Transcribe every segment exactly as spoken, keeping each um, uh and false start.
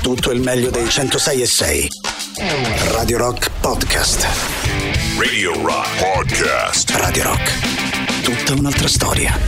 tutto il meglio dei centosei e sei. Radio Rock Podcast. Radio Rock Podcast. Radio Rock. Tutta un'altra storia.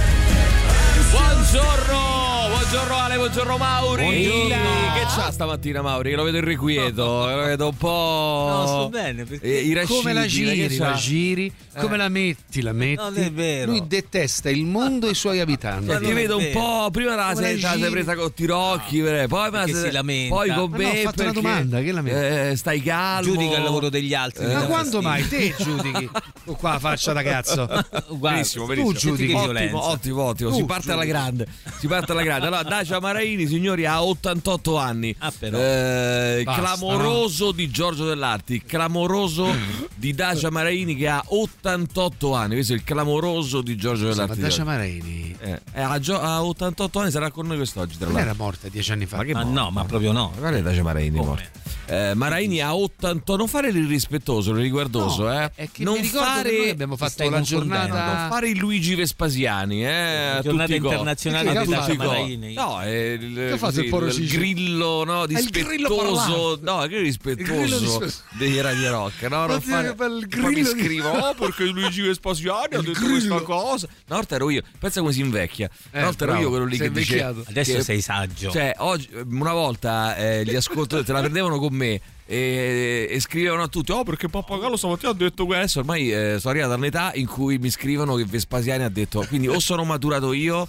Buongiorno! Buongiorno Ale, buongiorno Mauri. Buongiorno. Che c'ha stamattina Mauri? Che lo vedo irrequieto, lo vedo un po'. No, sto bene. Perché Eh, irascibile, Come la giri, che la c'ha? giri, come Eh. la metti, la metti. Non è vero. Lui detesta il mondo e i suoi abitanti. Cioè, Ma ti non è vedo un vero. po'. Prima la Come la sei, te la sei giri? presa con Tirocchi, poi, ma Perché se- si lamenta. poi con Ma me. no, ho fatto una perché, domanda, che lamenta? eh, stai calmo. Giudica il lavoro degli altri. Eh, mi Ma dà quando fastidio. mai te giudichi? Tu qua la faccia da cazzo. Guarda, Benissimo, tu benissimo. giudichi Ottimo, violenza. ottimo, ottimo. Tu Si parte alla giudichi. grande. Si parte alla grande. Allora, Dacia Maraini, signori, ha ottantotto anni. Ah, però. Eh, Basta, clamoroso di Giorgio Dell'Arti, clamoroso di Dacia Maraini che ha ottantotto anni. Questo è il clamoroso di Giorgio Ma Dell'Arti. Dacia Maraini Eh, eh, ha, gio- ha ottantotto anni, sarà con noi quest'oggi. Tra non l'altro. era morta dieci anni fa. Ma che Ma morta? no, ma proprio no. Ma qual è Dacia Maraini? Come? morta? Eh, Maraini ha ottantotto. Non fare l'irrispettoso, l'irriguardoso, No, eh. è che non mi ricordo fare. che noi abbiamo Ti fatto stai la confondendo. giornata. Non fare il Luigi Vespasiani, eh, a Giornata tutti i co- internazionale Perché di ha Dacia fatto? Maraini. No, è il, Che ha fatto così, il povero il Ciccio? grillo, no, il grillo dispettoso. No, che grillo rispettoso dispettoso. dei Radio Rock, no? Non Ma fare, che bello, il poi mi grillo di- scrivo, oh, perché Luigi Vespasiani ha Il detto grillo. questa cosa. Una volta ero io, pensa come si invecchia. Una Eh, volta ero bravo, io quello lì sei che dice invecchiato. Adesso che- sei saggio. Cioè, oggi, una volta eh, gli ascoltatori te la prendevano con me e, e scrivevano a tutti: oh, perché Pappagallo stamattina ha detto questo. Ormai eh, sono arrivato all'età in cui mi scrivono che Vespasiani ha detto. Quindi o sono maturato io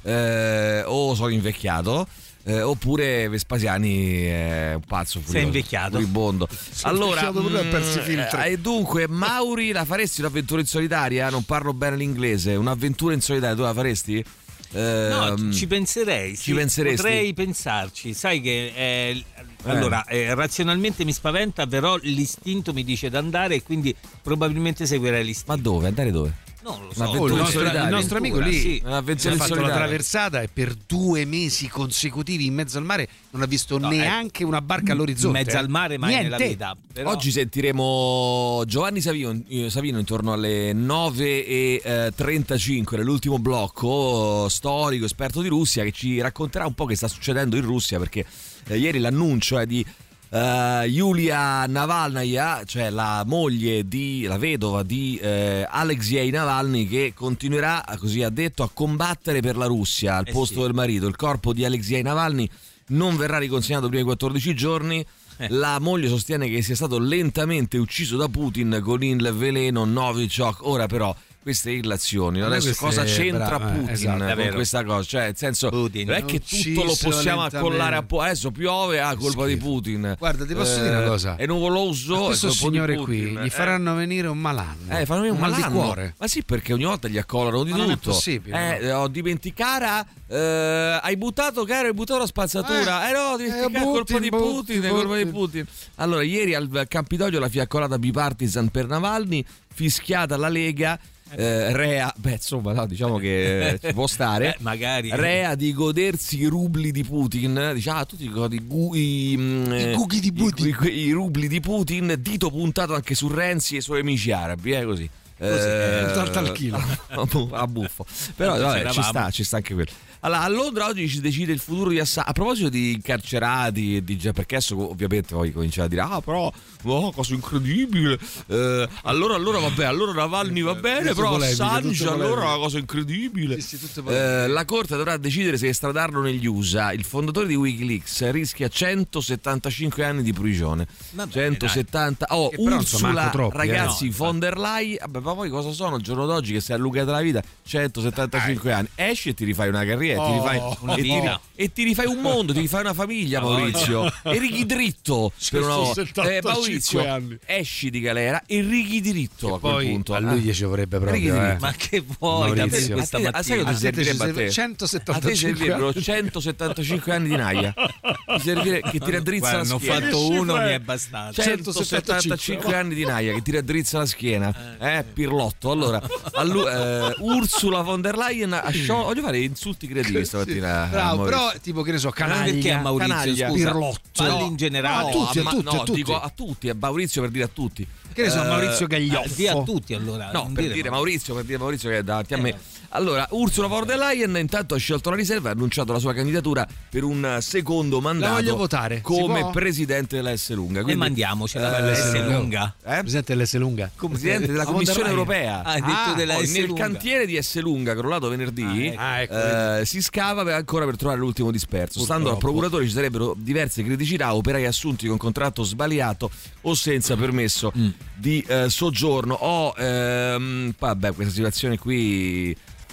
eh, o sono invecchiato. Eh, oppure Vespasiani è un pazzo furioso, Sei invecchiato. furibondo. Allora, invecchiato pure, ha perso i mm, filtri. eh, e dunque, Mauri, la faresti un'avventura in solitaria? Non parlo bene l'inglese. Un'avventura in solitaria, tu la faresti? Eh, No, ci penserei. ci sì, penseresti? Potrei pensarci. Sai che eh, allora eh, razionalmente mi spaventa, però l'istinto mi dice di andare e quindi probabilmente seguirei l'istinto. Ma dove? Andare dove? Non lo Ma so. avventura Oh, il, in nostro, solitaria. il nostro amico Avventura, lì sì. Un'avventura si è in fatto la solitaria. traversata e per due mesi consecutivi in mezzo al mare non ha visto No, neanche una barca all'orizzonte. In mezzo eh. al mare mai Niente. nella vita. Però Oggi sentiremo Giovanni Savino, eh, Savino intorno alle nove e trentacinque nell'ultimo blocco storico, esperto di Russia, che ci racconterà un po' che sta succedendo in Russia, perché eh, ieri l'annuncio è di Uh, Yulia Navalnaya, cioè la moglie di la vedova di eh, Alexei Navalny, che continuerà, così ha detto, a combattere per la Russia al Eh posto sì. del marito. Il corpo di Alexei Navalny non verrà riconsegnato prima di quattordici giorni. Eh. La moglie sostiene che sia stato lentamente ucciso da Putin con il veleno Novichok. Ora però queste illazioni, A me adesso queste- cosa c'entra bravo, eh, Putin esatto, è con vero. questa cosa? Cioè, nel senso, Putin. non è che tutto lo Ucciso possiamo lentamente. accollare a po'. Adesso piove, ah, colpa di Schifo. Putin. Guarda, ti posso dire una cosa? È nuvoloso. A questo è colpa di signore Putin. qui gli Eh. faranno venire un malanno. Eh, fanno venire un mal di malanno. cuore. Ma sì, perché ogni volta gli accolano di Ma tutto. non è possibile, Eh, ho dimenticara. eh, hai buttato, caro, hai buttato la spazzatura. Eh, no, ho dimenticato, eh, è colpa di Putin, Putin, è Putin, colpa di Putin. Allora, ieri al Campidoglio la fiaccolata bipartisan per Navalny, fischiata la Lega. Eh, rea, beh, insomma, no, diciamo che ci può stare. Eh, magari. Rea di godersi i rubli di Putin. Diciamo, ah, tutti i, i, gu- i, mm, eh, gughi di Putin. i, i, i rubli di Putin. Dito puntato anche su Renzi e i suoi amici arabi, eh, così. eh, torta al chilo. A buffo. Però Quando vabbè, ci c'eravamo. sta, ci sta anche quello. Allora, a Londra oggi si decide il futuro di Assad. A proposito di incarcerati, di, perché adesso ovviamente poi cominciare a dire: ah, però, oh, cosa incredibile. Eh, allora, allora, vabbè, allora Navalny va bene, Tutte però polemiche, Assange, tutte allora è polemiche. una cosa incredibile. Sì, sì, tutte polemiche. Eh, la corte dovrà decidere se estradarlo negli U S A. Il fondatore di Wikileaks rischia centosettantacinque anni di prigione. Vabbè, centosettanta. Oh, Che però, insomma, Ursula, manco troppi, eh. ragazzi, No, von der Leyen. Vabbè, ma poi cosa sono al giorno d'oggi che si è allungata la vita? centosettantacinque anni. Esci e ti rifai una carriera, ti Oh, rifai una e, ti, vita. e ti rifai un mondo, ti rifai una famiglia, Maurizio. E righi dritto per una volta. centosettantacinque Eh, Maurizio, anni. esci di galera e righi dritto a quel Poi punto. a lui Ah. gli ci vorrebbe proprio. Righi eh. dritto. Ma che vuoi da Maurizio. me questa A te- a sai mattina? cosa ti A te ci servirebbe a te? A te centosettantacinque servirebbero anni. centosettantacinque anni di naia. Ti servirebbe che ti raddrizza Guarda, la ne ho schiena. fatto uno, mi è bastato. centosettantacinque anni di naia che ti raddrizza la schiena, eh, Pirlotto. Allora, allu- eh, Ursula von der Leyen ha sciolto. Voglio fare insulti creativi stamattina. Sì, bravo, però tipo che ne so, Canaglia, perché a Maurizio, Canaglia, scusa, Pirlotto, parli no, in generale. no, a tutti, a ma- tutti, no, a tutti. dico a tutti, a Maurizio per dire a tutti. Che ne so, Eh, Maurizio Gaglioffo. Di a tutti allora. No, non per dire, ma- Maurizio, per dire Maurizio che è davanti a me. Eh. Allora, Ursula von der Leyen intanto ha scelto la riserva e ha annunciato la sua candidatura per un secondo mandato. voglio votare. Si come può? presidente della S Lunga. E Quindi, mandiamocela eh, per l'S eh, lunga. eh? Presidente dell'S lunga. Presidente della La von der Commissione Leyen. Europea. Ah, hai detto Ah, della Poi S nel lunga. cantiere di S Lunga crollato venerdì Ah, ecco, eh, si scava per- ancora per trovare l'ultimo disperso. Stando al procuratore ci sarebbero diverse criticità, operai assunti con contratto sbagliato o senza permesso Mm. di eh, soggiorno. O ehm, vabbè, questa situazione qui.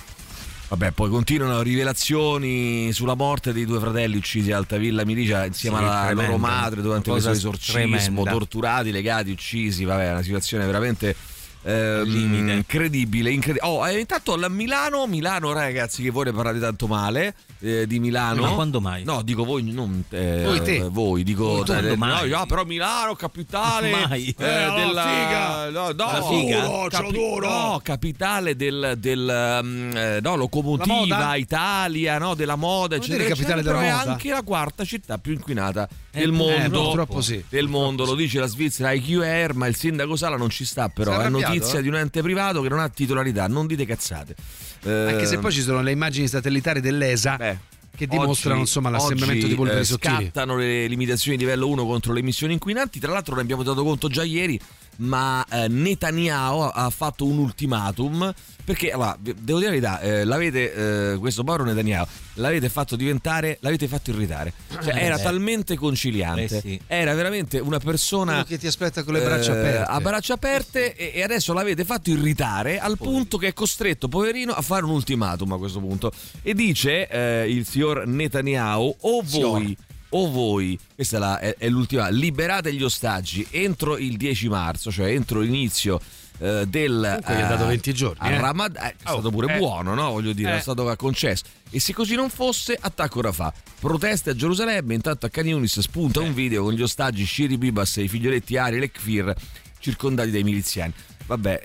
Vabbè, poi continuano rivelazioni sulla morte dei due fratelli uccisi a Altavilla Milicia insieme Sì, alla tremenda. loro madre durante Una questo cosa esorcismo, tremenda. torturati, legati, uccisi. Vabbè, è una situazione veramente eh, Limite. incredibile, incredibile. Oh, eh, intanto a Milano, Milano ragazzi, che voi ne parlate tanto male eh, di Milano. Ma quando mai? No, dico voi, non eh, Voi te. voi, dico Voi quando eh, mai? no, no, però Milano capitale Mai. eh, Eh, la della figa. no, no, La figa? Duro, c'ho duro. no, capitale del, del um, eh, no, locomotiva La moda? Italia, no, della moda, Vuol eccetera, dire capitale eccetera, della però è moda? anche la quarta città più inquinata Eh, del eh, mondo. purtroppo sì. Del mondo, lo dice la Svizzera I Q R, ma il sindaco Sala non ci sta, però Si è è arrabbiato, notizia eh? di un ente privato che non ha titolarità, non dite cazzate. Anche se poi ci sono le immagini satellitari dell'E S A Beh, che dimostrano oggi- insomma l'assembramento oggi, di polveri eh, sottili. scattano le limitazioni di livello uno contro le emissioni inquinanti. Tra l'altro ne abbiamo dato conto già ieri, ma eh, Netanyahu ha fatto un ultimatum perché allora, devo dire la verità, eh, l'avete eh, questo Mauro Netanyahu l'avete fatto diventare, l'avete fatto irritare, cioè, era Eh. talmente conciliante, Eh sì. era veramente una persona Uno che ti aspetta con le braccia eh, aperte. a braccia aperte e, e adesso l'avete fatto irritare al punto che è costretto, poverino, a fare un ultimatum a questo punto e dice eh, il signor Netanyahu o voi o voi, questa è, la, è, è l'ultima, liberate gli ostaggi entro il dieci marzo, cioè entro l'inizio eh, del Comunque gli ha dato venti giorni, eh. Ramadan, eh, è Oh, stato pure eh. buono, no? Voglio dire, Eh. è stato concesso. E se così non fosse, attacco Rafah. Proteste a Gerusalemme, intanto a Khan Yunis spunta un video con gli ostaggi Shiri Bibas e i figlioletti Ariel e Kfir circondati dai miliziani. Vabbè,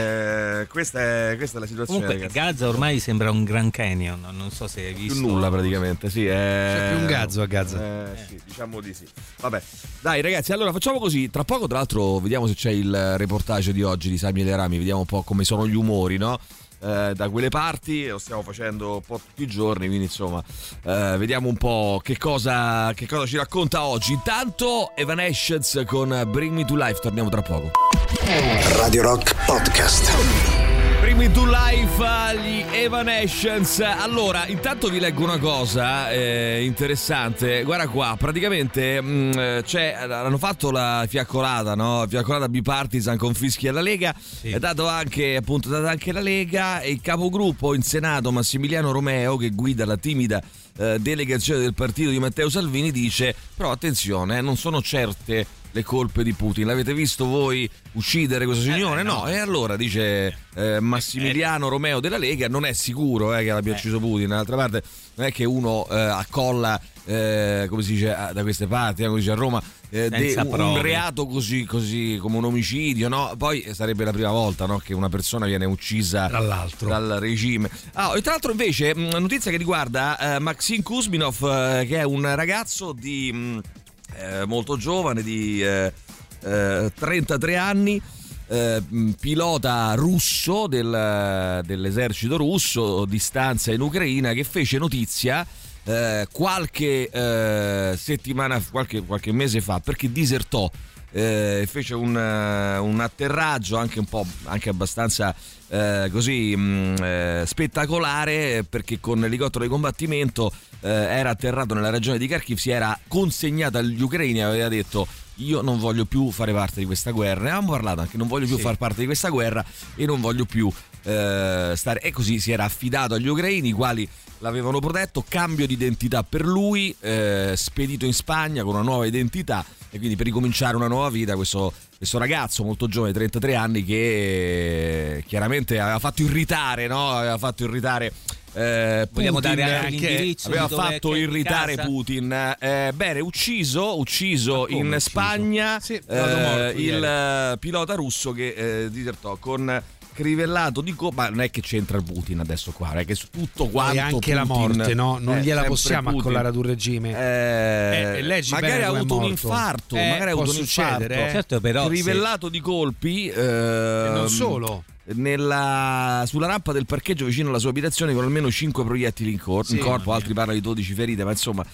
eh, questa, è, questa è la situazione. Comunque ragazzi. Gaza ormai sembra un Grand Canyon, non so se hai visto. Più nulla praticamente, sì. È... C'è più un gazzo a Gaza. Eh, sì, diciamo di sì. Vabbè, dai ragazzi, allora facciamo così. Tra poco, tra l'altro, vediamo se c'è il reportage di oggi di Samuele Rami. Vediamo un po' come sono gli umori, no? Eh, da quelle parti lo stiamo facendo un po' tutti i giorni, quindi insomma eh, vediamo un po' che cosa, che cosa ci racconta oggi. Intanto Evanescence con Bring Me to Life, torniamo tra poco. Radio Rock Podcast. Bring Me to Life, gli Evanescence. Allora, intanto vi leggo una cosa eh, interessante. Guarda qua, praticamente mh, c'è, hanno fatto la fiaccolata, no? Fiaccolata bipartisan con fischi alla Lega. Sì. È dato anche, appunto, data anche la Lega e il capogruppo in Senato Massimiliano Romeo, che guida la timida eh, delegazione del partito di Matteo Salvini, dice: però attenzione, eh, non sono certe le colpe di Putin. L'avete visto voi uccidere questo signore? Eh, no. no. E allora dice eh, Massimiliano Romeo della Lega: non è sicuro eh, che l'abbia ucciso Putin. D'altra parte non è che uno eh, accolla eh, come si dice da queste parti, eh, come si dice a Roma, eh, de, un, un prove. reato così, così come un omicidio, no? Poi sarebbe la prima volta, no, che una persona viene uccisa Tra l'altro. dal regime. Ah, e tra l'altro invece mh, notizia che riguarda eh, Maxim Kuzminov, eh, che è un ragazzo di mh, eh, molto giovane, di eh, eh, trentatré anni, eh, pilota russo del, dell'esercito russo di stanza in Ucraina, che fece notizia eh, qualche eh, settimana, qualche, qualche mese fa, perché disertò. Eh, fece un, uh, un atterraggio anche un po' anche abbastanza eh, così mh, eh, spettacolare, perché con l'elicottero di combattimento eh, era atterrato nella regione di Kharkiv, si era consegnato agli ucraini e aveva detto: io non voglio più fare parte di questa guerra. Ne avevamo parlato anche, non voglio più Sì. far parte di questa guerra e non voglio più eh, stare. E così si era affidato agli ucraini, i quali l'avevano protetto. Cambio di identità per lui, eh, spedito in Spagna con una nuova identità, e quindi per ricominciare una nuova vita questo, questo ragazzo molto giovane, trentatré anni, che chiaramente aveva fatto irritare, no? Aveva fatto irritare eh, Vogliamo Putin, dare anche che l'indirizzo aveva di dove fatto è irritare casa? Putin. Eh, bene, ucciso, ucciso Ma come in ucciso? Spagna Sì, è eh, stato morto il ieri. pilota russo che eh, disertò con crivellato di co- ma non è che c'entra il Putin adesso qua, non è che su tutto quanto e anche Putin, la morte, no? Non eh, gliela possiamo Putin. accollare ad un regime. Eh, Eh, leggi magari bene ha com'è avuto un morto. infarto, Eh, magari ha può avuto un succedere, infarto. eh. Certo, però Crivellato di colpi, E ehm, non solo. Nella, sulla rampa del parcheggio vicino alla sua abitazione con almeno cinque proiettili in, cor- Sì, in corpo, altri parlano di dodici ferite, ma insomma,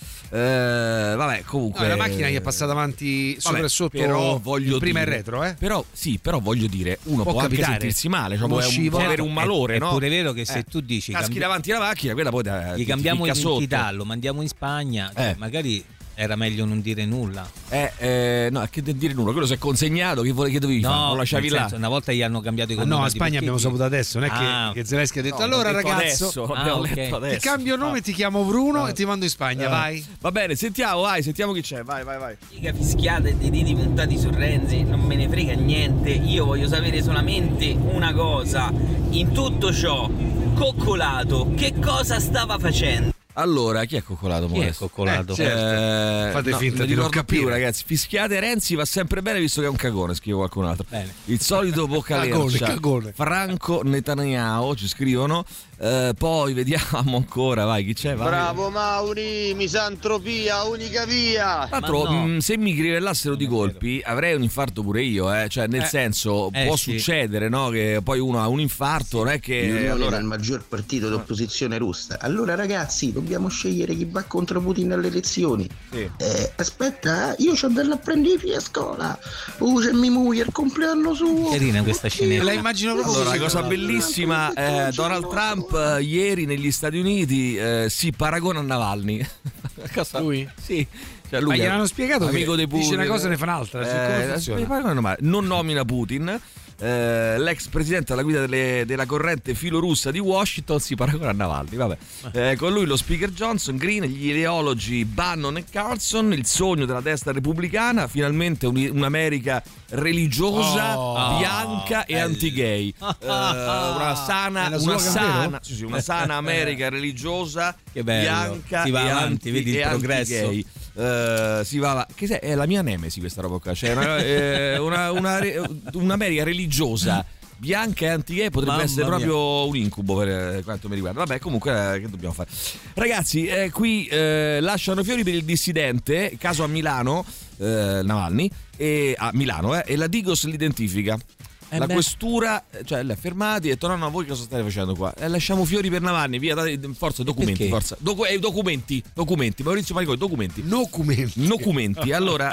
eh, vabbè, comunque. No, la macchina gli è passata avanti sopra Vabbè, e sotto, però voglio in prima dire, e retro, eh? Però sì, però voglio dire, uno Può può, anche capitare. sentirsi male, cioè Uno può, un- scivolo. può avere un malore, è, no? È pure vero che se Eh, tu dici caschi cambi- davanti alla macchina, quella poi da, gli cambiamo ti ficca sotto. l'identità, lo mandiamo in Spagna, cioè, Eh. magari era meglio non dire nulla. Eh, eh, no, che dire nulla, quello si è consegnato, che, vole- che dovevi fare? Non lo lasciavi nel là? senso, una volta gli hanno cambiato i Ma no, connotati, a Spagna perché abbiamo chi- saputo adesso, non è Ah, che, che Zelensky ha detto No, allora l'ho detto ragazzo adesso, Ah, abbiamo ok. letto ti adesso. cambio nome, ti chiamo Bruno e ti mando in Spagna, Eh. vai. Va bene, sentiamo, vai, sentiamo chi c'è, vai, vai, vai. Mica fischiate e diti puntati su Renzi, non me ne frega niente, io voglio sapere solamente una cosa, in tutto ciò, Coccolato che cosa stava facendo? Allora, chi è coccolato? Chi è Modesto? coccolato? Eh, certo. Fate no, finta mi di non ricordo capire. più, ragazzi. Fischiate Renzi va sempre bene visto che è un cagone, scrive qualcun altro. Bene. Il solito Cagone, boccalercia. cagone. Franco Netanyahu ci scrivono. Eh, poi vediamo ancora, vai, chi c'è? Vai. Bravo Mauri, misantropia, unica via. Tra l'altro, Ma no. mh, se mi crivellassero di Non è vero. colpi avrei un infarto pure io, eh. Cioè, nel Eh, senso, eh, può sì. succedere, no? Che poi uno ha un infarto, non è che. L'Unione allora- è il maggior partito d'opposizione russa. Allora ragazzi, dobbiamo scegliere chi va contro Putin alle elezioni. Sì. Eh, aspetta, io c'ho andare a prendere a scuola. Uh, c'è mia moglie, il compleanno suo. Carina questa Me scenetta. la immagino proprio Allora, così. la cosa bellissima, eh, Donald Trump eh, ieri negli Stati Uniti eh, si paragona a Navalny. Cosa? Lui? Sì. Cioè, lui Ma è gliel'hanno spiegato amico che dei dice Putin. una cosa e ne fa un'altra, cioè, come Eh, funziona? mi pare normale. Non nomina Putin. Eh, l'ex presidente alla guida delle- della corrente filorussa di Washington si paragona a Navalny. Vabbè. Eh, con lui lo speaker Johnson, Green, gli ideologi Bannon e Carlson, il sogno della destra repubblicana, finalmente un- un'America religiosa, Oh, bianca e bello. anti-gay. Eh, una sana, È la una slogan, sana, vero? sì, sì, una sana America religiosa, Che bello. bianca Si va e avanti, anti- vedi il e progresso. anti-gay. Eh, si va, che se- è la mia nemesi questa roba qua, cioè una, eh, una, una re- un'America religiosa bianca e anti-gay potrebbe Mamma essere mia. proprio un incubo per eh, quanto mi riguarda. Vabbè, comunque eh, che dobbiamo fare, ragazzi? Eh, qui eh, lasciano fiori per il dissidente, caso a Milano, eh, Navalny, e a Milano eh, e la Digos l'identifica. Eh La beh. questura, cioè li ha fermati e ha detto no no, voi cosa state facendo qua? Eh, lasciamo fiori per Navalny, via, date, forza documenti, Perché? forza Docu- eh, documenti, documenti, Maurizio Mariconi, documenti. Documenti. Documenti. Allora,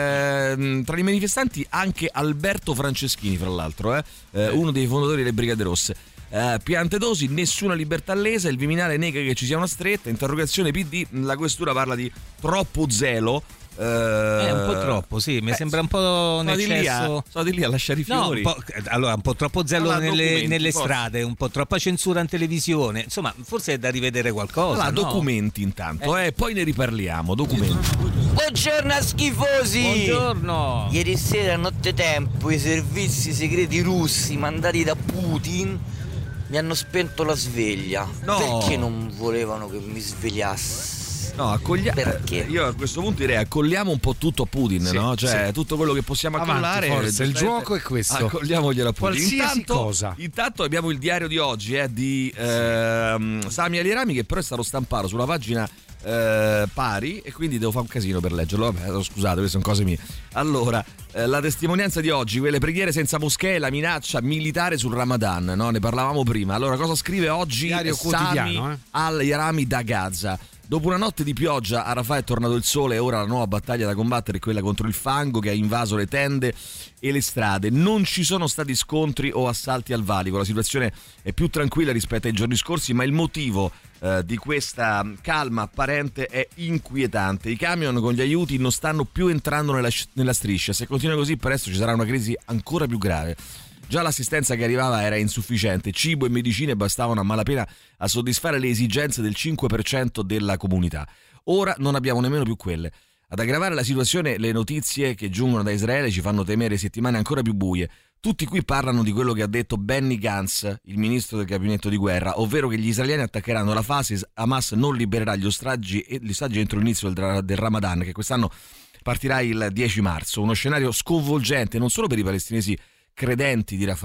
ehm, tra i manifestanti anche Alberto Franceschini, fra l'altro, eh, eh, uno dei fondatori delle Brigate Rosse. Eh, Piantedosi, nessuna libertà lesa, il Viminale nega che ci sia una stretta, interrogazione P D, la questura parla di troppo zelo. Eh, È un po' troppo, sì, mi eh, sembra un po' un sono di lì a- eccesso. sono di lì a lasciare i No, fiori. un po', allora un po' troppo zelo Allora, nelle, documenti, nelle forse. strade, un po' troppa censura in televisione. Insomma, forse è da rivedere qualcosa. Allora, no? documenti intanto, eh. poi ne riparliamo. Documenti. Buongiorno a schifosi! Buongiorno. Ieri sera a nottetempo i servizi segreti russi mandati da Putin mi hanno spento la sveglia. No. Perché non volevano che mi svegliassi? No, accoglia- Perché? Io a questo punto direi accolliamo un po' tutto a Putin, Sì, no? Cioè, sì. tutto quello che possiamo Avanti, accollare. forza, il giustamente, gioco è questo. Accogliamoglielo a Putin. Qualsiasi intanto, cosa. Intanto abbiamo il diario di oggi eh, di ehm, Sami Alirami, che però è stato stampato sulla pagina eh, pari e quindi devo fare un casino per leggerlo. Vabbè, scusate, queste sono cose mie. Allora, eh, la testimonianza di oggi, quelle preghiere senza moschee, la minaccia militare sul Ramadan, no? Ne parlavamo prima. Allora, cosa scrive oggi Diario Sami quotidiano, eh? Al-Yarami da Gaza? Dopo una notte di pioggia a Rafah è tornato il sole e ora la nuova battaglia da combattere è quella contro il fango che ha invaso le tende e le strade. Non ci sono stati scontri o assalti al valico, la situazione è più tranquilla rispetto ai giorni scorsi, ma il motivo eh, di questa calma apparente è inquietante. I camion con gli aiuti non stanno più entrando nella, nella striscia, se continua così presto ci sarà una crisi ancora più grave. Già l'assistenza che arrivava era insufficiente, cibo e medicine bastavano a malapena a soddisfare le esigenze del cinque per cento della comunità. Ora non abbiamo nemmeno più quelle. Ad aggravare la situazione le notizie che giungono da Israele ci fanno temere settimane ancora più buie. Tutti qui parlano di quello che ha detto Benny Gantz, il ministro del gabinetto di guerra, ovvero che gli israeliani attaccheranno la fase, Hamas non libererà gli ostaggi, e gli ostaggi entro l'inizio del, del Ramadan, che quest'anno partirà il dieci marzo. Uno scenario sconvolgente non solo per i palestinesi credenti di Rafah,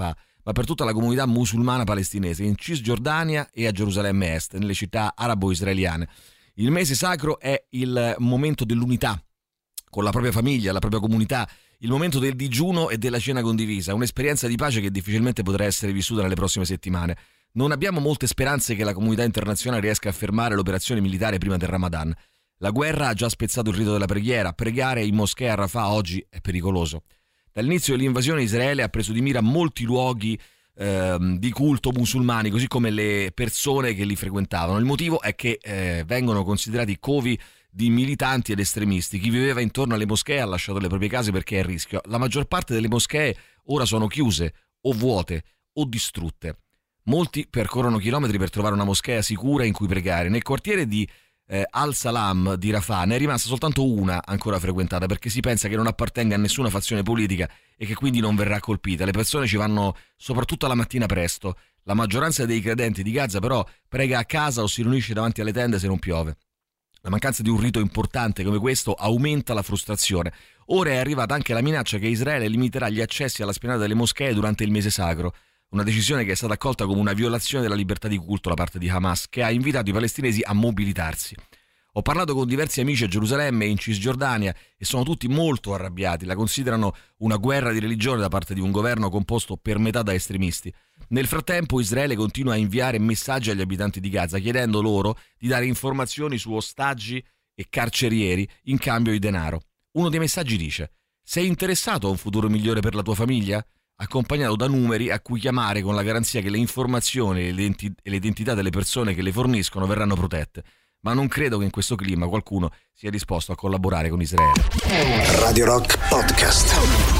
ma per tutta la comunità musulmana palestinese in Cisgiordania e a Gerusalemme Est, nelle città arabo-israeliane. Il mese sacro è il momento dell'unità con la propria famiglia, la propria comunità, il momento del digiuno e della cena condivisa, un'esperienza di pace che difficilmente potrà essere vissuta nelle prossime settimane. Non abbiamo molte speranze che la comunità internazionale riesca a fermare l'operazione militare prima del Ramadan. La guerra ha già spezzato il rito della preghiera, pregare in moschea a Rafah oggi è pericoloso. Dall'inizio dell'invasione Israele ha preso di mira molti luoghi eh, di culto musulmani, così come le persone che li frequentavano. Il motivo è che eh, vengono considerati covi di militanti ed estremisti. Chi viveva intorno alle moschee ha lasciato le proprie case perché è a rischio. La maggior parte delle moschee ora sono chiuse o vuote o distrutte. Molti percorrono chilometri per trovare una moschea sicura in cui pregare. Nel quartiere di eh, Al-Salam di Rafah ne è rimasta soltanto una ancora frequentata perché si pensa che non appartenga a nessuna fazione politica e che quindi non verrà colpita. Le persone ci vanno soprattutto la mattina presto. La maggioranza dei credenti di Gaza però prega a casa o si riunisce davanti alle tende se non piove. La mancanza di un rito importante come questo aumenta la frustrazione. Ora è arrivata anche la minaccia che Israele limiterà gli accessi alla spianata delle moschee durante il mese sacro. Una decisione che è stata accolta come una violazione della libertà di culto da parte di Hamas, che ha invitato i palestinesi a mobilitarsi. Ho parlato con diversi amici a Gerusalemme e in Cisgiordania e sono tutti molto arrabbiati, la considerano una guerra di religione da parte di un governo composto per metà da estremisti. Nel frattempo Israele continua a inviare messaggi agli abitanti di Gaza chiedendo loro di dare informazioni su ostaggi e carcerieri in cambio di denaro. Uno dei messaggi dice: sei interessato a un futuro migliore per la tua famiglia? Accompagnato da numeri a cui chiamare con la garanzia che le informazioni e le identità delle persone che le forniscono verranno protette. Ma non credo che in questo clima qualcuno sia disposto a collaborare con Israele. Radio Rock Podcast.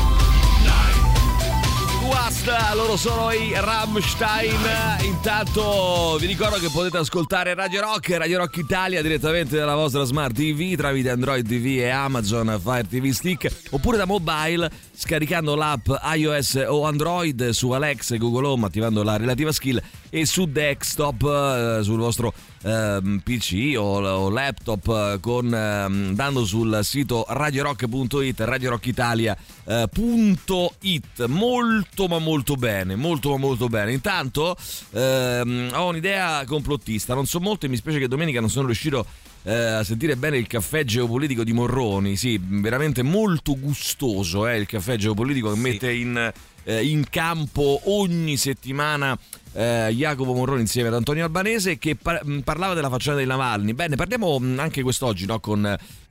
Basta, loro sono i Rammstein. Intanto vi ricordo che potete ascoltare Radio Rock, Radio Rock Italia direttamente dalla vostra Smart T V tramite Android T V e Amazon Fire T V Stick, oppure da mobile scaricando l'app iOS o Android su Alexa e Google Home attivando la relativa skill, e su desktop eh, sul vostro eh, P C o, o laptop eh, con eh, andando sul sito radiorock punto it, radiorockitalia punto it. Molto ma molto bene, molto ma molto bene. Intanto ehm, ho un'idea complottista, non so molto e mi spiace che domenica non sono riuscito eh, a sentire bene il caffè geopolitico di Morroni. Sì, veramente molto gustoso eh, il caffè geopolitico che sì. mette in, eh, in campo ogni settimana eh, Jacopo Morroni insieme ad Antonio Albanese, che par- parlava della faccenda dei Navalny. Bene, parliamo anche quest'oggi, no, con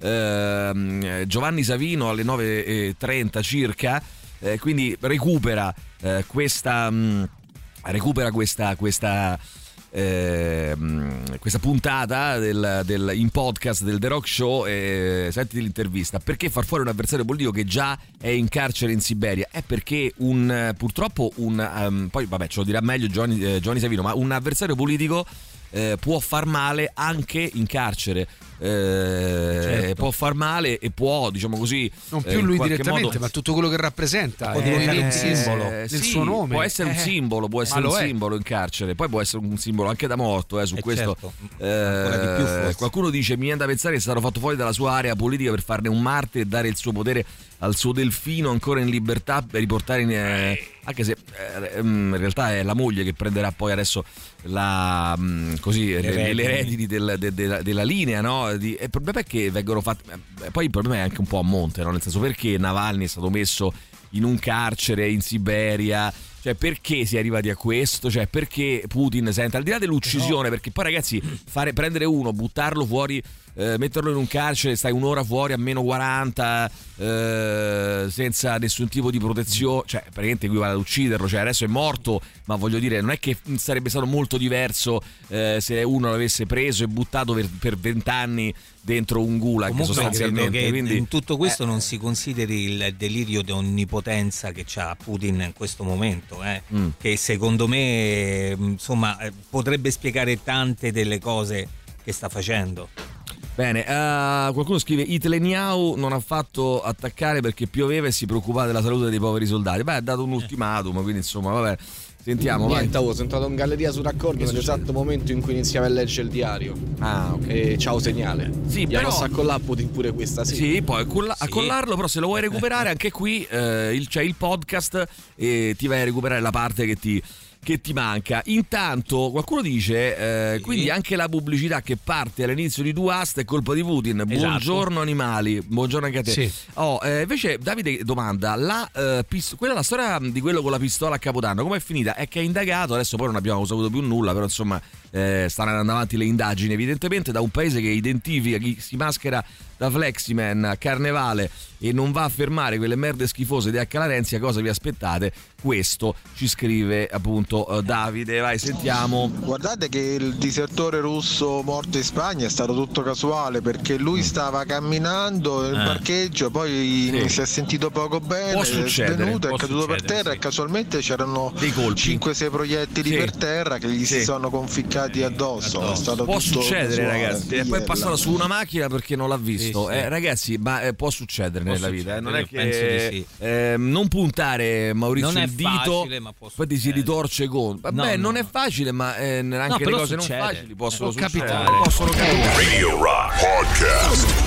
eh, Giovanni Savino alle nove e trenta circa. Eh, quindi recupera eh, questa mh, recupera questa questa eh, mh, questa puntata del, del, in podcast del The Rock Show. Eh, sentiti l'intervista. Perché far fuori un avversario politico che già è in carcere in Siberia? È perché un purtroppo un um, poi vabbè ce lo dirà meglio Giovanni, eh, Giovanni Savino, ma un avversario politico eh, può far male anche in carcere. Eh, certo. Può far male e può, diciamo così, non più eh, lui direttamente modo... ma tutto quello che rappresenta può eh, diventare un un simbolo eh, del sì, suo nome. Può essere un eh. simbolo, può essere un è. simbolo in carcere, poi può essere un simbolo anche da morto, eh, su eh questo certo. eh, Ancora di più forse. Qualcuno dice: mi viene da pensare che è stato fatto fuori dalla sua area politica per farne un martire e dare il suo potere al suo delfino ancora in libertà, per riportare in, eh, anche se eh, in realtà è la moglie che prenderà poi adesso la mh, così le, le, le redini del, de, de, della linea, no? Di, e il problema è che vengono fatti, eh, poi il problema è anche un po' a monte, no? Nel senso, perché Navalny è stato messo in un carcere in Siberia? Cioè, perché si è arrivati a questo? Cioè, perché Putin sente, al di là dell'uccisione, perché poi ragazzi, fare, prendere uno, buttarlo fuori, eh, metterlo in un carcere, stai un'ora fuori a meno quaranta, eh, senza nessun tipo di protezione, cioè praticamente equivale ad ucciderlo. Cioè, adesso è morto, ma voglio dire, non è che sarebbe stato molto diverso eh, se uno l'avesse preso e buttato per vent'anni dentro un gulag. Comunque sostanzialmente credo che quindi in tutto questo eh, non si consideri il delirio di onnipotenza che c'ha Putin in questo momento, eh, mm. che secondo me insomma potrebbe spiegare tante delle cose che sta facendo. Bene, uh, qualcuno scrive: Netanyahu non ha fatto attaccare perché pioveva e si preoccupava della salute dei poveri soldati. Beh, ha dato un ultimatum, quindi insomma vabbè. Sentiamo, vai. Niente, avevo sentato in galleria su raccordo nell'esatto momento in cui iniziava a leggere il diario. Ah, ok. E ciao segnale. Sì, Gli però posso accollare Putin pure questa, sì. Sì, poi accolla- Sì. accollarlo, però se lo vuoi recuperare anche qui eh, il- c'è il podcast e ti vai a recuperare la parte che ti che ti manca. Intanto qualcuno dice eh, Sì. quindi anche la pubblicità che parte all'inizio di Duast è colpa di Putin. Esatto. Buongiorno animali, buongiorno anche a te. Sì. Oh, eh, invece Davide domanda la, eh, pis- quella la storia di quello con la pistola a Capodanno com'è finita? È che è indagato, adesso poi non abbiamo saputo più nulla, però insomma eh, stanno andando avanti le indagini evidentemente da un paese che identifica chi si maschera da Fleximan a Carnevale e non va a fermare quelle merde schifose di H. Larenzia. Cosa vi aspettate? Questo ci scrive appunto eh, Davide. Vai, sentiamo. Guardate che il disertore russo morto in Spagna è stato tutto casuale, perché lui stava camminando nel Eh. parcheggio, poi Sì. si è sentito poco bene, Può è succedere, svenuto, può è caduto per succedere, terra sì. e casualmente c'erano Dei colpi. cinque sei proiettili Sì. per terra che gli Sì. si sono conficcati addosso. addosso. È stato Può tutto succedere, casuale, ragazzi. E poi è ieri, passato là. su una macchina perché non l'ha visto. Sì, sì. Eh, ragazzi, ma eh, può succedere Può nella vita. eh. Non è succedere, che io penso di sì. eh, non puntare Maurizio Non è il dito, facile, ma può poi ti si succedere. ritorce con. Vabbè, No, no, non è no. facile, ma eh, No, anche le però cose succede. non facili possono Può succedere. capitare. Possono capitare. Radio Rock Podcast.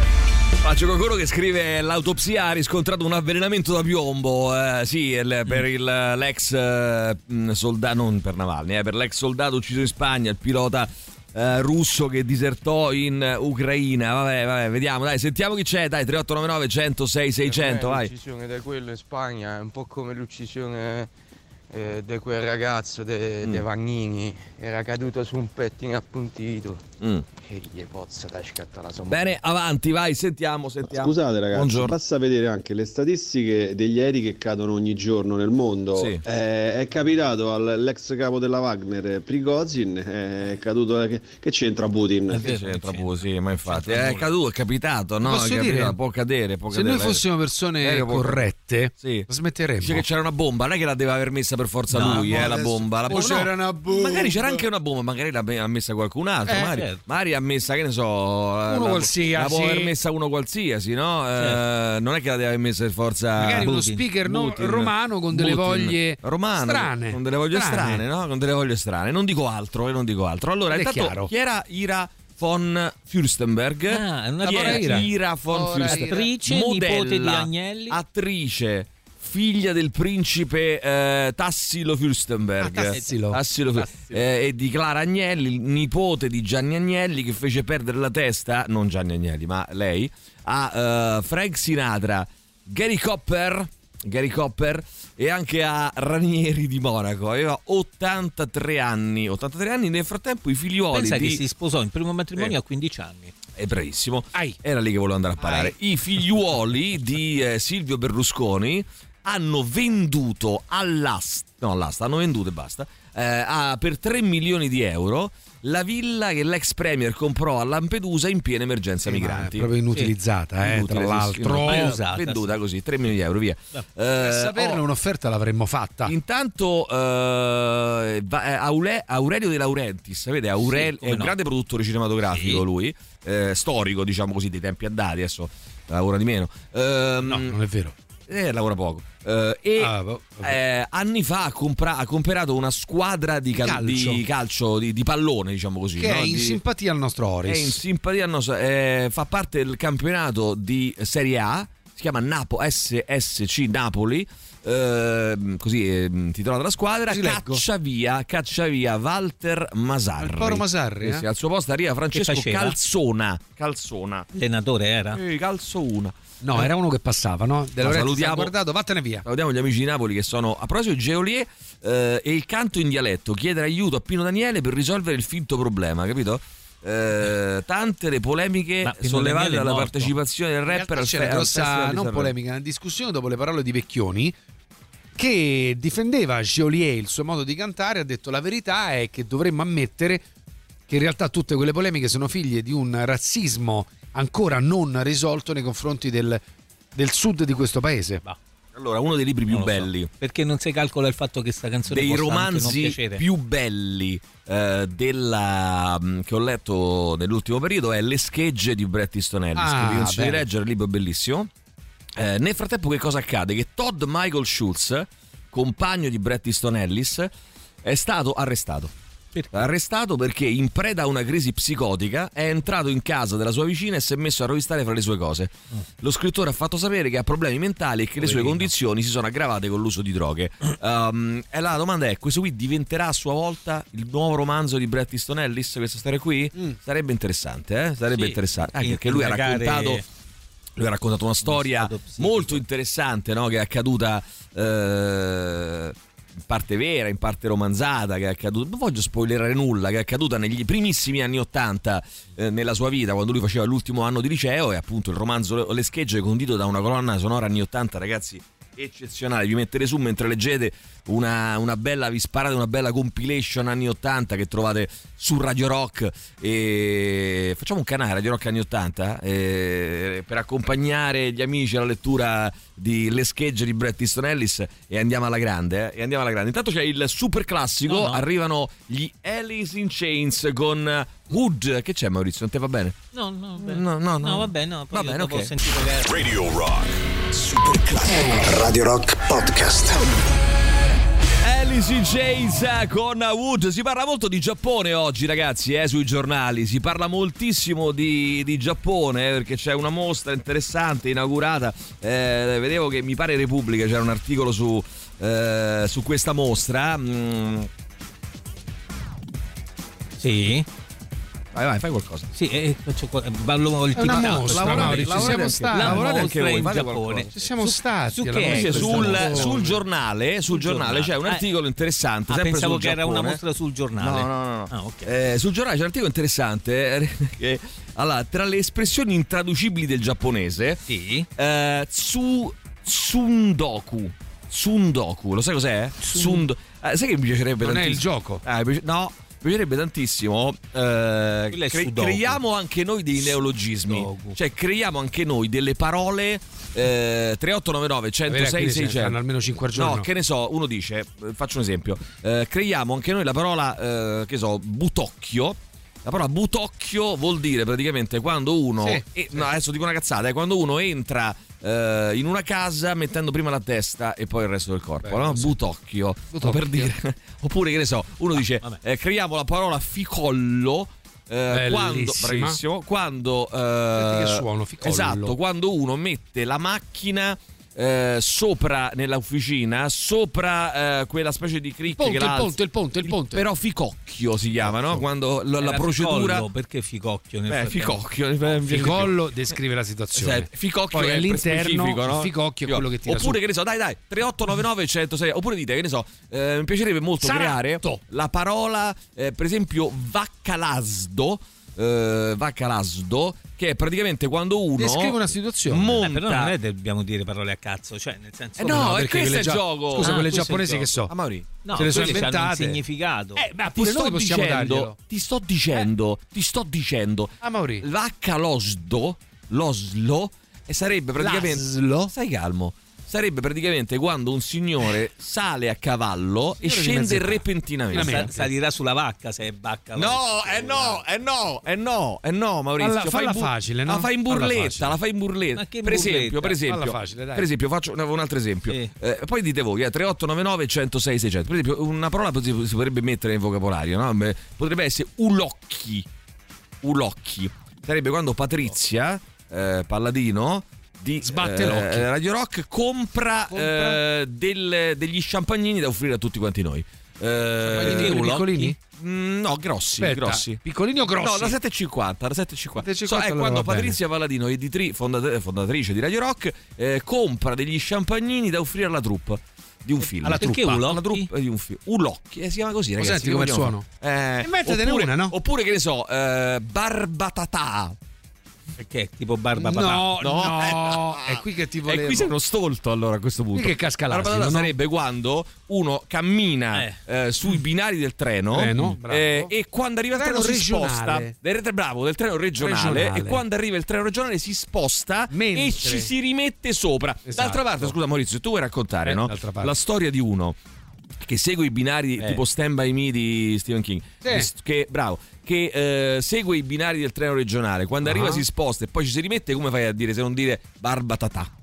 Ah, c'è qualcuno che scrive: l'autopsia ha riscontrato un avvelenamento da piombo. Eh, sì, il- per il, l'ex eh, soldato, non per Navalny, eh, per l'ex soldato ucciso in Spagna, il pilota eh, russo che disertò in Ucraina. Vabbè, vabbè, vediamo, dai, sentiamo chi c'è. Dai, tre otto nove nove uno zero sei sei zero zero, vai. L'uccisione di quello in Spagna è un po' come l'uccisione eh, di quel ragazzo de, Mm. de Vagnini. Era caduto su un pettine appuntito. Mm. E gli pozza da scattare la somma. Bene, avanti, vai, sentiamo, sentiamo. Scusate ragazzi, Buongiorno. basta vedere anche le statistiche degli aerei che cadono ogni giorno nel mondo. Sì. Eh, è capitato all'ex capo della Wagner, Prigozhin, è caduto. Che, che c'entra Putin? È Che vero, c'entra sì. pure, sì, ma infatti C'entra è nulla. caduto, è capitato, no? Posso È capitato, dire? può cadere, può Se cadere. noi fossimo persone L'aereo può- corrette, Sì. la smetteremmo. Dice che c'era una bomba, non è che la deve aver messa per forza No, lui, no, eh, la adesso- bomba. La o bomba c'era una bomba. Magari c'era anche una bomba, magari l'ha l'ha messa qualcun altro. Eh, magari, certo. magari ha messa, che ne so, la- Uno la- qualsiasi. La può aver messa uno qualsiasi, no? Eh, non è che la deve aver messa per forza. Magari uno Putin. speaker no- Putin. romano con delle Putin. voglie Romano, strane. con delle voglie strane, no? Con delle voglie strane. Non dico altro, e non dico altro. Allora, Ed è intanto, chiaro. chi era Ira von Fürstenberg? Ah, è una Chi povera era Ira. Ira von Povera Fürstenberg? Ira. Attrice, nipote di Modella, Agnelli. attrice, figlia del principe eh, Tassilo Fürstenberg. Ah, Tassilo. Tassilo Für- eh, e di Clara Agnelli, nipote di Gianni Agnelli, che fece perdere la testa, non Gianni Agnelli, ma lei, a eh, Frank Sinatra, Gary Copper, Gary Copper e anche a Ranieri di Monaco. Aveva ottantatré anni. ottantatré anni, nel frattempo i figliuoli Pensa di... che si sposò in primo matrimonio Eh. a quindici anni. È bravissimo. Ai. Era lì che volevo andare a parare. I figliuoli di eh, Silvio Berlusconi hanno venduto all'asta, no all'asta, hanno venduto e basta, eh, a- per tre milioni di euro la villa che l'ex premier comprò a Lampedusa in piena emergenza Sì, ma migranti. è proprio inutilizzata, eh, Inutile, tra sì, l'altro. sì, Mai no, usata, venduta sì. così, tre milioni di euro, via. Beh, Eh, Per saperne oh, un'offerta l'avremmo fatta. Intanto eh, va- eh, Aule- Aurelio De Laurentiis, vede, Aurel- Sì, come è un no. grande produttore cinematografico, Sì. lui, eh, storico, diciamo così, dei tempi andati, adesso lavora di meno. Ehm, No, non è vero. eh, lavora poco. Eh, e Ah, va- vabbè. eh, anni fa ha, compra- ha comprato una squadra di, cal- Calcio. di calcio, di, di pallone, diciamo così. Che no? è in Di- simpatia al nostro è Oris. in simpatia al nostro- eh, fa parte del campionato di Serie A, si chiama Napo S S C Napoli, ehm, così è intitolata la squadra. Così leggo. Caccia via, caccia via Walter Masarri. Il povero Masarri, Sì, sì, eh? al suo posto arriva Francesco faceva? Calzona. Calzona. Allenatore era? Eh, Calzona. No, era uno che passava, no? De Laurentiis salutiamo- ha guardato, vattene via. Salutiamo gli amici di Napoli che sono a proposito di Geolier eh, e il canto in dialetto, chiedere aiuto a Pino Daniele per risolvere il finto problema, capito? Eh, tante le polemiche Ma Pino sollevate Daniele è dalla morto. partecipazione del In rapper realtà al, c'era fe- al grossa, Festival di non Sanremo. polemica, una discussione dopo le parole di Vecchioni che difendeva Geolier, il suo modo di cantare, ha detto la verità è che dovremmo ammettere che in realtà tutte quelle polemiche sono figlie di un razzismo ancora non risolto nei confronti del, del sud di questo paese. Bah, Allora, uno dei libri più non lo so. belli, Perché non si calcola il fatto che sta canzone dei possa anche non romanzi piacere. più belli eh, della, mh, che ho letto nell'ultimo periodo è Le schegge di Bret Easton Ellis, Ah, che vi consiglio di bene. leggere, il libro è bellissimo. Eh, nel frattempo che cosa accade? Che Todd Michael Schultz, compagno di Bret Easton Ellis, è stato arrestato. Perché? Arrestato perché in preda a una crisi psicotica è entrato in casa della sua vicina e si è messo a rovistare fra le sue cose. Mm. Lo scrittore ha fatto sapere che ha problemi mentali e che le sue condizioni si sono aggravate con l'uso di droghe. Um, e la domanda è: questo qui diventerà a sua volta il nuovo romanzo di Bret Easton Ellis, questa storia qui? Mm. Sarebbe interessante, eh? Sarebbe sì. interessante. Anche perché lui ha raccontato lui ha raccontato una storia molto interessante, no? Che è accaduta eh, in parte vera, in parte romanzata, che è accaduta, non voglio spoilerare nulla, che è accaduta negli primissimi anni ottanta eh, nella sua vita, quando lui faceva l'ultimo anno di liceo, e appunto il romanzo Le schegge, condito da una colonna sonora anni ottanta, ragazzi, eccezionale. Vi mettere su mentre leggete una, una bella, vi sparate una bella compilation anni ottanta che trovate su Radio Rock, e facciamo un canale Radio Rock anni ottanta eh, per accompagnare gli amici alla lettura di Le schegge di Bret Easton Ellis, e andiamo alla grande eh, e andiamo alla grande. Intanto c'è il super classico, no, no. Arrivano gli Alice in Chains con Wood. Che c'è, Maurizio? Non te va bene? No, no, beh. no, no, no. no vabbè, no, va bene, ok. Radio Rock Super classico. Radio Rock Podcast. Alice in Chains con Wood. Si parla molto di Giappone oggi, ragazzi, eh, sui giornali. Si parla moltissimo di, di Giappone, eh, perché c'è una mostra interessante inaugurata. Eh, vedevo che mi pare Repubblica c'era un articolo su, eh, su questa mostra. Mm. Sì. Vai, vai, fai qualcosa. Sì, eh, faccio qua, ballo il una tic-tac. mostra, lavorate, Mauri, ci lavorate siamo anche, stati. lavorate anche voi, in fate Giappone. qualcosa. Ci siamo Su- stati. su alla che? mostra Sul, del sul giornale, sul giornale c'è un articolo interessante. Ah, sempre pensavo sul che era Giappone. una mostra sul giornale. No, no, no. Ah, okay. eh, sul giornale c'è un articolo interessante. Eh, che, allora, tra le espressioni intraducibili del giapponese, sì. eh, tsu, tsundoku. Tsundoku, lo sai cos'è? Tsund- eh, sai che mi piacerebbe non tantissimo? è il gioco. Ah, no. Mi piacerebbe tantissimo. Eh, cre- creiamo anche noi dei neologismi. Sudoku. Cioè, creiamo anche noi delle parole. Eh, tre otto nove nove uno zero sei sei zero. Hanno almeno cinque giorni. No, che ne so, uno dice, faccio un esempio. Eh, creiamo anche noi la parola, eh, che so, butocchio. La parola butocchio vuol dire praticamente quando uno. Sì, eh, sì. No, adesso dico una cazzata, è quando uno entra eh, in una casa mettendo prima la testa e poi il resto del corpo. Bello, No? sì. Butocchio. Butocchio. Per dire. Oppure, che ne so, uno Ah, dice vabbè. eh, creiamo la parola ficollo. Eh, quando, bravissimo, quando eh, che suono, ficollo. Esatto, quando uno mette la macchina eh, sopra nell'officina, sopra eh, quella specie di cricca Ponte, che il la ponte, il ponte, il ponte. però ficocchio si chiama, no? Quando l- la Era procedura Ficollo, perché ficocchio nel Beh, frattempo? ficocchio eh, Ficollo descrive la situazione. Sì, ficocchio Poi è all'interno specifico, no? il ficocchio è quello che tira oppure su. che ne so, dai dai tre otto nove nove uno zero sei, oppure dite, che ne so, eh, mi piacerebbe molto Saratto. creare la parola eh, per esempio vaccalasdo, eh, vaccalasdo, che è praticamente quando uno descrive una situazione. monta. Eh, però non è dobbiamo dire parole a cazzo, cioè nel senso Eh no, no, è perché questo quelle è il gia- gioco. Scusa, Ah, quelle questo è il giapponesi che gioco. so. Ah, Mauri. no, se le sono quelle c'hanno un inventate. significato. Eh, ma Pure ti sto noi possiamo dicendo, darglielo. ti sto dicendo, ti sto dicendo. Ah, Mauri. Vaccalosdo, l'oslo, e sarebbe praticamente. L'aslo? Stai calmo. Sarebbe praticamente quando un signore sale a cavallo e Signore di scende mezza età. repentinamente. Sa- salirà sulla vacca se è vacca. No, eh no, eh no, eh no, eh no, Maurizio. Falla- fai falla in bu- facile, no? La fai in Falla burletta, facile. la fai in burletta. Ma che per esempio, per burletta? esempio, Falla facile, dai. per esempio, faccio un, un altro esempio. Sì. Eh, poi dite voi, eh, tre otto nove nove uno zero sei sei zero. Per esempio, una parola si, si potrebbe mettere nel vocabolario, no? Beh, potrebbe essere ulocchi. Ulocchi. Sarebbe quando Patrizia, eh, Palladino, di Sbatte eh, l'occhio. Radio Rock compra, Compra? eh, del- degli champagnini da offrire a tutti quanti noi. Eh, Champagnini ulocchi? piccolini? Mm, no, grossi, Aspetta, grossi. piccolini o grossi? No, da sette e cinquanta, da sette e cinquanta. sette e So, cinquanta è allora quando va bene. Patrizia Palladino, editri- fondat- fondatrice di Radio Rock, eh, compra degli champagnini da offrire alla troupe di un film. Alla Perché truppa. Ulocchi? Alla troupe di un film. Ulocchi, eh, si chiama così, Lo ragazzi. senti come vogliamo suono? fare? Eh, Inventatene oppure, una, no? Oppure, che ne so, eh, barbatatà. Perché tipo barba papà. No, No, no, eh, no. è qui che ti E volevo. qui sei uno stolto, allora, a questo punto. Qui che casca La l'asino, barbatata no? sarebbe quando uno cammina Eh. eh, sui binari del treno, Treno, bravo. eh, e quando arriva il treno, Treno si regionale. sposta del, bravo, del treno regionale, Regionale. e quando arriva il treno regionale si sposta Mentre- e ci si rimette sopra. Esatto. D'altra parte, scusa Maurizio, tu vuoi raccontare, Eh, no? d'altra parte. La storia di uno che segue i binari Eh. tipo Stand By Me di Stephen King, Sì. che bravo, che eh, segue i binari del treno regionale, quando Ah. arriva si sposta e poi ci si rimette. Come fai a dire, se non dire barbatatà?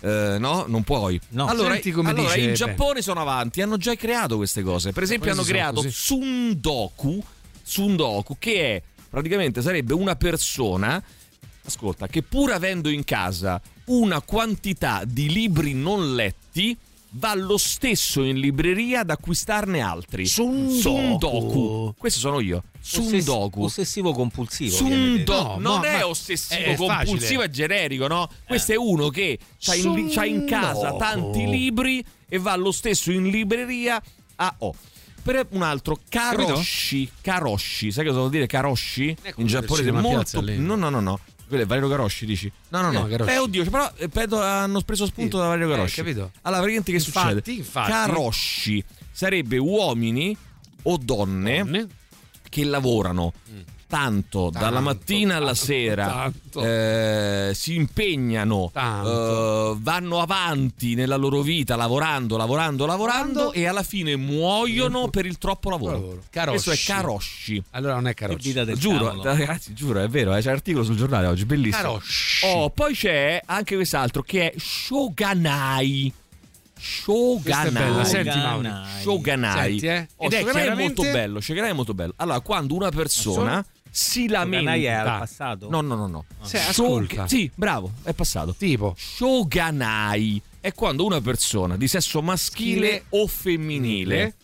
Eh, no, non puoi. No. Allora, Senti come allora dice- in Giappone sono avanti, hanno già creato queste cose. Per esempio, hanno Questi sono creato così. Sundoku, Sundoku, che è praticamente sarebbe una persona, ascolta, che pur avendo in casa una quantità di libri non letti, va lo stesso in libreria ad acquistarne altri. Sundoku. Sundoku. Questo sono io. Sundoku. Ossessivo compulsivo. viene detto. Sundoku. No, non ma- è ma ossessivo è compulsivo, facile. è generico, no? Questo è uno che c'ha in, c'ha in casa Sundoku. tanti libri e va lo stesso in libreria a oh. Per un altro, karoshi, karoshi, sai cosa vuol dire karoshi? Ecco, In giapponese c'è una molto piazza lì. no no no no. Quello è Valerio Karoshi, dici? No, no, no. No, Karoshi. Eh, oddio, però eh, penso hanno preso spunto Sì. da Valerio Eh, Karoshi. capito. Allora, praticamente che Infatti, succede? infatti. Karoshi sarebbe uomini o donne, Donne. che lavorano tanto, dalla Tanto, mattina alla tanto, sera, tanto. eh, si impegnano, Tanto. eh, vanno avanti nella loro vita lavorando, lavorando, lavorando Lavorando. e alla fine muoiono per il troppo lavoro. Lavoro. Karoshi. Questo è Karoshi. Allora non è Che Karoshi. vita del Giuro, cavolo. ragazzi, giuro, è vero, eh, c'è l'articolo sul giornale oggi, bellissimo. Karoshi. Oh, poi c'è anche quest'altro che è Shoganai. Shoganai. Questa è bella, senti, Shoganai. Mauri. Shoganai. Senti, eh. Oh, Ed è Shoganai è chiaramente- molto bello, Shoganai è molto bello. Allora, quando una persona si lamenta, Shoganai è al passato? No, no, no, no. Sì, Shog- ascolta. Sì, bravo, è passato. Tipo Shoganai è quando una persona di sesso maschile Maschile o femminile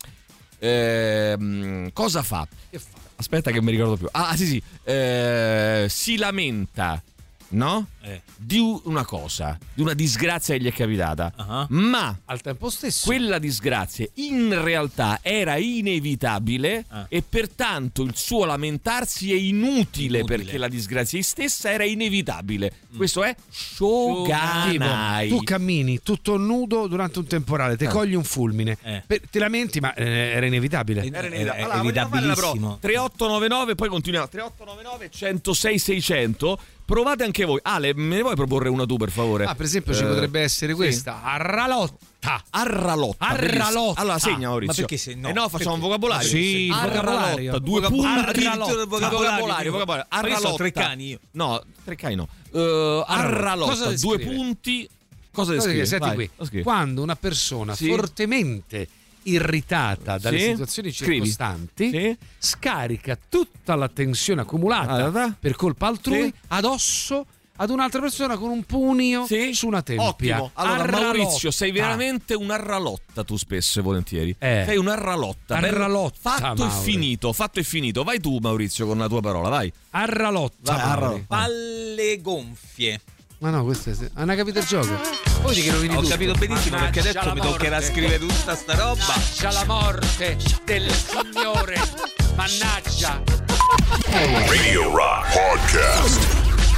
ehm, cosa fa? che fa? Aspetta che mi ricordo più. Ah, sì, sì. Eh, si lamenta, no? Eh. Di una cosa, di una disgrazia che gli è capitata. Ah. Ma Al tempo stesso quella disgrazia in realtà era inevitabile Ah. e pertanto il suo lamentarsi è inutile, Inutile. perché la disgrazia stessa era inevitabile. Mm. Questo è Tipo, Shoganai. tu cammini tutto nudo durante un temporale, ti Eh. cogli un fulmine, Eh. Per- ti lamenti, ma eh, era inevitabile. Eh, Era È- inevitabile. è Allora, vogliamo fare la prova? evitabilissimo. trentotto novantanove, poi continuiamo. trentotto novantanove centosei seicento. Provate anche voi. Ale, me ne vuoi proporre una tu, per favore? Ah, per esempio ci Eh, potrebbe essere sì. questa, Arralotta. Arralotta. Arralotta. bellissimo. Allora segna, Maurizio. Ma perché se no? Eh no, facciamo un Perché? vocabolario. Sì, il vocabolario. Arralotta, due punti. Arralotta. Addirittura il vocabolario, vocabolario. vocabolario. Ma io so Arralotta. tre cani io. No, tre cani no. Uh, Arralotta, Cosa due descrive? punti. Cosa Cosa descrive? che- Senti Vai, qui, lo scrivi. quando una persona Sì. fortemente irritata dalle Sì. situazioni Scrivi. circostanti Sì. scarica tutta la tensione accumulata Allora. per colpa altrui Sì. addosso ad un'altra persona con un pugno Sì? su una tempia. Ottimo. Allora, Arralotta. Maurizio, sei veramente un arralotta tu spesso e volentieri. Eh. Sei un arralotta. Arralotta, Fatto Mauri. e finito, fatto e finito. Vai tu, Maurizio, con la tua parola, vai. Arralotta. Vai, Mauri. arralotta. Palle gonfie. Ma no, questo è. Non hai capito il gioco? Poi di che rovini Ho tutto. capito benissimo, perché Mannaggia adesso la mi toccherà morte. scrivere tutta sta roba. Mannaggia la morte del Signore. Mannaggia. Radio Rock Podcast.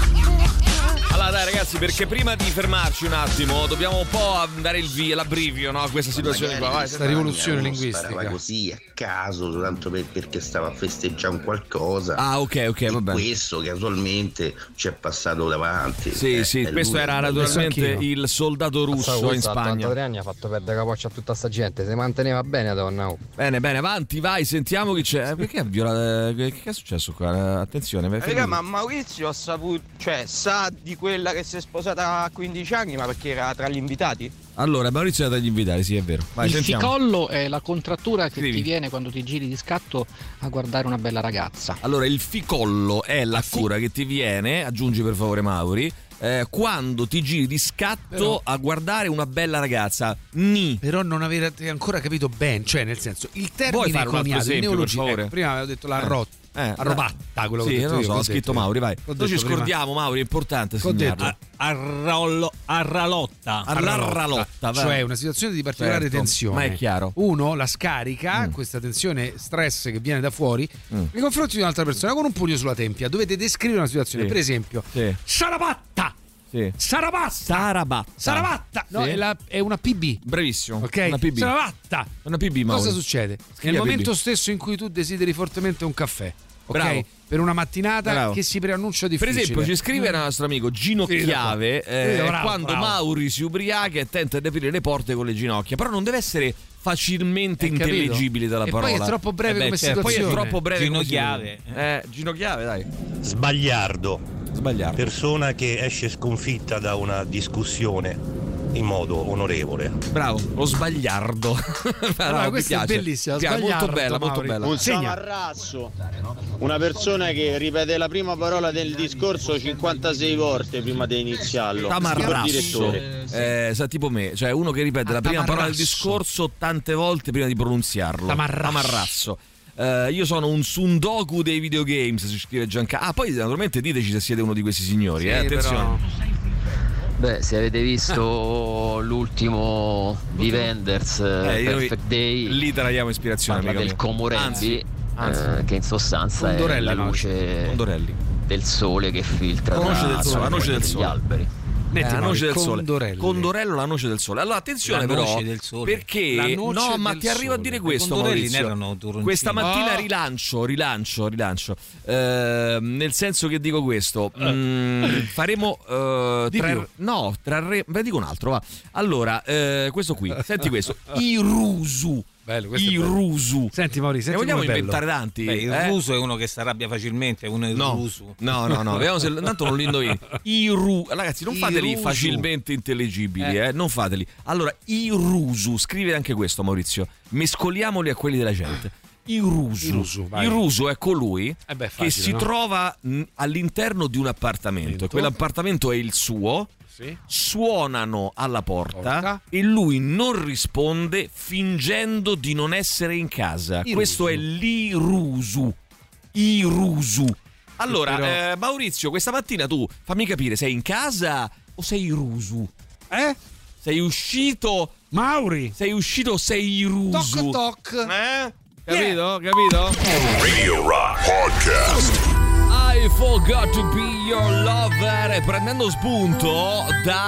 Allora dai ragazzi, perché prima di fermarci un attimo dobbiamo un po' andare il via, l'abbrivio, no? A questa situazione qua. Vai, Questa rivoluzione Uno linguistica. sparava così a caso, soltanto per- perché stava a festeggiare un qualcosa. Ah, ok, ok, E va bene. questo casualmente ci è passato davanti. Sì, Eh, sì, è questo lui, era è lui. naturalmente anch'io. il soldato russo in Spagna. ottantatre anni ha fatto perdere capoccia a tutta sta gente, si manteneva bene donna. Oh. Bene, bene, avanti, vai, sentiamo chi c'è. Eh, Perché ha violato? Che, che è successo qua? Eh, Attenzione, vai, Raga, fermi. ma Maurizio ha saputo, cioè, sa di quella che si è sposata a quindici anni, ma perché era tra gli invitati? Allora, Maurizio è da dagli invitati, sì, è vero. Vai, Il sentiamo. ficollo è la contrattura che Scrivi. ti viene quando ti giri di scatto a guardare una bella ragazza. Allora, il ficollo è la Ah, sì? cura che ti viene, aggiungi per favore Mauri, eh, quando ti giri di scatto Però- a guardare una bella ragazza. Ni. Però non avete ancora capito bene, cioè nel senso, il Vuoi termine fare un altro coniato, il esempio, per neologismo, favore? ecco, prima avevo detto la Eh. rotta, Eh, arrobatta, quello che sì, ho detto non lo io, so, che ho ho scritto detto io. Mauri, vai. Che ho Noi ci detto prima. scordiamo, Mauri, è importante Che ho segnarlo. detto? Arrollo, arralotta. Arralotta, vai. cioè una situazione di particolare Certo, tensione. ma è chiaro. Uno la scarica, Mm. questa tensione, stress che viene da fuori, Mm. nei confronti di un'altra persona con un pugno sulla tempia. Dovete descrivere una situazione, Sì. per esempio, Sì, Sarabatta! sì. Sarabatta! Sarabatta. Sarabatta! No, Sì. è, la- è una P B. Bravissimo. Ok? Una P B. Sarabatta! Una P B, Mauri. Cosa succede? Scrivi Nel la P B. momento stesso in cui tu desideri fortemente un caffè, ok? Bravo. Per una mattinata Bravo. che si preannuncia Per difficile. esempio, ci scrive il nostro amico Gino Sì, Chiave eh, Sì, bravo, quando bravo. Mauri si ubriaca e tenta di aprire le porte con le ginocchia, però non deve essere facilmente Hai capito? intelligibile dalla e parola. poi è troppo breve Eh beh, come certo, Poi è situazione. troppo breve. Gino come si Chiave. vede. Eh, Gino Chiave, dai. Sbagliardo, Sbagliato. persona che esce sconfitta da una discussione in modo onorevole. Bravo, lo sbagliardo. Allora, no, questa è bellissima, piace, molto bella, molto bella. Un samarrazzo, una persona che ripete la prima parola del discorso cinquantasei volte prima di iniziarlo. Tamarrasso, eh, sa, tipo me, cioè uno che ripete ah, la prima tamarrasso. parola del discorso tante volte prima di pronunziarlo. Tamarrasso. Tamarrasso. Uh, io sono un sundoku dei videogames, si scrive Giancarlo. Ah, poi naturalmente diteci se siete uno di questi signori, sì, eh, attenzione. Però... Beh, se avete visto l'ultimo di Wenders, eh, Perfect Day, lì traiamo ispirazione, parla del Komorebi, anzi, eh, che in sostanza Condorelli, è la luce Condorelli. del sole che filtra la noce tra, del sole, la noce del degli sole. alberi. Eh, la noce del sole. Condorelli. Condorello, la noce del sole. Allora attenzione, la però, noce del sole. perché La noce no, ma del ti arrivo sole. a dire questo, Maurizio. Questa mattina rilancio, rilancio, rilancio. Eh, nel senso che dico questo, mm, faremo eh, tra, no, trarre, beh, dico un altro, va. Allora, eh, questo qui, senti questo, Irusu. Bello, il rusu. Senti Maurizio, ne vogliamo inventare tanti? Beh, il eh? rusu è uno che si arrabbia facilmente, è uno il no. rusu. No, no, no, vediamo se tanto non li indovini. I ru, ragazzi, non I fateli rusu. facilmente intelligibili, eh. eh, non fateli. Allora, i rusu, scrive anche questo Maurizio. Mescoliamoli a quelli della gente. Il rusu. Il rusu, vai. Il rusu è colui eh beh, facile, che si no? trova mh, all'interno di un appartamento e quell'appartamento è il suo. Sì. Suonano alla porta, porta e lui non risponde fingendo di non essere in casa. Il Questo rusu. è l'irusu. Irusu. Allora, però... eh, Maurizio, questa mattina tu fammi capire, sei in casa o sei irusu? Eh? Sei uscito? Mauri! Sei uscito o sei irusu? Toc toc. Eh? Capito? Yeah. Capito? Radio Rock Podcast. I forgot to be your lover. Prendendo spunto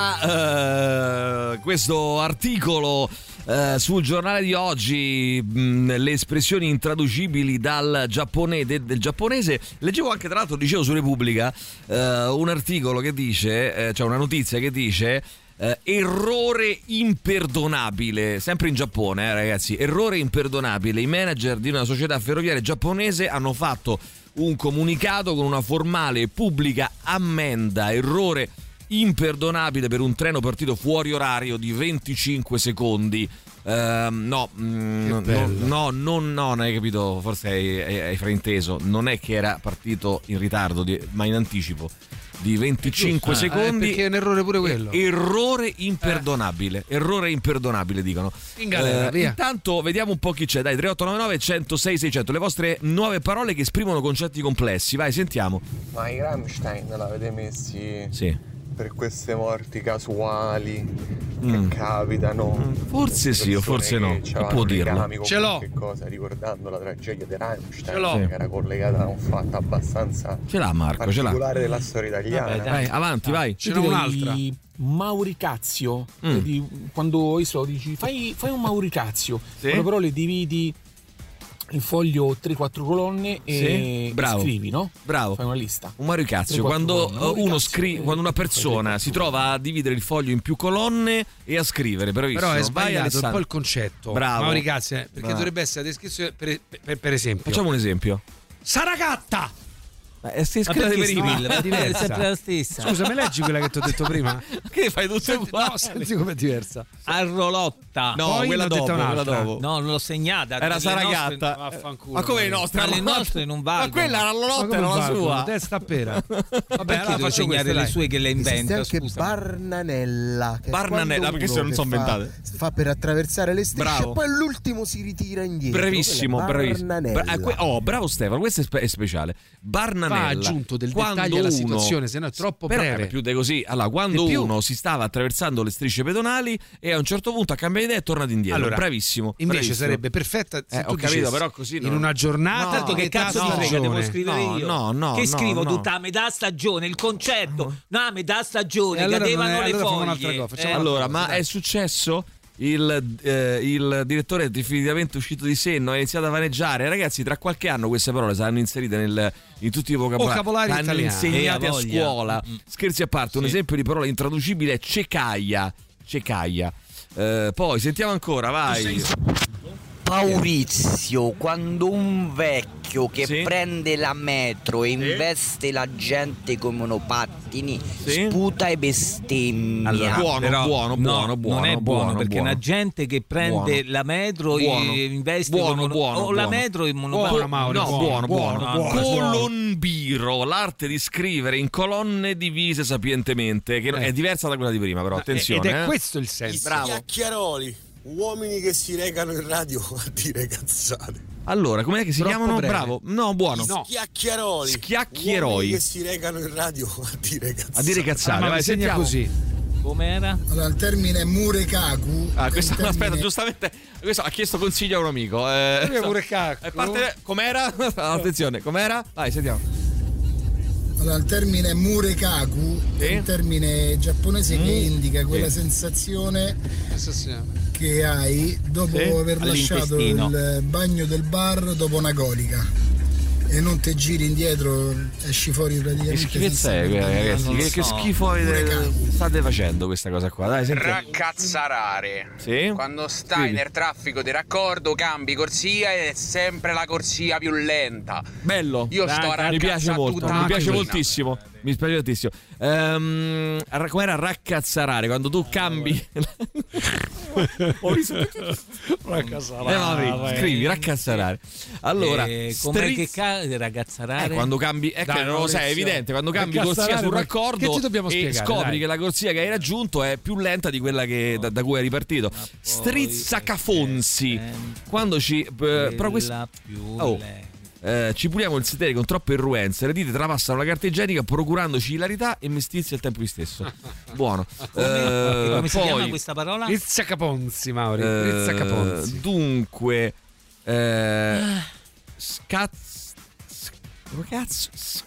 da uh, questo articolo uh, sul giornale di oggi, mh, le espressioni intraducibili dal giappone, de, del giapponese, leggevo anche tra l'altro, dicevo su Repubblica, uh, un articolo che dice, uh, cioè una notizia che dice uh, errore imperdonabile, sempre in Giappone, eh, ragazzi, errore imperdonabile. I manager di una società ferroviaria giapponese hanno fatto un comunicato con una formale e pubblica ammenda, errore imperdonabile per un treno partito fuori orario di venticinque secondi. Uh, no, mm, no, no, no, no, non hai capito, forse hai, hai, hai frainteso. Non è che era partito in ritardo, di, ma in anticipo di venticinque ah, secondi. Eh, perché è un errore pure quello. Errore imperdonabile. Eh. Errore imperdonabile, dicono. In galera, eh, via. Intanto vediamo un po' chi c'è. Dai, tre otto nove nove, uno zero sei, seicento. Le vostre nuove parole che esprimono concetti complessi. Vai, sentiamo. Ma i Rammstein l'avete messi? Sì. Per queste morti casuali che mm. capitano. Mm. Forse sì o forse no. Chi può dirlo? Ce l'ho. Che cosa, ricordando la tragedia di Rammstein, Ce l'ho. che era collegata a un fatto abbastanza ce l'ha Marco, ce l'ha. particolare della storia italiana. Vabbè, vai, avanti, vai. Ce n'è un'altra. Mauricazio, Mm. di, quando io so, dici fai, fai un mauricazio, Sì. quando però le dividi il foglio tre quattro colonne e Sì. Bravo. scrivi, no? Bravo. Fai una lista. Un maricazio, tre, quattro quando colonne. uno Mauricazio, scri- eh, quando una persona tre, si quattro trova a dividere il foglio in più colonne e a scrivere, bravissimo. Però è Vai, sbagliato un Alessandro. po' il concetto. Bravo. Mauricazio, perché Bravo. dovrebbe essere la descrizione per, per, per esempio. Facciamo un esempio. Saragatta! Eh, sei Ma scritta perché per i Sibilla? è diversa. È sempre la stessa. Scusa, me leggi quella che ti ho detto prima? Che fai tutte Senti, uguali? no, senti com'è diversa. Arrolotta. No, Poi quella ne ho dopo, detta quella un'altra. dopo. No, non l'ho segnata. Era Le Saragatta. nostre- Vaffanculo. Ma come le nostre? Ma le Arrolotte? nostre non Ma valgono. quella era la Ma lotta, come era la valgono? sua. Testa a pera. Vabbè, Perché allora devo faccio segnare queste, le dai. sue che le Esiste inventa? anche Scusa. Barnanella, che è Barnanella, quando perché se uno non so che fa- inventate. Fa per attraversare le strisce Bravo. e poi l'ultimo si ritira indietro. Bravissimo, Quella è bravissimo. Barnanella. Bra- eh, que- oh, bravo Stefano, questo è, spe- è speciale. Barnanella. Va aggiunto del Quando dettaglio alla uno- situazione, se no è troppo Però, breve. eh, più di così. Allora, quando Di più. uno si stava attraversando le strisce pedonali e a un certo punto ha cambiato idea e è tornato indietro. Allora, bravissimo. Invece bravissimo. sarebbe perfetta se Eh, tu ho capito, dicessi, però così in non- una giornata No, Tanto che metà cazzo ti stagione. frega, devo scrivere No, io. no, no, che no, scrivo no. tutta a metà stagione, il concetto. No, a metà stagione, E allora cadevano non è- le allora facciamo foglie. un'altra cosa, facciamo Eh, Allora, cosa, ma dai. è successo? Il, eh, il direttore è definitivamente uscito di senno, ha iniziato a vaneggiare. Ragazzi, tra qualche anno queste parole saranno inserite nel, in tutti i vocabolari, Vocabolario saranno italiano. insegnate Eh, a ha voglia. scuola. Mm. Scherzi a parte, un Sì. esempio di parola intraducibile è cecaia. Cecaia. Eh, poi sentiamo ancora, vai. Maurizio, quando un vecchio vecchio che Sì. prende la metro e investe la gente con monopattini, Sì. sputa e bestemmia. Allora, Buono, però, buono, no, buono, buono, non è buono, buono, perché buono. una gente che prende Buono. la metro Buono. e investe Buono, con buono, o la buono. metro in monopattini. Buono, Mauro, No, buono, buono, buono, buono. Colombiro, l'arte di scrivere in colonne divise sapientemente, che è diversa da quella di prima, però attenzione. Ed è eh. questo il senso. Bravo. Chiacchieroli, uomini che si recano in radio a dire cazzate. Allora, com'è che si Troppo chiamano? breve. Bravo. No, buono. No. Chiacchieroli, Schiacchieroi. uomini che si recano in radio a dire cazzate. A dire cazzate, Ah, ma vai, mi segna sentiamo. così. Com'era? Allora, il termine Murekaku. Ah, è questo, un termine- aspetta, giustamente, questo ha chiesto consiglio a un amico. Eh, Io pure cacco. eh, parte, com'era? Attenzione, com'era? Vai, sentiamo. Allora, il termine Murekaku Sì. è un termine giapponese che Mm. indica quella Sì. sensazione che hai dopo Sì. aver lasciato All'intestino. il bagno del bar dopo una colica e non te giri indietro, esci fuori praticamente. Che schifezza è, senza ragazzi? non lo Che, che so. schifo avete, state facendo questa cosa qua? Dai, sentiamo. Raccazzarare. Sì? Quando stai Quindi. nel traffico di raccordo cambi corsia ed è sempre la corsia più lenta. Bello. Io sto a Mi piace raccazzare molto, tutta mi la piace macchina. moltissimo. Mi piace tantissimo. Ehm, ra- com'era raccazzarare? Quando tu cambi. Ho visto. Eh, vabbè, scrivi raccazzarare. Allora, Eh, com'è strizz- che ca- ragazzarare? Eh, quando cambi, ecco, Dai, non lo sai, è Maurizio. evidente. Quando cambi Raccazzarare, corsia sul ma raccordo che ti dobbiamo e spiegare, scopri dai. che la corsia che hai raggiunto è più lenta di quella che, da, da cui hai ripartito. Strizzacafonzi. Quando ci. eh, però questo. Quella più Oh. lenta. Eh, ci puliamo il sedere con troppe irruenze, le dita trapassano la carta igienica procurandoci hilarità e mestizia al tempo stesso. Buono. Come, Eh, come si chiama poi, questa parola? Rizzacaponzi, Mauri. eh, Rizzacaponzi. dunque, eh, scaz, come cazzo?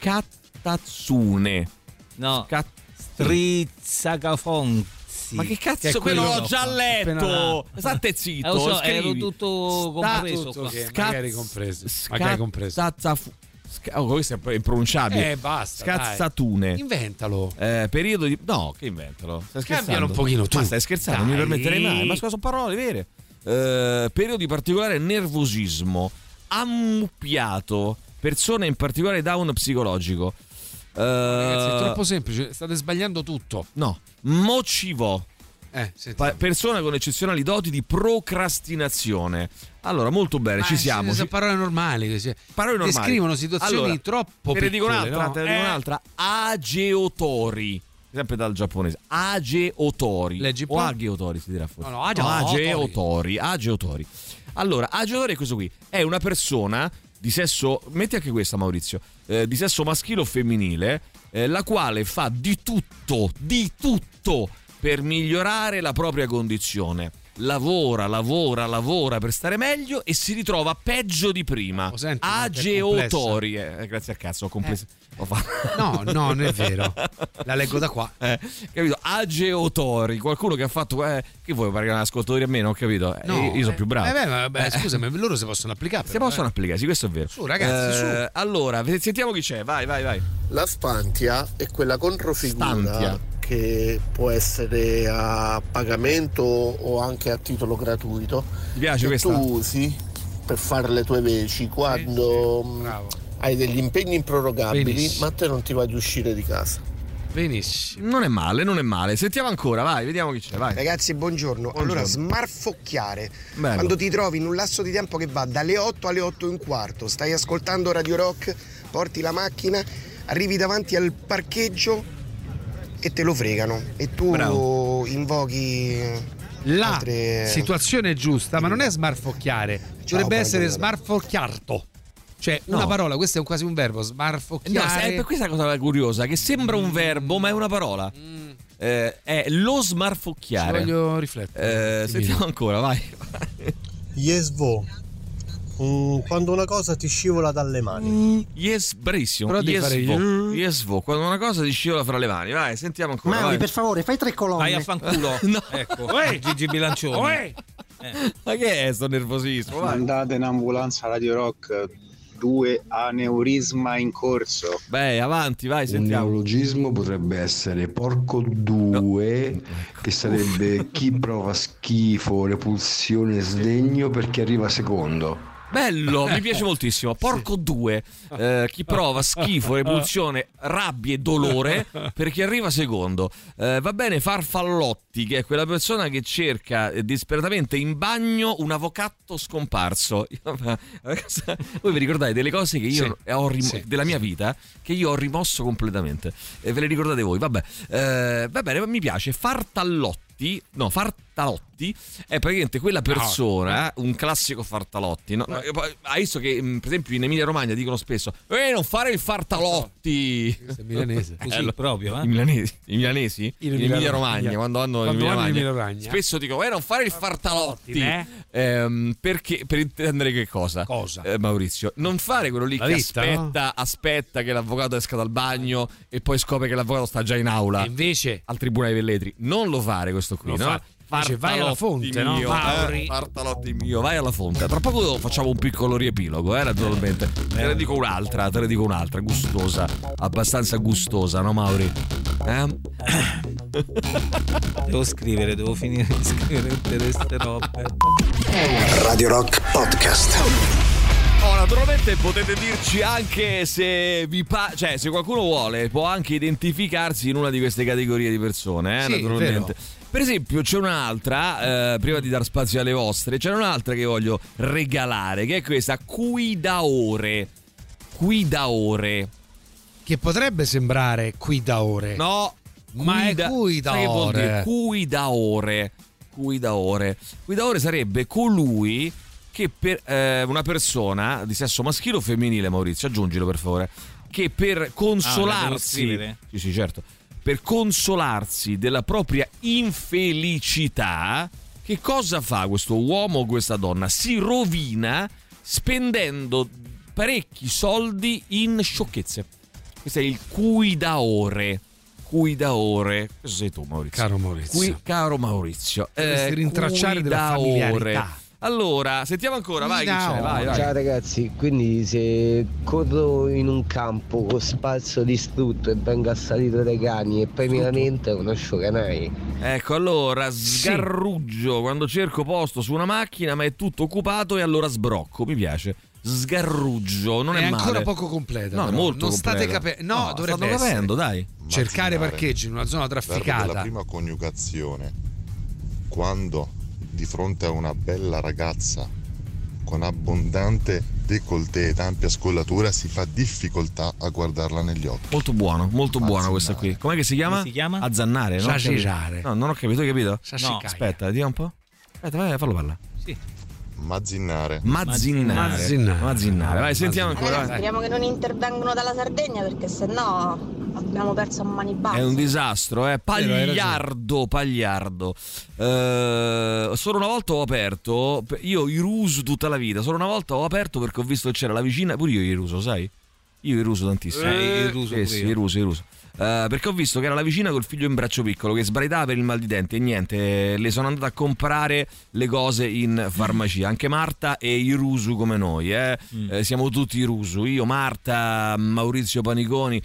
Scattazzune. No, Scat- Strizzacafonzi. Ma che cazzo? Che è quello quello- l'ho già appena letto. là. State zitto. Eh, lo so, scrivi. ero tutto compreso Sta- qua. Che Scaz- magari compreso. Magari compreso. Scazzafu- sca- oh, questo è impronunciabile. Eh, basta. Scazzatune. dai. Inventalo. Eh, periodo di. No, che inventalo? Stai scherzando? Cambialo un pochino tu. Ma stai scherzando? Non mi Dai. permetterei mai. Ma scusa, sono parole vere. Eh, periodo di particolare nervosismo, ammuppiato, persone in particolare down psicologico. Eh, Ragazzi, è troppo semplice. State sbagliando tutto. No, mocivò. Eh, senti. Pa- persona con eccezionali doti di procrastinazione. Allora, molto bene, Ma ci siamo. Sono Ci- parole normali. Che si... Parole normali. Descrivono situazioni Allora, troppo te ne dico piccole, un'altra, no? te ne dico Eh. un'altra. Ageotori. Sempre dal giapponese. Ageotori. Leggi un o po'. Ageotori si dirà forse. No, no, ageotori. Ageotori. Ageotori. Allora, ageotori è questo qui. È una persona di sesso, metti anche questa Maurizio, eh, di sesso maschile o femminile, eh, la quale fa di tutto, di tutto per migliorare la propria condizione. Lavora, lavora, lavora per stare meglio e si ritrova peggio di prima. Oh, senti, ma che è Ageotori. Eh, grazie al cazzo, ho compreso. Ho fatto- No, no, non è vero. La leggo da qua. Eh, capito? Ageotori, qualcuno che ha fatto. Eh, che vuoi parlare l'ascoltatore a me? Non ho capito. Eh, No, io, io sono eh, più bravo. eh, beh, ma- beh, Eh, scusami, loro si possono applicare. Si però, possono eh. applicare, sì, questo è vero. Su, ragazzi, Eh, su. Allora, sentiamo chi c'è. Vai, vai, vai. La spantia è quella controfigura Stantia. che può essere a pagamento o anche a titolo gratuito. Ti piace che questa? tu usi per fare le tue veci quando mh, hai degli impegni improrogabili, Benissimo. ma a te non ti va di uscire di casa. Benissimo. Non è male, non è male. Sentiamo ancora, vai, vediamo chi c'è. Vai. Ragazzi, buongiorno. Buongiorno. Allora, smarfocchiare. Bello. Quando ti trovi in un lasso di tempo che va dalle otto alle otto e un quarto, stai ascoltando Radio Rock, porti la macchina, arrivi davanti al parcheggio e te lo fregano. E tu Bravo. invochi La altre... situazione è giusta, ma non è smarfocchiare. Dovrebbe essere Antonella. smarfocchiarto. Cioè, una No. parola, questo è un- quasi un verbo, No, smarfocchiare. è per questa cosa curiosa, che sembra un verbo, ma è una parola. Eh, è lo Ci smarfocchiare. voglio riflettere. Eh, sentiamo ancora, vai. Yesvo. Mm, quando una cosa ti scivola dalle mani. Yes, bravissimo. Però devi fare Yesvo. you. Yesvo. Quando una cosa ti scivola fra le mani. Vai, sentiamo ancora. Mauri, vai. per favore, fai tre colonne. Vai a fanculo. No. Ecco, Uè. Gigi Bilancioni. Uè. Ma che è sto nervosismo? Vai. Andate in ambulanza Radio Rock, due aneurisma in corso. Beh, avanti, vai, Un sentiamo. neologismo potrebbe essere porco due, che sarebbe chi prova schifo, repulsione, sdegno perché arriva secondo. Bello, mi piace moltissimo. Porco due, eh, chi prova schifo, repulsione, rabbia e dolore per chi arriva secondo. Eh, va bene Farfallotti, che è quella persona che cerca eh, disperatamente in bagno un avvocato scomparso. Voi vi ricordate delle cose che io sì, ho rim- sì, della mia vita che io ho rimosso completamente e ve le ricordate voi? Vabbè, eh, va bene, mi piace. Fartallotti, no, Fartalotti è praticamente quella persona, un classico Fartalotti, no? Hai visto che per esempio in Emilia Romagna dicono spesso eh non fare il Fartalotti, questo è milanese. Così eh, proprio eh? I milanesi, i milanesi in Emilia Romagna quando vanno in Emilia Romagna, Emilia Romagna spesso dicono eh non fare il Fartalotti, eh? Ehm, perché per intendere che cosa? Cosa? Eh, Maurizio, non fare quello lì La che vita, aspetta, no? aspetta che l'avvocato esca dal bagno e poi scopre che l'avvocato sta già in aula e invece al Tribunale dei Velletri. Non lo fare questo qui, lo no? Fa. Invece vai alla fonte, mio, no? Mauri. Eh, Fartalotti mio, vai alla fonte. Tra poco facciamo un piccolo riepilogo, eh, naturalmente. Te ne dico un'altra, te ne dico un'altra, gustosa, abbastanza gustosa, no Mauri? Eh? Devo scrivere, devo finire di scrivere tutte queste robe. Radio Rock Podcast. Oh, naturalmente potete dirci anche se vi pa- cioè se qualcuno vuole può anche identificarsi in una di queste categorie di persone, eh, sì, naturalmente. Vero. Per esempio c'è un'altra, eh, prima di dar spazio alle vostre, c'è un'altra che voglio regalare, che è questa, qui da ore. Qui da ore. Che potrebbe sembrare qui da ore. No, ma è da, qui da ore. Qui da ore. Qui da ore. Qui da ore sarebbe colui che per eh, una persona di sesso maschile o femminile, Maurizio, aggiungilo per favore, che per consolarsi, ah, sì sì certo, per consolarsi della propria infelicità, che cosa fa questo uomo o questa donna? Si rovina spendendo parecchi soldi in sciocchezze. Questo è il cui da ore. Cui da ore. Questo sei tu, Maurizio. Caro Maurizio. Qui, caro Maurizio. Dovresti Eh, rintracciare della familiarità. Allora, sentiamo ancora, vai, che c'è, vai, vai. Ciao ragazzi, quindi se corro in un campo con spazio distrutto e vengo assalito dai cani e poi mi lamento, conosco canai. Ecco, allora, sgarruggio quando cerco posto su una macchina ma è tutto occupato e allora sbrocco, mi piace. Sgarruggio, non è, è male. ancora poco completa. No, però. molto non completa. state capendo. No, no, dovrebbe stanno capendo, dai. Cercare parcheggio in una zona trafficata. La prima coniugazione, quando di fronte a una bella ragazza con abbondante décolleté ed ampia scollatura si fa difficoltà a guardarla negli occhi. Molto buono, molto buona questa qui. Com'è che si chiama? Come si chiama? Azzannare, no? Sassicare. No, non ho capito, hai capito? No, aspetta, dia un po'. Aspetta, vai, fallo parlare. Sì. Mazzinare. Mazzinare. Mazzinare. Mazzinare. Vai, sentiamo ancora. Ragazzi, speriamo che non intervengono dalla Sardegna perché sennò abbiamo perso a mani basse. È un disastro, eh. Pagliardo, Pagliardo. Eh, solo una volta ho aperto, io Iruso tutta la vita, solo una volta ho aperto perché ho visto che c'era la vicina, pure io Iruso, sai? Io Iruso tantissimo. Eh, Iruso, eh, sì, Iruso, Iruso. Uh, perché ho visto che era la vicina col figlio in braccio piccolo che sbraitava per il mal di denti e niente, le sono andato a comprare le cose in farmacia. Anche Marta e Irusu come noi, eh? Mm. Eh, siamo tutti Irusu, io, Marta, Maurizio Paniconi.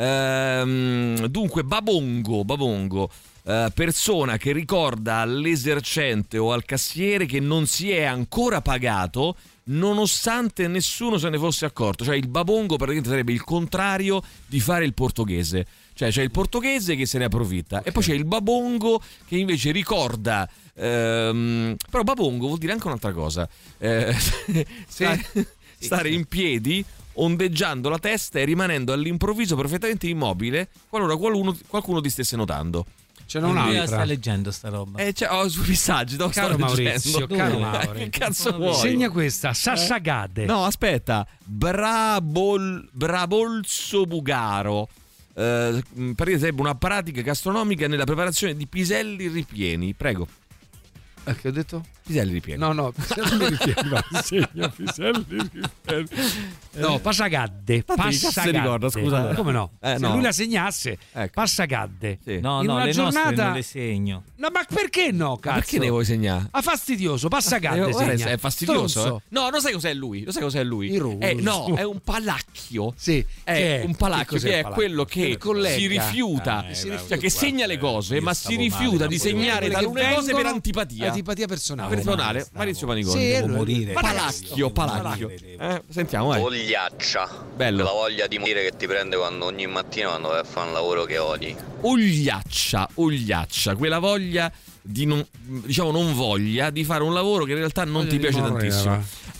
Uh, dunque, Babongo, Babongo. Uh, persona che ricorda all'esercente o al cassiere che non si è ancora pagato nonostante nessuno se ne fosse accorto. Cioè il babongo praticamente sarebbe il contrario di fare il portoghese. Cioè c'è il portoghese che se ne approfitta, okay, e poi c'è il babongo che invece ricorda. Ehm, però babongo vuol dire anche un'altra cosa, eh, stare, stare in piedi ondeggiando la testa e rimanendo all'improvviso perfettamente immobile qualora qualcuno, qualcuno ti stesse notando. Ce n'è un'altra. Sta leggendo sta roba. Eh, cioè, ho sui messaggi, no, caro Maurizio, caro Maurizio. Che cazzo vuoi? Segna questa, Sassagade. No, aspetta. Brabol Brabolso Bugaro. Eh, per sarebbe una pratica gastronomica nella preparazione di piselli ripieni. Prego. Eh, che ho detto? Piselli ripieni. No, no, piselli ripieni. No, segna piselli ripieni. No, Passagadde. Passagadde. ricorda, scusa. Come no? Eh, Se no. lui la segnasse, ecco. Passagadde. Sì. No, in no, una le giornata nostre non le segno. No, ma perché no, cazzo? Ma perché ne vuoi segnare? Ah, fastidioso, Passagadde. Eh, segna. è fastidioso. Stronzo. Eh? No, lo sai cos'è lui? Lo sai cos'è lui? Il È, no, è un palacchio. Sì, è, che è? un palacchio Che che è palacchio? quello che collega. si rifiuta, Ah, cioè eh, che segna le cose, io ma si stavo rifiuta male, di stavo segnare male. talune Che cose per vengono- antipatia. Antipatia personale. personale, Maurizio Paniconi. Sì, Devo morire. Palacchio, Palacchio. Eh, sentiamo, vai. Ogliaccia. Bello. La voglia di morire che ti prende quando ogni mattina quando vai a fare un lavoro che odi. Ogliaccia, ogliaccia, quella voglia di non, diciamo non voglia di fare un lavoro che in realtà non Voglia ti di piace morire, tantissimo. va.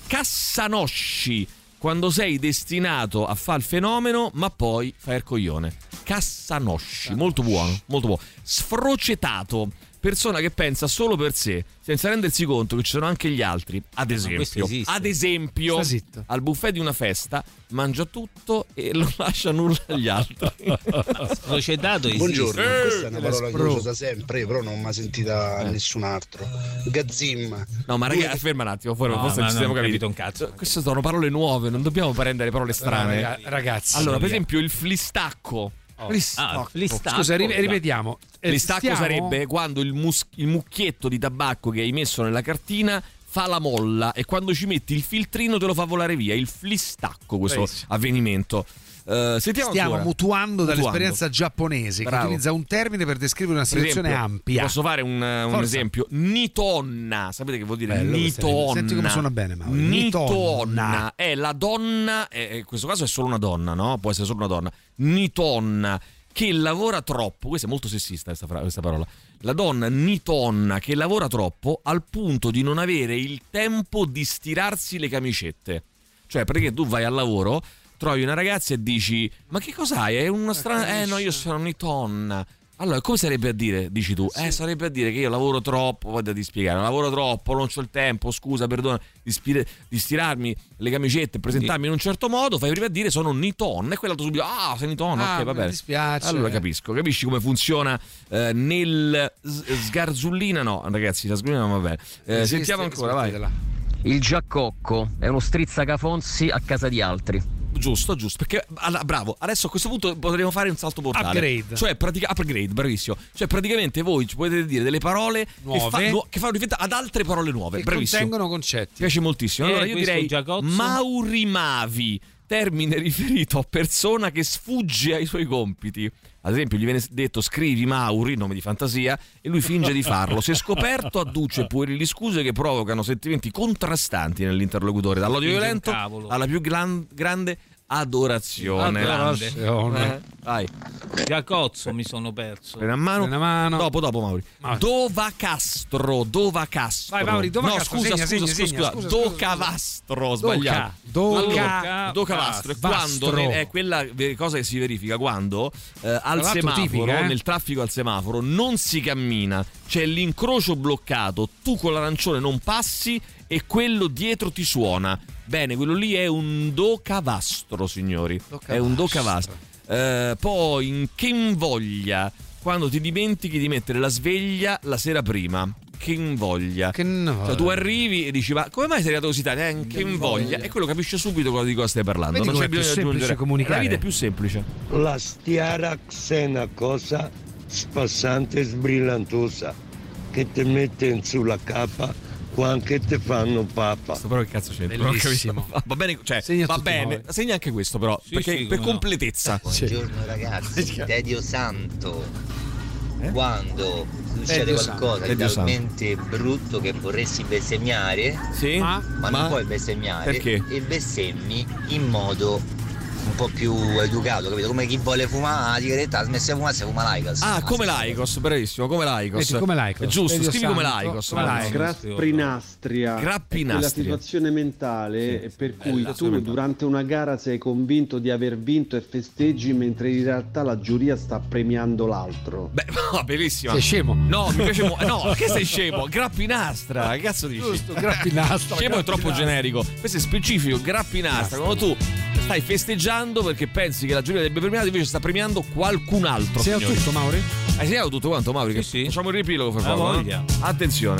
Cassanosci, quando sei destinato a fare il fenomeno ma poi fai il coglione. Cassanosci, molto buono, molto buono. Sfrocetato, persona che pensa solo per sé senza rendersi conto che ci sono anche gli altri. Ad esempio, ad esempio al buffet di una festa mangia tutto e non lascia nulla agli altri. Sfrocetato esiste. Buongiorno, Eh, questa è una parola che spro- uso da sempre, però non mi ha sentita Eh. nessun altro. Gazzim. No, ma ragazzi, ferma un attimo, forse No, forse ma ci non siamo ho capiti. capito un cazzo. Queste sono parole nuove, non dobbiamo prendere parole strane. raga- ragazzi. Allora, per Via. esempio, il flistacco. Flistacco. Ah, flistacco. Scusa, ri- ripetiamo. Eh, Flistacco stiamo- sarebbe quando il, mus- il mucchietto di tabacco che hai messo nella cartina fa la molla e quando ci metti il filtrino te lo fa volare via. Il flistacco, questo Bravissimo. avvenimento. Eh, sentiamo Stiamo ancora. mutuando dall'esperienza giapponese che Bravo. utilizza un termine per descrivere una Per situazione esempio, ampia. Posso fare un, un Forza. esempio? Nitonna. Sapete che vuol dire? Bello questo Nitonna. Senti come suona bene, Mauro. Nitonna. È la donna, eh, in questo caso è solo una donna, no? Può essere solo una donna. Nitonna che lavora troppo, questa è molto sessista questa, fra- questa parola. La donna nitonna che lavora troppo al punto di non avere il tempo di stirarsi le camicette. Cioè, perché tu vai al lavoro, trovi una ragazza e dici: ma che cos'hai? È una strana. Eh no, io sono nitonna. Allora, come sarebbe a dire, dici tu? Eh, sarebbe a dire che io lavoro troppo, poi da ti spiegare, lavoro troppo, non c'ho il tempo, scusa, perdona, di, spire, di stirarmi le camicette e presentarmi in un certo modo, fai prima a dire sono nitonna e quell'altro subito, ah, sei nitonna, Ah, ok, va mi bene. dispiace. Allora capisco, capisci come funziona eh, nel s- sgarzullina, no, ragazzi, la sgarzullina non va bene. Eh, Esiste, sentiamo ancora, vai. smettetela. Il giaccocco è uno strizzacafonzi a casa di altri. Giusto, giusto, perché allora, bravo, adesso a questo punto potremo fare un salto mortale. Upgrade. Cioè, pratica- upgrade, bravissimo. Cioè, praticamente voi ci potete dire delle parole Nuove. che, fa- nu- che fanno riferimento ad altre parole nuove. Che bravissimo. contengono concetti. Mi piace moltissimo. Eh, Allora, io questo direi Giacozzo? Maurimavi, termine riferito a persona che sfugge ai suoi compiti. Ad esempio, gli viene detto scrivi Mauri, nome di fantasia, e lui finge di farlo. Se scoperto, adduce puerili scuse che provocano sentimenti contrastanti nell'interlocutore, dall'odio Finge un violento cavolo. alla più gran- grande adorazione. Adorazione. Eh, vai. Giacozzo mi sono perso. Prendi a mano. Prendi a mano. Dopo, dopo, Mauri. Mauri. Dovacastro, Dovacastro. Vai, Mauri, Dovacastro, No, scusa, segna, scusa, segna, scusa, segna, scusa. scusa, scusa. Docavastro, ho sbagliato. Doca. Allora, Docavastro è Vastro. quando è quella cosa che si verifica quando eh, al l'altro semaforo, tipica, eh? nel traffico al semaforo non si cammina, c'è l'incrocio bloccato, tu con l'arancione non passi e quello dietro ti suona. Bene, quello lì è un docavastro, signori. È un docavastro. Eh, poi in che invoglia quando ti dimentichi di mettere la sveglia la sera prima. Che invoglia. Che no. Cioè, tu arrivi e dici: ma come mai sei arrivato così tardi? Eh, che invoglia. E quello capisce subito di cosa stai parlando. Vedi non c'è com'è più bisogno di semplice aggiungere. comunicare. La vita è più semplice. La Stiarax è una cosa spassante e sbrillantosa che ti mette sulla capa quando te fanno papa. Però che cazzo c'è? Non ho Bellissimo. capito. Va bene, cioè, Segna va tutti bene. noi. Segna anche questo, però. Sì, perché sì, per come no. completezza. Buongiorno ragazzi, Tedio Santo. Eh? Quando succede Tedio qualcosa Santo. di Tedio talmente brutto che vorresti bestemmiare, Sì. Ma- ma, Ma- non puoi bestemmiare Perché? e bestemmi in modo un po' più educato, capito? Come chi vuole fumare la sigaretta, ha smesso di fumare, si fuma l'Aicos. Ah, come l'Aicos, bravissimo, come l'Aicos. Vedi, come l'Aicos. È giusto, Tedio scrivi come Santo, l'Aicos. come va. l'Aicos. Grappinastria. Grappinastria. È quella situazione mentale per cui Bella, tu durante una gara sei convinto di aver vinto e festeggi mentre in realtà la giuria sta premiando l'altro. Beh, no, bellissima. Sei scemo. No, mi piace mo- no, che sei scemo? Grappinastra, che cazzo dici? Giusto, grappinastra. Scemo è troppo grappinastra. generico. Questo è specifico, grappinastra. Quando tu stai festeggiando perché pensi che la giuria debba premiare, invece sta premiando qualcun altro. Sei a signori. tutto, Mauri? Hai segnato tutto quanto, Mauri? Sì, Che sì. Facciamo il riepilogo per Ah, favore. voglia. no? Attenzione.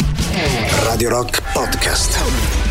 Radio Rock Podcast.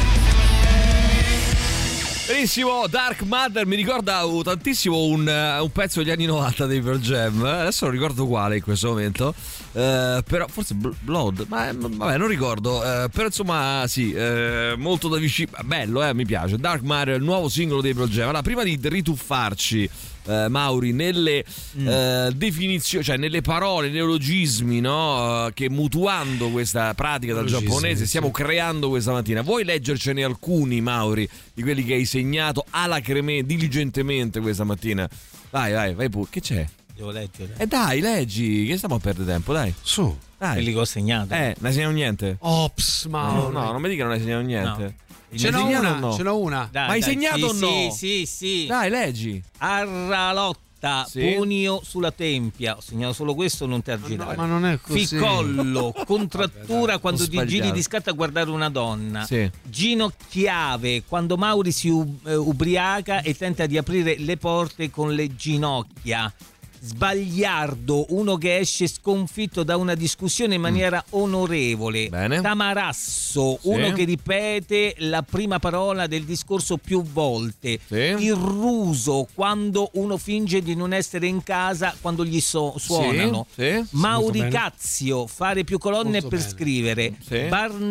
Benissimo, Dark Mother mi ricorda uh, tantissimo un, uh, un pezzo degli anni novanta dei Pearl Jam. Adesso non ricordo quale in questo momento. Uh, Uh, però forse Blood, ma vabbè, non ricordo. Uh, però insomma, sì, uh, molto da vicino. Bello, eh, mi piace. Dark Matter, il nuovo singolo dei Pearl Jam. Allora, prima di rituffarci, uh, Mauri, nelle mm. uh, definizioni, cioè nelle parole, neologismi, no? Uh, che mutuando questa pratica dal giapponese stiamo sì. creando questa mattina. Vuoi leggercene alcuni, Mauri, di quelli che hai segnato alacremente, diligentemente questa mattina? Vai, vai, vai pure. Che c'è? Devo leggere. Eh dai, leggi, che stiamo a perdere tempo, dai. Su. Dai. Quelli che ho segnato. Eh, non hai segnato niente? Ops, ma no, no, non mi dica che non hai segnato niente. No. Ce n'ho una, no? ce n'ho una. Dai, ma hai dai, segnato sì, o no? Sì, sì, sì. Dai, leggi. Arralotta, sì. Punio sulla tempia. Ho segnato solo questo, non te girare. No, ma non è così. Ficcollo, contrattura. Vabbè, quando ti giri di scatto a guardare una donna. Sì. Ginocchiave, quando Mauri si u- ubriaca e tenta di aprire le porte con le ginocchia. Sbagliardo, uno che esce sconfitto da una discussione in maniera mm. onorevole. Bene. Tamarasso, sì. uno che ripete la prima parola del discorso più volte. Sì. Irruso, quando uno finge di non essere in casa quando gli so- suonano. Sì. Sì. Mauricazio, fare più colonne molto per bene. scrivere. Sì.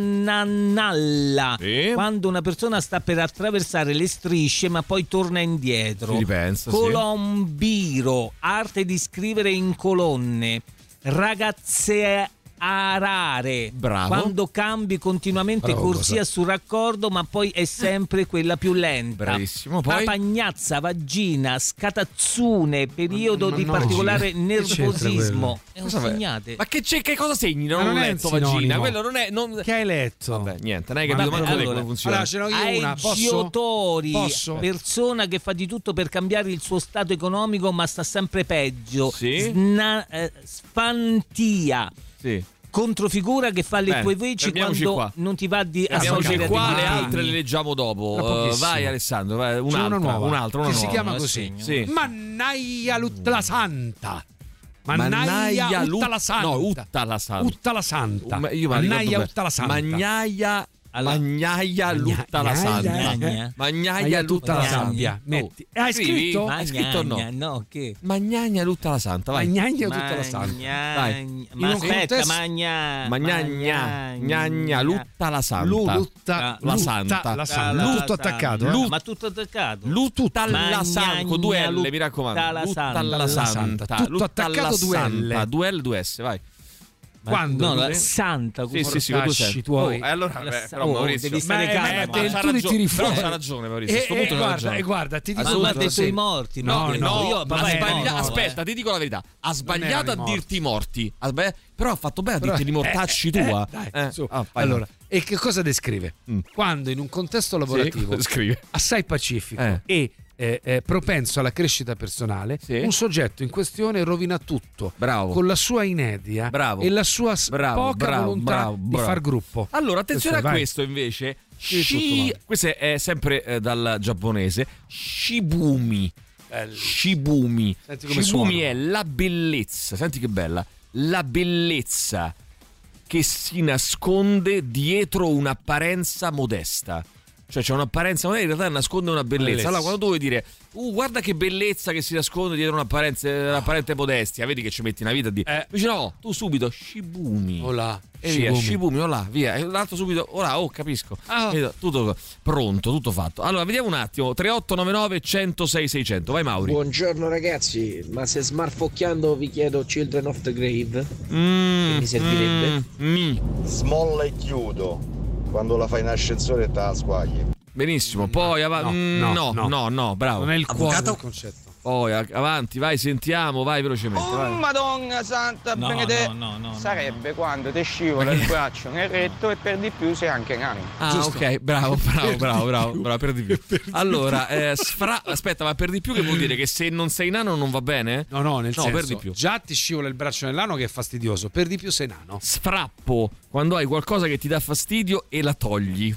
Barnannalla, sì. quando una persona sta per attraversare le strisce ma poi torna indietro. Si ripensa, Colombiro, arte di scrivere in colonne. Ragazze arare, bravo. Quando cambi continuamente bravo, corsia cosa. sul raccordo ma poi è sempre quella più lenta. Bravissimo. Poi Papagnazza, vagina, scatazzune, periodo ma di no, particolare Gina. nervosismo. E ho Cosa segnate. Ma che, c'è, che cosa segni? Non, Ma ho non è letto un vagina. sinonimo. Quello non è. Non... Che hai letto? Vabbè, niente, non hai Ma capito vabbè, manco te allora, come funziona. Allora, ce n'ho io una. Posso? Aegiotori, Posso? persona che fa di tutto per cambiare il suo stato economico ma sta sempre peggio. Sì. Sna- eh, sfantia. Sì. Controfigura che fa le Bene, tue veci fermiamoci quando qua. non ti va di Abbiamoci ascoltare qua, le degli altre le impegni. leggiamo dopo. Tra Uh, pochissimo. vai Alessandro, vai, C'è un'altra, una nuova un'altra, una che nuova. si chiama No, così. segno. Sì. Mannaia Lutta Santa. Mannaia Mannaia Lut- Utta la Santa. No, Utta la Santa. Utta la Santa. Ma io me la Mannaia ricordo Utta la Santa. bene. Magnaia Alla- Magnaia Lutta la Santa. Magnaia. Magnaia tutta la Lutta la sabbia. Santa. Metti. Hai scrivi? scritto? Hai scritto o no? Magna, no, che? Magnaia Lutta la Santa, vai. Magnaia Tutta la Santa. Dai. Ma In un aspetta, contesto- magna. Magnagna, gnagna, Lutta la Santa. Lutta La Lutta Santa. la Santa. La- Tutto la- attaccato. la- eh? Ma tutto attaccato. Lutta la Magnagna, Santa con due L, mi Lutta raccomando. la Lutta Santa. la Santa. Tutto Lutta attaccato, la due L. Santa. Due L, due S, vai. Quando? No, la santa. Sì, sì, sì, con due Portacci S. tuoi. Oh, e allora, La- beh, però oh, Maurizio, devi stare Ma- calmo. ma- Ma te- c'ha tu li ragione, tiri però fuori. c'ha ragione Maurizio, a E, sto e punto c'ha guarda, ragione. e guarda, ti Ma dico non mi ha tutto, detto sì. i morti, no? No, che no, io, ha papà, è sbaglia- morto, aspetta, eh. ti dico la verità. Ha sbagliato erano a i morti. dirti i morti. Ha sbaglia- Però ha fatto bene a Però- dirti i mortacci eh, tua. eh, dai, Eh, su. ah, vai, Allora, e che cosa descrive? Mm. Quando in un contesto lavorativo Sì, scrive. assai pacifico Eh. e eh, eh, propenso alla crescita personale, Sì. un soggetto in questione rovina tutto Bravo. con la sua inedia Bravo. e la sua s- Bravo, poca bravo, volontà bravo, di bravo. far gruppo. Allora, attenzione Questo, a vai. questo invece. Sì, tutto Shi... male. Questo è sempre eh, dal giapponese. Shibumi. Bello. Shibumi. Senti come Shibumi suona. è la bellezza. Senti che bella. La bellezza che si nasconde dietro un'apparenza modesta. Cioè c'è un'apparenza modesta, in realtà nasconde una bellezza. Bellezza. Allora quando tu vuoi dire uh, guarda che bellezza che si nasconde dietro un'apparenza, un'apparente modestia, vedi che ci metti una vita di Eh. invece no, tu subito Shibumi. Olà, E via, Shibumi. Shibumi, oh là, via. E l'altro subito, ora, oh, capisco. Ah. Vedo, tutto pronto, tutto fatto. Allora, vediamo un attimo. tre otto nove nove uno zero sei sei zero zero. Vai Mauri. Buongiorno ragazzi, ma se smarfocchiando vi chiedo Children of the Grave, Mm, che mi servirebbe? mm, mi. Smolla e chiudo. Quando la fai in ascensore te la squagli. Benissimo, poi avanti. no, No, no, no, no. no, bravo. Non è il cuore Avvocato? del concetto. Poi a- avanti, vai, sentiamo, vai velocemente. Oh vai. madonna santa No, benedetta, no, no, no, sarebbe quando ti scivola il braccio nel retto e per di più sei anche nano. Ah, Giusto? ok, bravo, bravo, bravo, bravo, bravo, per di più. Allora, eh, sfra... aspetta, ma per di più che vuol dire? Che se non sei nano non va bene? No, no, nel No, senso, per di più. già ti scivola il braccio nell'ano che è fastidioso, per di più sei nano. Sfrappo, quando hai qualcosa che ti dà fastidio e la togli.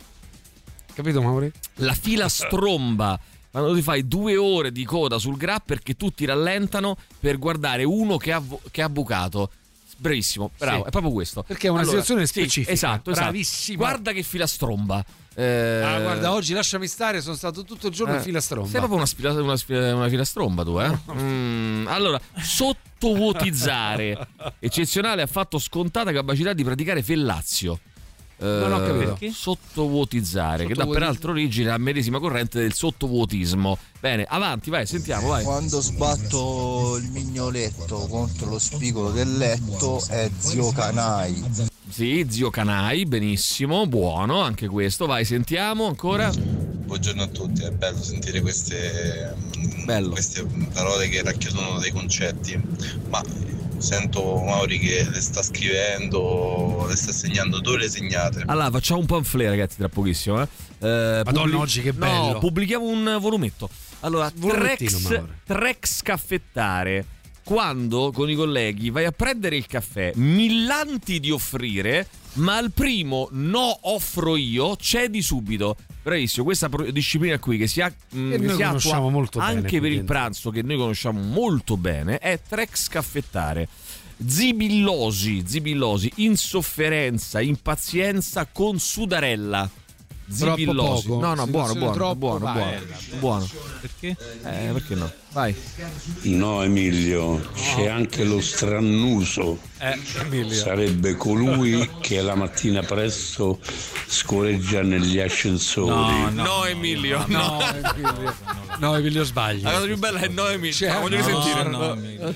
Capito, Mauri? La fila stromba, quando ti fai due ore di coda sul grab perché tutti rallentano per guardare uno che ha, vo- che ha bucato. Bravissimo, bravo, Sì. è proprio questo. Perché è una Allora, situazione sì, specifica. esatto, esatto. Bravissimo. Guarda che filastromba. Eh, Ah, guarda, oggi lasciami stare, sono stato tutto il giorno eh, in filastromba. Sei proprio una, spila- una, spila- una filastromba tu, eh? Mm, allora, sottovuotizzare. Eccezionale, affatto scontata capacità di praticare fellazio. Eh, Non ho capito. Sottovuotizzare, che dà Sottovuoti- peraltro origine alla medesima corrente del sottovuotismo. Bene, avanti, vai, sentiamo, vai. Quando sbatto il mignoletto contro lo spigolo del letto è zio Canai. Sì, zio Canai, benissimo, buono, anche questo, vai, sentiamo ancora. Buongiorno a tutti, è bello sentire queste, Bello. queste parole che racchiudono dei concetti, ma sento Mauri che le sta scrivendo, le sta segnando, dove le segnate? Allora, facciamo un pamphlet, ragazzi, tra pochissimo. Eh. Eh, Madonna, oggi che bello. No, pubblichiamo un volumetto. Allora, Volumettino, Trex, Mauro. Trex caffettare. Quando con i colleghi vai a prendere il caffè, millanti di offrire, ma al primo no offro io, cedi subito. Bravissimo, questa pro- disciplina qui che si, ha, mh, E che noi si conosciamo attua molto bene anche qui per il dentro. pranzo, che noi conosciamo molto bene, è Trex caffettare. Zibillosi, zibillosi, insofferenza, impazienza con sudarella. Zibillosi. Troppo poco. No, no, buono, Situazione buono, troppo buono, buono, bella. buono. Perché? Eh, perché no? Vai. No, Emilio, c'è anche lo strannuso. Eh, Emilio. Sarebbe colui che la mattina presto scorreggia negli ascensori. No, no, no, Emilio. No, No, Emilio. No, Emilio sbaglia. La cosa più bella è no, Emilio. Cioè, Ah, voglio no, risentire. no,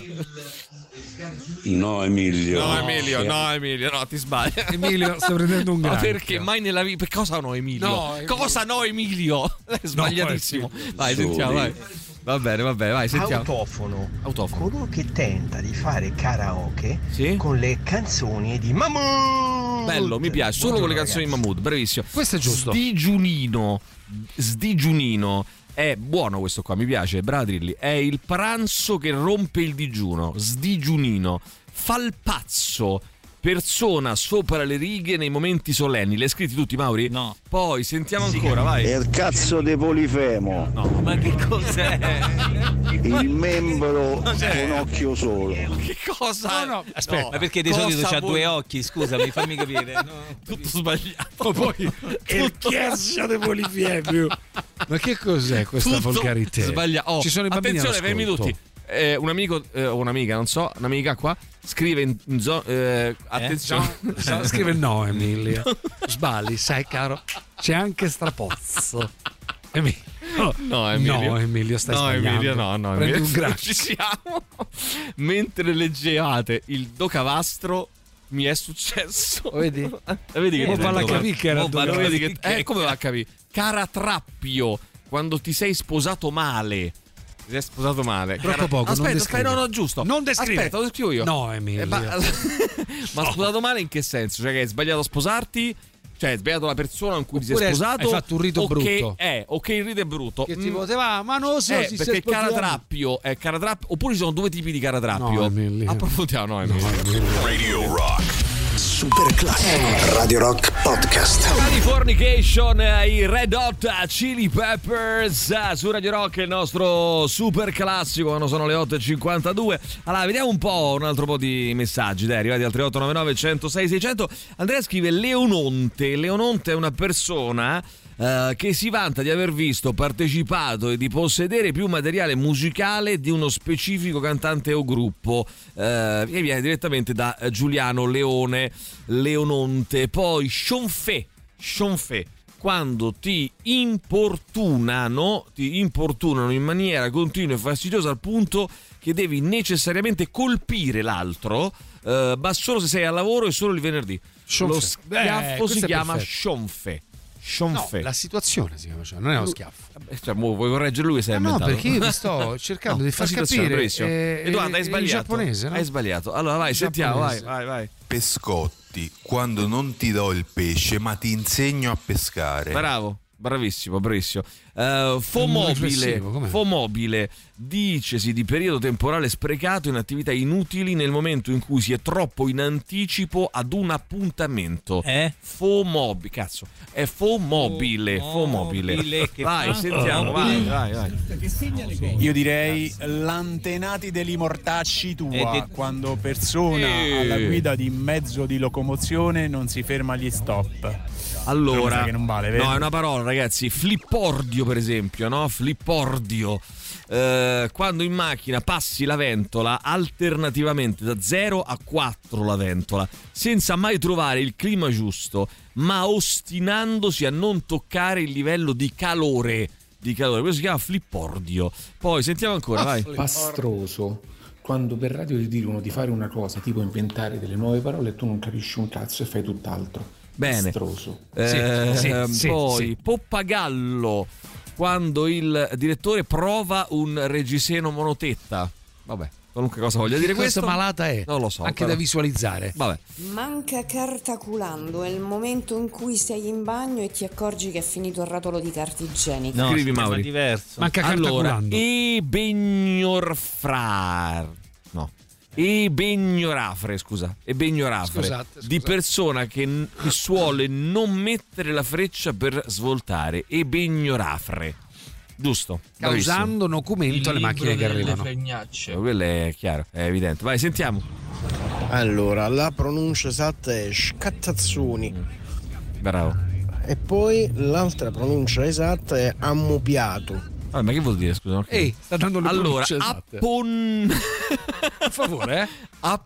No, Emilio. No, Emilio, C'è- no, Emilio, no, ti sbagli. Emilio, stai prendendo un Ma granchio. perché mai nella vita? Per cosa no, Emilio? No, Emilio. Cosa no, Emilio? È sbagliatissimo. Emilio. Vai, sentiamo, vai. Va bene, va bene, vai, sentiamo. Autofono. Autofono. Colui che tenta di fare karaoke Sì? con le canzoni di Mahmood. Bello, mi piace, solo con le Buongiorno, canzoni di Mahmood, bravissimo. Questo è giusto. Sdigiunino. Sdigiunino. È buono questo qua, mi piace, brava Drilli. È il pranzo che rompe il digiuno. Sdigiunino. Falpazzo. Persona sopra le righe nei momenti solenni. Le hai scritti tutti, Mauri? No. Poi sentiamo ancora, vai. È il cazzo di Polifemo, No, Ma che cos'è? il membro Cos'è? con occhio solo. Che cosa? No, no, aspetta. Ma perché di Cosa solito c'ha vuol- due occhi? Scusami, fammi capire. No. Tutto sbagliato. Oh, poi il chiasso di Polifemo. Ma che cos'è questa Tutto volgarità? sbaglia- oh, Ci sono i bambini attenzione, fermi all'ascolto. tutti. Eh, un amico eh, o un'amica, non so, un'amica qua scrive in, in zo- eh, attenzione. No, scrive no, Emilio. Sbagli, sai caro, c'è anche strapozzo. Emilio. No, Emilio. No, Emilio, stai no, sbagliando. Emilio, no, no, Prendi Emilio. un granchio. Ci siamo. Mentre leggevate il docavastro mi è successo. Vedi? Vedi che Mo valla a dove- capire che era mo valla- dove- vedi che- eh, come va a capire? Caratrappio, quando ti sei sposato male. Ti sei sposato male. Troppo Cara- poco, non Aspetta, descrivi. aspetta, no, no, giusto. Non descrivi. Aspetta, lo descrivo io. No, Emilio. Eh, ma ma sposato male in che senso? Cioè che hai sbagliato a sposarti? Cioè hai sbagliato la persona con cui ti sei Oppure sposato? hai fatto un rito o brutto. Che, eh, o che il rito è brutto. Che Mm. ti poteva, ma non lo so, Eh, si perché il stai sposando. caratrappio è caratrappio, oppure ci sono due tipi di caratrappio. No, Emilio. Approfondiamo, no, Emilio. Radio Rock. Super classico. Radio Rock Podcast. Californication, i Red Hot Chili Peppers eh, su Radio Rock, il nostro super classico quando sono le otto e cinquantadue. Allora, vediamo un po', un altro po' di messaggi, dai, arrivati al tre otto nove nove, centosei, seicento. Andrea scrive Leononte. Leononte è una persona Uh, che si vanta di aver visto, partecipato e di possedere più materiale musicale di uno specifico cantante o gruppo, uh, e viene direttamente da uh, Giuliano Leone Leononte. Poi Shonfè Shonfè quando ti importunano ti importunano in maniera continua e fastidiosa al punto che devi necessariamente colpire l'altro, uh, ma solo se sei al lavoro e solo il venerdì. Shonfè. Lo schiaffo Beh, si questo è chiama perfetto. Shonfè. No, Shonfè. la situazione si chiama, cioè, non è uno schiaffo. Cioè, mo, vuoi correggere lui che sei Ah, no, inventato? perché io vi sto cercando di far la situazione, capire, bravissimo. eh, Edoardo, hai il sbagliato. giapponese, no? Hai sbagliato. Allora vai, Il sentiamo, vai, giapponese. vai, vai. Pescotti, quando non ti do il pesce ma ti insegno a pescare. Bravo, bravissimo, bravissimo. Uh, Fomobile, riflessivo, com'è? Fomobile. Dicesi di periodo temporale sprecato in attività inutili nel momento in cui si è troppo in anticipo ad un appuntamento. Eh? Fomobile, cazzo, è fomobile, fomobile. Vai, sentiamo, vai, vai, vai. Io direi l'antenati degli mortacci tua, Eh, de- quando persona Eh. alla guida di mezzo di locomozione non si ferma agli stop. Allora, che non vale, vero? no, è una parola, ragazzi. Flippordio, per esempio, no? Flippordio. Eh, quando in macchina passi la ventola alternativamente da zero a quattro la ventola, senza mai trovare il clima giusto, ma ostinandosi a non toccare il livello di calore. Di calore, questo si chiama flippordio. Poi sentiamo ancora, vai. Pastroso, quando per radio ti dicono di fare una cosa, tipo inventare delle nuove parole, e tu non capisci un cazzo e fai tutt'altro. Bene. Pastroso. Eh, Sì, sì, sì, poi sì. Poppagallo, quando il direttore prova un reggiseno monotetta. Vabbè, qualunque cosa voglia dire Che cosa questo. malata è? Non lo so. Anche però- da visualizzare. Vabbè. Manca carta culando, è il momento in cui sei in bagno e ti accorgi che è finito il rotolo di carta igienica. No, Scrivi, si chiama Mauri. diverso. Manca carta Allora, culando. Ebegnorfrar. No. Ebegnorafre, scusa. Ebegnorafre. Scusate, scusate. Di persona che, n- che suole non mettere la freccia per svoltare. Ebegnorafre. Giusto. Bravissimo. Causando nocumento alle macchine che arrivano. Quello è chiaro, è evidente. Vai, sentiamo. Allora, la pronuncia esatta è scattazzoni. Bravo. E poi l'altra pronuncia esatta è ammupiato. Ah, ma che vuol dire, scusa? Ok. Ehi, sta dando le Allora, pronunce esatte. appon... Per favore, eh?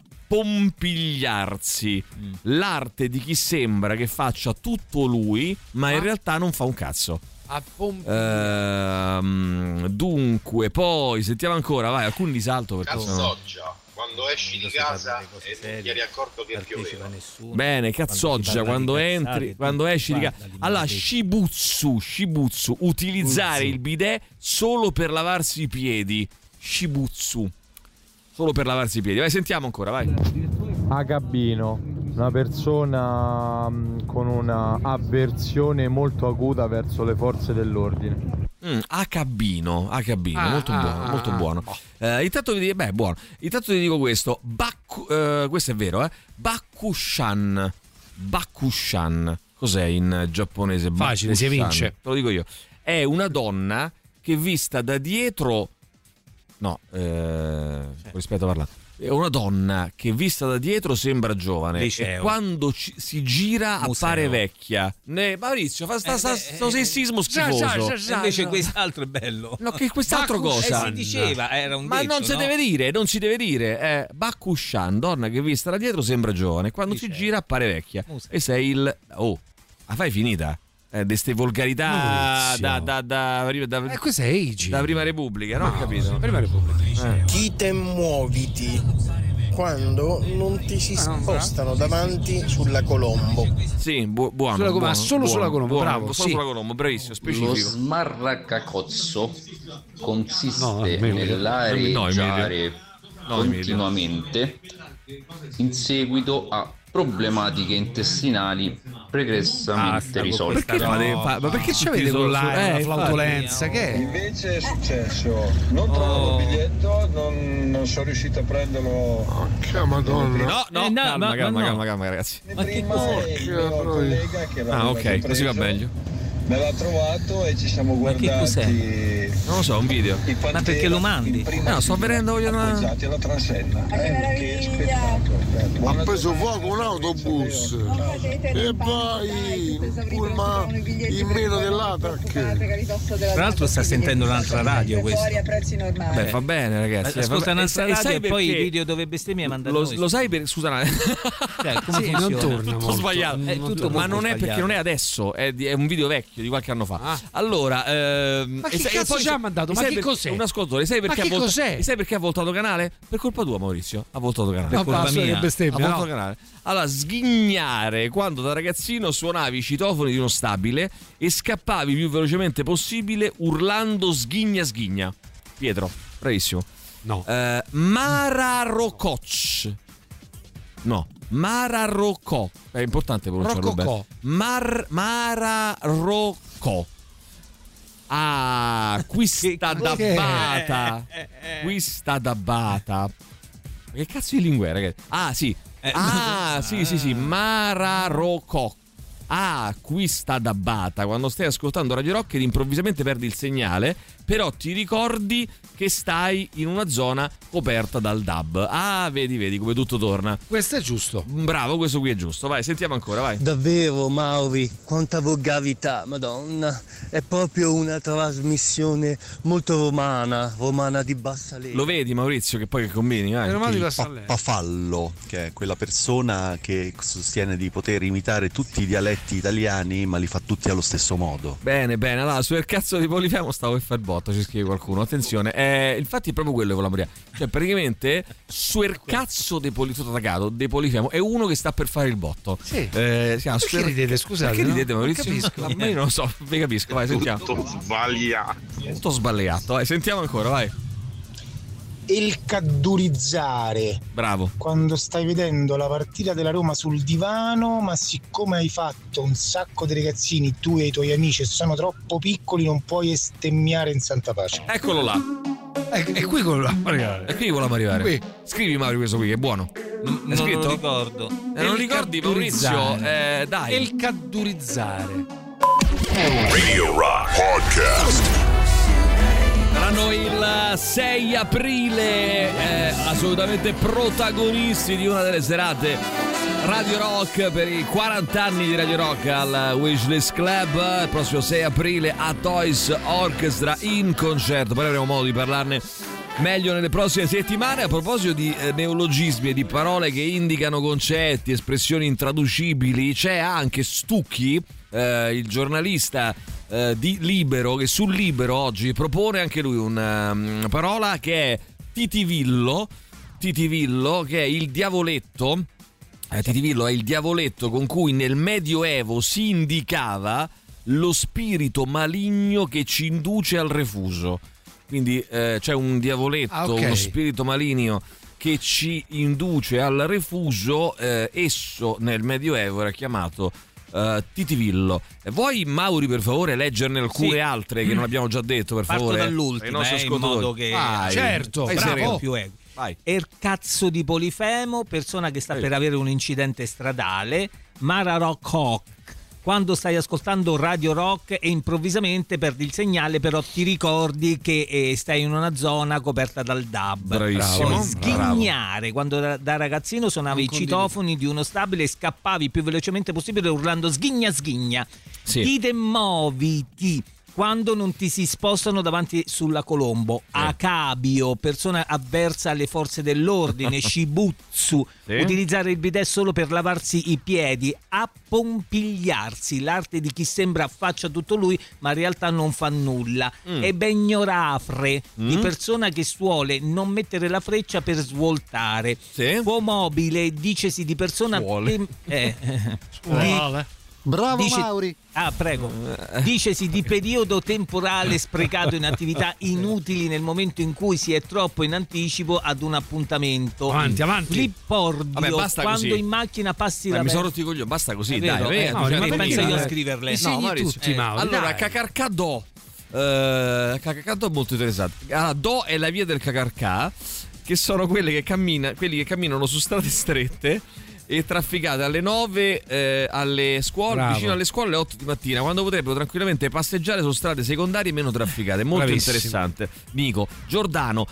appompigliarsi, l'arte di chi sembra che faccia tutto lui, ma in Ah. realtà non fa un cazzo. Appom- Ehm, dunque, poi sentiamo ancora, vai, alcuni di salto perché sono... Cazzoggia, quando esci di casa e non ti eri accorto che pioveva. Bene, cazzoggia quando entri, quando esci di casa. Allora, shibutsu, shibutsu, utilizzare il bidet solo per lavarsi i piedi. Shibutsu. Solo per lavarsi i piedi. Vai, sentiamo ancora, vai. Agabino, una persona mh, con una avversione molto acuta verso le forze dell'ordine. Mm, a cabino, a cabino, Ah, molto ah, buono, ah, molto ah. buono. Eh, intanto vi dico, beh, buono. Intanto ti dico questo, Baku, eh, questo è vero, eh? Bakushan. Bakushan. Cos'è in giapponese? Facile, si Bakushan. evince. Te lo dico io. È una donna che vista da dietro no, eh, rispetto a parlare. È una donna che vista da dietro sembra giovane Liceo. e quando ci- si gira Museo. appare vecchia. Ne, Maurizio, fa sta, sta, sto sessismo schifoso. E invece quest'altro è bello. No, che quest'altro Bakushan. cosa? Eh, si diceva, era un Ma detto, non si no? deve dire, non si deve dire. È Bakushan, donna che vista da dietro sembra giovane, quando si gira appare vecchia. E sei il... Oh, la fai finita? Eh, de ste volgarità Maurizio. da, da, da, da, Eh, questa è Eiji. da Prima Repubblica, no? Ho capito. Prima Repubblica. Eh. Chi te muoviti quando non ti si spostano davanti sulla Colombo. Sì, bu- buono. Sulla- ma buono, solo buono, sulla Colombo, buono, bravo, Solo sì. sulla Colombo, bravissimo, Lo specifico. smarracacozzo consiste No, Emilio. nell'areggiare No, Emilio. continuamente in seguito a problematiche intestinali pregressamente risolte. Perché fate, fa- ma perché Ci avete con la, la flautolenza? Che è? Invece è successo, non trovo il biglietto, non, non sono riuscito a prenderlo. Che madonna. No, no, Eh, no, calma, ma- calma, ma no. calma, calma, ragazzi. Ma che Prima cosa? il mio collega che Ah, l'aveva ok, già così va preso, meglio. me l'ha trovato e ci siamo Ma che guardati. cos'è? Non lo so, un video. i Ma perché Pantera lo mandi? in prima Eh, no, sto fila, vedendo io una- appoggiati alla transenna. Eh, che spettacolo. Ha preso fuoco un autobus e poi pullman in meno dell'Atac. Tra l'altro sta sentendo un'altra radio questo. Beh, fa bene, ragazzi. eh, Ascolta va- un'altra e radio sai e poi i perché? video dove bestemmia manda Lo, noi. lo sai per scusa, no, Cioè, come Sì, non funziona? torna tutto molto. sbagliato. È tutto Ma molto non è perché sbagliato. non è adesso, è, di- è un video vecchio di qualche anno fa. Ah. Allora, ehm, Ma e che sai- e cazzo poi ci ha se- mandato? e Ma sai che per- cos'è? Un ascoltatore, sai perché Ma ha che volta- cos'è? e sai perché ha voltato canale? Per colpa tua, Maurizio. Ha voltato canale. No, colpa basta mia. che bestemmia, Ha voltato no. canale. Allora, sghignare quando da ragazzino suonavi i citofono di uno stabile e scappavi più velocemente possibile urlando sghigna sghigna. Pietro, bravissimo. No. Eh, Mararococ. No, Mararocò. È importante pronunciarlo Rococò. bene. Mar Mararocò. Ah, qui sta da bata. Qui sta da bata. Che cazzo di lingua è, ragazzi? Ah, sì. Ah, sì, sì, sì. Mararococco. Ah, qui sta da bata. Quando stai ascoltando Radio Rock ed improvvisamente perdi il segnale, però ti ricordi che stai in una zona coperta dal D A B. Ah, vedi, vedi come tutto torna. Questo è giusto. Bravo, questo qui è giusto. Vai, sentiamo ancora, vai. Davvero, Mauri, quanta volgarità, madonna. È proprio una trasmissione molto romana, romana di bassa lega. Lo vedi, Maurizio, che poi che combini, vai. Il pappafallo, che è quella persona che sostiene di poter imitare tutti i dialetti italiani, ma li fa tutti allo stesso modo. Bene, bene. Allora, sul cazzo di Polifemo stavo per fare il botto, ci scrive qualcuno. Attenzione, eh, infatti è proprio quello che volevo dire. Cioè, praticamente, suer cazzo de Polifemo, de Polifemo è uno che sta per fare il botto. Sì. Eh, si chiama Perché suer... ridete, scusate? Perché no? ridete, Maurizio? Non capisco. Ma io non lo so, vi capisco, vai, sentiamo. Tutto sbagliato. Tutto sbagliato, vai, sentiamo ancora, vai. Il caddurizzare. Bravo. Quando stai vedendo la partita della Roma sul divano, ma siccome hai fatto un sacco di ragazzini, tu e i tuoi amici, sono troppo piccoli, non puoi estemmiare in santa pace. Eccolo là. È, è qui volevamo arrivare. È qui volevamo arrivare. Qui. Scrivi, Mario, questo qui, che è buono. Non, è scritto? Non lo ricordo. Eh, non ricordi, Maurizio? Eh, dai. E il caddurizzare. Radio Rock Podcast. Saranno il sei aprile, eh, assolutamente protagonisti di una delle serate Radio Rock per i quaranta anni di Radio Rock al Wishlist Club. Il prossimo sei aprile a Toys Orchestra in concerto. Poi avremo modo di parlarne meglio nelle prossime settimane. A proposito di eh, neologismi e di parole che indicano concetti, espressioni intraducibili, c'è anche Stucchi, eh, il giornalista eh, di Libero, che sul Libero oggi propone anche lui una, una parola che è titivillo, titivillo che è il diavoletto. Eh, titivillo è il diavoletto con cui nel Medioevo si indicava lo spirito maligno che ci induce al refuso. Quindi eh, c'è un diavoletto, ah, okay. uno spirito maligno che ci induce al refuso. Eh, esso nel Medioevo era chiamato uh, titivillo. E vuoi, Mauri, per favore, leggerne alcune sì. altre che non abbiamo già detto, per Parto favore? Parto dall'ultima, eh, in modo che... Ah, certo, vai, bravo. Più equi. Vai. Er cazzo di Polifemo, persona che sta Vai. per avere un incidente stradale. Mara Rock Hawk, quando stai ascoltando Radio Rock e improvvisamente perdi il segnale, però ti ricordi che eh, stai in una zona coperta dal D A B. Bravissimo. Poi sghignare, Bravo. quando da, da ragazzino suonavi non i citofoni di uno stabile e scappavi il più velocemente possibile urlando sghigna sghigna. Sì. Dite muoviti quando non ti si spostano davanti sulla Colombo. Sì. Acabio, persona avversa alle forze dell'ordine. Shibutsu, sì. utilizzare il bidet solo per lavarsi i piedi. Appompigliarsi, l'arte di chi sembra faccia tutto lui ma in realtà non fa nulla. Mm. E begnorafre, mm. di persona che suole non mettere la freccia per svoltare. Sì. Fuomobile, dicesi di persona Suole. eh, Suole. di, Bravo Dice, Mauri. Ah, prego. Dicesi di periodo temporale sprecato in attività inutili nel momento in cui si è troppo in anticipo ad un appuntamento. Avanti, avanti. Flippordio, Vabbè, basta quando così. in macchina passi Beh, la mi sono rotti i coglioni, basta così, È dai. vero, vero, eh, cioè, ma ma penso perché? io a scriverle. No, Maurizio, tutti, eh, Mauri, allora, dai. Cacarcadò. Eh, Cacarcadò è molto interessante. Allora, Do è la via del Cacarcà, che sono quelle che cammina, quelli che camminano su strade strette e trafficate alle nove eh, alle scuole, Bravo. vicino alle scuole alle otto di mattina, quando potrebbero tranquillamente passeggiare su strade secondarie meno trafficate. Molto Bravissimo. interessante. Mico Giordano,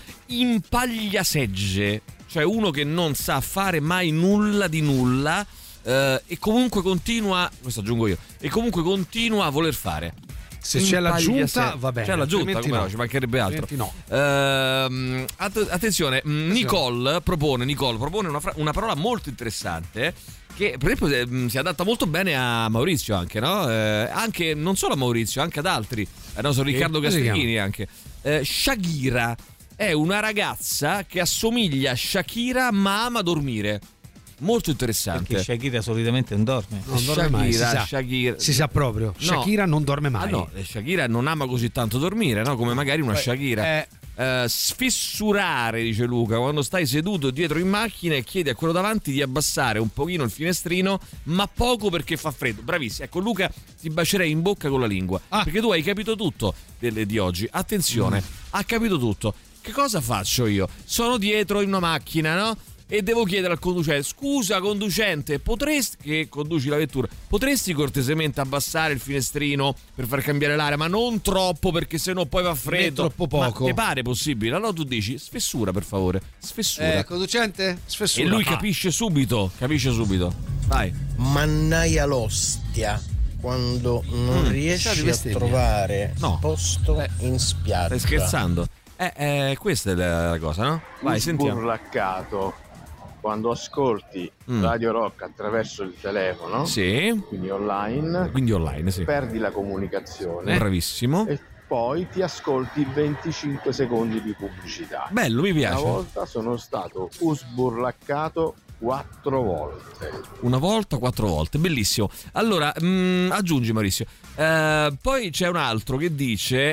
impagliasegge, cioè uno che non sa fare mai nulla di nulla eh, e comunque continua, questo aggiungo io, e comunque continua a voler fare. Se c'è la giunta va bene. C'è la giunta, come no. no, ci mancherebbe altro. No. Ehm, att- attenzione, Nicole propone, Nicole propone una, fra- una parola molto interessante che per esempio si adatta molto bene a Maurizio anche, no? Eh, anche non solo a Maurizio, anche ad altri. Eh, no, sono Riccardo Sì, Castellini anche. Eh, Shakira è una ragazza che assomiglia a Shakira ma ama dormire. Molto interessante. Perché Shakira solitamente non dorme. Non dorme mai, si sa. Shakira. Si sa proprio. No. Shakira non dorme mai. Ah no, Shakira non ama così tanto dormire, no? Come magari una Beh, Shakira. Eh, Uh, sfessurare, dice Luca, quando stai seduto dietro in macchina e chiedi a quello davanti di abbassare un pochino il finestrino, ma poco perché fa freddo. Bravissimo. Ecco Luca, ti bacerei in bocca con la lingua, ah. perché tu hai capito tutto delle, di oggi. Attenzione, mm. ha capito tutto. Che cosa faccio io? Sono dietro in una macchina, no? E devo chiedere al conducente: scusa conducente, potresti, che conduci la vettura, potresti cortesemente abbassare il finestrino per far cambiare l'aria, ma non troppo perché sennò poi va freddo. È troppo poco. Ma ti pare possibile? Allora tu dici sfessura per favore, sfessura. Eh, conducente, sfessura. E lui capisce subito, capisce subito. Vai. Mannaia l'ostia quando non Mm, riesci a bestemmia. trovare No. posto in spiaggia. Stai scherzando? Eh, eh, questa è la, la cosa, no? Vai, sentiamo. Sburlaccato quando ascolti Mm. Radio Rock attraverso il telefono, Sì. quindi online, Quindi online, sì. perdi la comunicazione. Bravissimo. E poi ti ascolti venticinque secondi di pubblicità. Bello, mi piace. Una volta sono stato usburlaccato quattro volte. Una volta, quattro volte, bellissimo. Allora, mh, aggiungi Maurizio. Eh, poi c'è un altro che dice,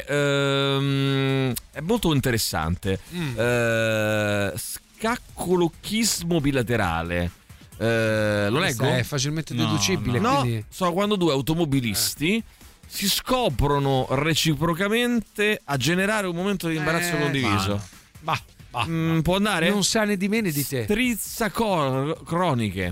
ehm, è molto interessante, Mm. eh, scaccolochismo bilaterale. Eh, lo leggo? È facilmente deducibile. No, quindi... sono quando due automobilisti si scoprono reciprocamente a generare un momento di imbarazzo Eh, condiviso. Bah, bah, Mm, può andare? Non sa né di me né di te. Strizza cor- croniche.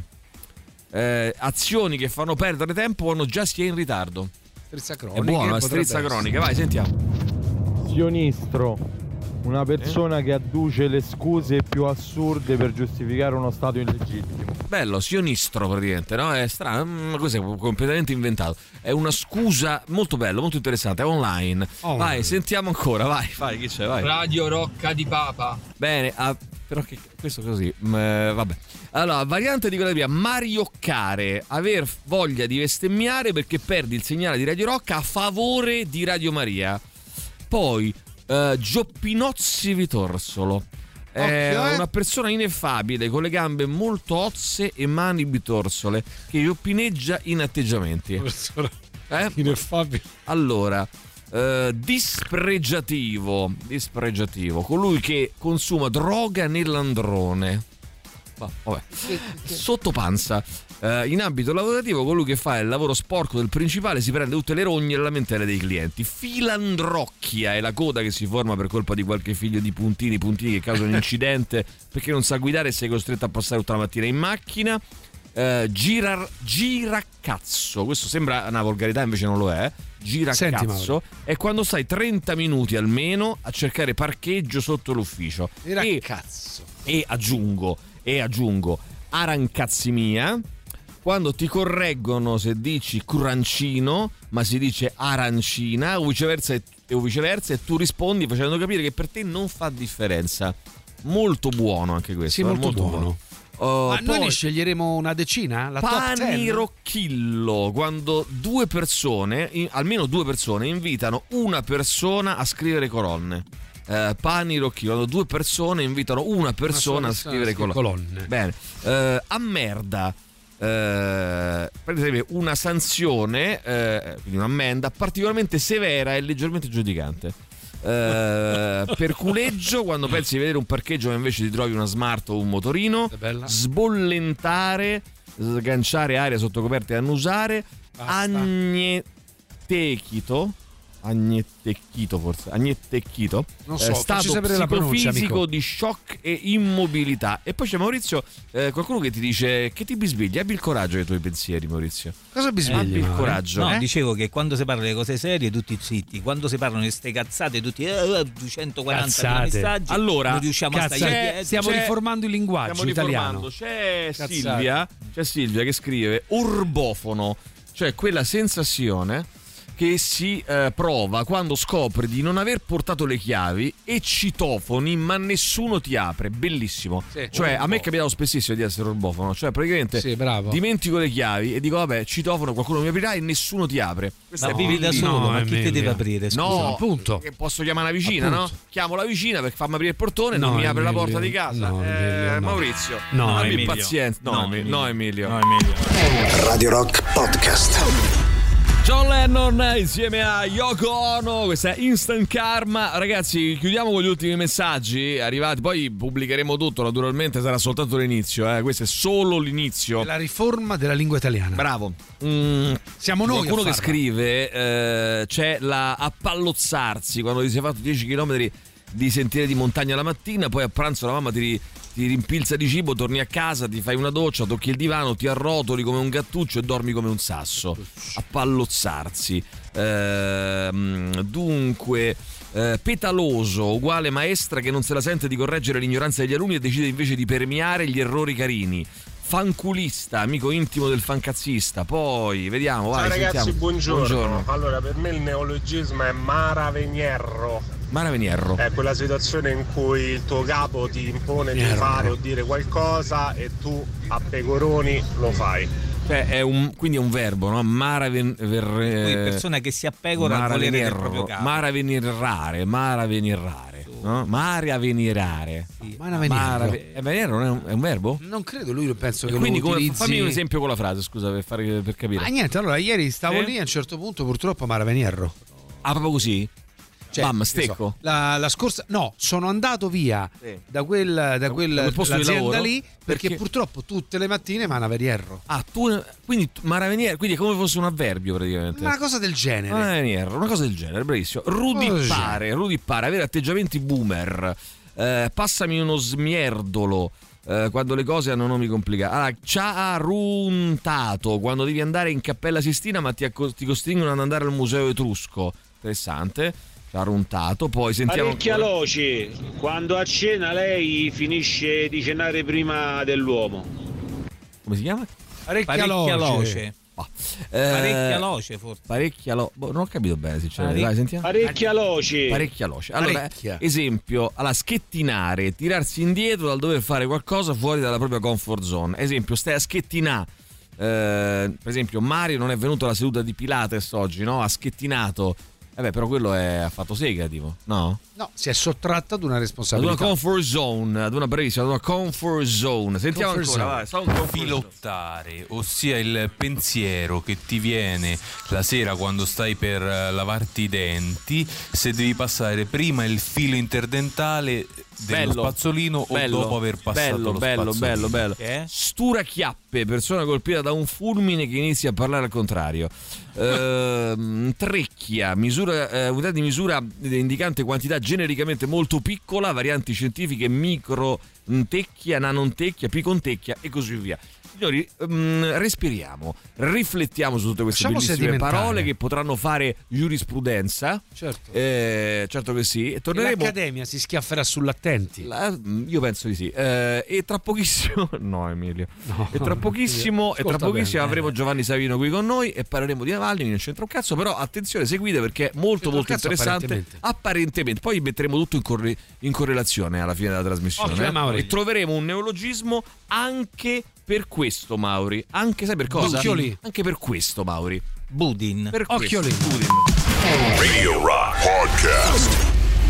Eh, azioni che fanno perdere tempo quando già si è in ritardo. Strizza È croniche. buono, è potrebbe strizza essere. croniche. Vai, sentiamo. Sionistro. Una persona che adduce le scuse più assurde per giustificare uno stato illegittimo. Bello, sionistro praticamente, no? È strano, ma cos'è? Completamente inventato. È una scusa molto bello, molto interessante, è online. Oh, vai, sentiamo ancora, vai, vai, chi c'è, vai. Radio Rocca di Papa. Bene, ah, però che questo così, mm, eh, vabbè. Allora, variante di quella via, marioccare, aver voglia di bestemmiare perché perdi il segnale di Radio Rocca a favore di Radio Maria. Poi Uh, Gioppinozzi Vitorsolo. È Occhio, eh. una persona ineffabile con le gambe molto ozze e mani bitorsole che gioppineggia in atteggiamenti. Eh? Ineffabile. Allora, uh, dispregiativo, dispregiativo, colui che consuma droga nell'androne. Va, vabbè. Sottopanza. Uh, in ambito lavorativo, colui che fa il lavoro sporco del principale si prende tutte le rogne e le lamentele dei clienti. Filandrocchia è la coda che si forma per colpa di qualche figlio di puntini, puntini che causa un incidente perché non sa guidare e sei costretto a passare tutta la mattina in macchina. Uh, girar, giracazzo, questo sembra una volgarità, invece non lo è. Giracazzo è quando stai trenta minuti almeno a cercare parcheggio sotto l'ufficio. E, e aggiungo, e aggiungo, arancazzi quando ti correggono se dici curancino, ma si dice arancina, o viceversa, e, o viceversa, e tu rispondi facendo capire che per te non fa differenza. Molto buono anche questo. Sì, eh, molto, molto buono. buono. Uh, Ma noi poi, ne sceglieremo una decina? La top ten? Panirocchillo, quando due persone, in, almeno due persone, invitano una persona a scrivere colonne. Uh, Panirocchillo, quando due persone invitano una persona, una a scrivere persona colonne. colonne. Bene. Uh, a merda. Uh, per esempio, una sanzione, uh, quindi un'ammenda particolarmente severa e leggermente giudicante. Uh, per culeggio, quando pensi di vedere un parcheggio ma invece ti trovi una smart o un motorino. Sbollentare, sganciare aria sotto coperta e annusare. Agnetechito, agnetechito forse, agnetechito, non so, eh, stato sapere la pronuncia, psicofisico amico. di shock e immobilità. E poi c'è Maurizio, eh, qualcuno che ti dice che ti bisbigli. Abbi il coraggio dei tuoi pensieri, Maurizio. Cosa bisbigli? Abbi il coraggio. No, eh? dicevo che quando si parla delle cose serie tutti zitti, quando si parlano di ste cazzate tutti eh, duecentoquaranta messaggi, allora, non riusciamo cazzo, a stare c'è- dietro. Stiamo C'è- riformando il linguaggio Stiamo italiano. riformando. C'è Cazzate. Silvia, c'è Silvia che scrive orbofono, cioè quella sensazione che si eh, prova quando scopri di non aver portato le chiavi e citofoni ma nessuno ti apre. Bellissimo. Sì, Cioè a me è orbofono. capitato spessissimo di essere orbofono, cioè praticamente Sì, bravo. dimentico le chiavi e dico vabbè citofono, qualcuno mi aprirà e nessuno ti apre. Questa Ma è vivi da bellissima. solo, No, ma chi ti Emilia. deve aprire? Scusa? No, appunto. che posso chiamare una vicina, Appunto. no? Chiamo la vicina per farmi aprire il portone, No, non mi apre la Emilio. porta di casa. No, Eh, Emilio, no. Maurizio, No, abbi Emilio. pazienza. No, No, Emilio. Emilio. No, Emilio. No, Emilio. Radio Rock Podcast. John Lennon insieme a Yoko Ono, questa è Instant Karma. Ragazzi, chiudiamo con gli ultimi messaggi arrivati, poi pubblicheremo tutto, naturalmente sarà soltanto l'inizio, eh. Questo è solo l'inizio. La riforma della lingua italiana. Bravo. Mm, Siamo noi. Qualcuno che scrive, eh, c'è la appallozzarsi, quando ti sei fatto dieci chilometri di sentieri di montagna la mattina, poi a pranzo la mamma ti, ti rimpilza di cibo, torni a casa, ti fai una doccia, tocchi il divano, ti arrotoli come un gattuccio e dormi come un sasso. Appallozzarsi. Ehm, dunque, eh, petaloso uguale maestra che non se la sente di correggere l'ignoranza degli alunni e decide invece di premiare gli errori carini. Fanculista, amico intimo del fancazzista. Poi vediamo, vai. Ciao ragazzi, sentiamo. buongiorno. buongiorno. Allora, per me il neologismo è maraveniero. Maraveniero. È quella situazione in cui il tuo capo ti impone Nierro. di fare o dire qualcosa e tu a pecoroni lo fai. Cioè è un, quindi è un verbo, no? Maraven, ver, Quindi persona che si appegora al volere del proprio capo. Maravenirare, maravenirare, no? Maravenirare. Sì. Maravenirare. Maravenirare non è un, è un verbo? Non credo, lui penso e che quindi lo come, utilizzi. fammi un esempio con la frase, scusa, per, fare, per capire. Ah niente, allora ieri stavo eh? lì a un certo punto purtroppo Maravenierro. Ah, proprio così? Cioè, Bam, stecco. So, la, la scorsa no, sono andato via sì. da quel da quel posto di lavoro lì perché, perché purtroppo tutte le mattine Maravenierro. Ah, tu quindi Maraveniero, quindi è come fosse un avverbio praticamente. Una cosa del genere. Maraveniero, una cosa del genere, bravissimo. Rudippare, rudippare, avere atteggiamenti boomer. Eh, passami uno smierdolo. Eh, quando le cose hanno nomi complicati. Allora, ciaruntato, quando devi andare in Cappella Sistina ma ti, acco- ti costringono ad andare al museo etrusco. Interessante. Aruntato, poi sentiamo Parecchialoci, quando a cena lei finisce di cenare prima dell'uomo. Come si chiama? Parecchialoce. Oh. Eh, Parecchialoce forse. Parecchialo, boh, non ho capito bene sinceramente. Dai, sentiamo. Parecchialoci. Parecchialoci. Allora, Parecchia. esempio, alla schetinare, tirarsi indietro dal dover fare qualcosa fuori dalla propria comfort zone. Esempio, stai a schettinare. Eh, per esempio, Mario non è venuto alla seduta di Pilates oggi, no? Ha schettinato. Eh beh, però quello è ha fatto sega, tipo, no? No, si è sottratta ad una Ad responsabilità. una comfort zone, ad una bravissima, ad una comfort zone. Sentiamo Comfort ancora, zone. vai, Filottare, ossia il pensiero che ti viene la sera quando stai per lavarti i denti, se devi passare prima il filo interdentale dello bello, spazzolino bello, o dopo aver passato bello, lo bello, spazzolino. bello, bello, bello. Sturacchiappe, persona colpita da un fulmine che inizia a parlare al contrario. Ehm, trecchia, misura, eh, unità di misura indicante quantità genericamente molto piccola, varianti scientifiche micro tecchia, nanontecchia, picontecchia e così via. Signori, um, respiriamo, riflettiamo su tutte queste Lasciamo bellissime sedimentare. parole che potranno fare giurisprudenza. Certo. Eh, certo che sì. E torneremo. L'Accademia si schiafferà sull'attenti. La, io penso di sì. Eh, e tra pochissimo, no, Emilio. No. E tra pochissimo, e tra Ascolta pochissimo bene. avremo Giovanni Savino qui con noi e parleremo di Navalny. Non c'entra un cazzo, però attenzione, seguite perché è molto, C'entra un molto cazzo interessante. apparentemente. Apparentemente. Poi metteremo tutto in, corre- in correlazione alla fine della trasmissione. Occhio, eh. Mauri. E troveremo un neologismo anche per questo, Mauri. Anche sai per cosa? Occhioli. Anche per questo, Mauri. Budin. Per Occhioli. questo. Budin. Radio Rock Podcast.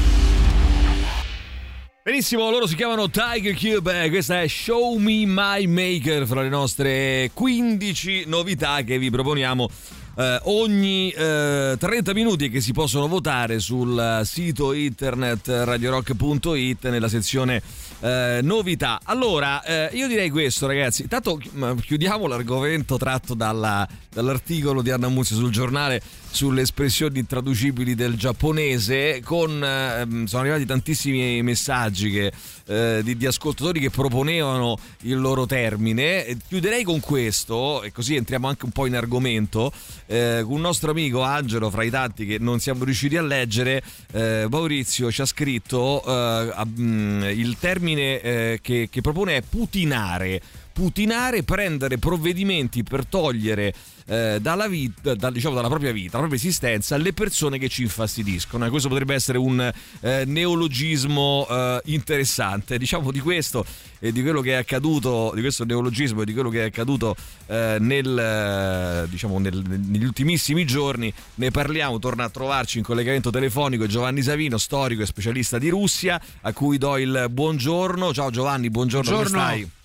Benissimo, loro si chiamano Tiger Cube, questa è Show Me My Maker, fra le nostre quindici novità che vi proponiamo eh, ogni eh, trenta minuti, che si possono votare sul sito internet radiorock punto it nella sezione eh, novità. Allora, eh, io direi questo, ragazzi, intanto chiudiamo l'argomento tratto dalla, dall'articolo di Anna Muzio sul giornale sulle espressioni intraducibili del giapponese, con eh, sono arrivati tantissimi messaggi che, eh, di, di ascoltatori che proponevano il loro termine. Chiuderei con questo e così entriamo anche un po' in argomento, eh, con un nostro amico Angelo, fra i tanti che non siamo riusciti a leggere. eh, Maurizio ci ha scritto eh, a, mh, il termine eh, che, che propone è putinare. Putinare, prendere provvedimenti per togliere eh, dalla vita, da, diciamo dalla propria vita, dalla propria esistenza, le persone che ci infastidiscono. E questo potrebbe essere un eh, neologismo eh, interessante. Diciamo di questo e di quello che è accaduto, di questo neologismo e di quello che è accaduto eh, nel, eh, diciamo nel, negli ultimissimi giorni. Ne parliamo, torna a trovarci in collegamento telefonico Giovanni Savino, storico e specialista di Russia, a cui do il buongiorno. Ciao Giovanni, buongiorno, Buongiorno. come stai?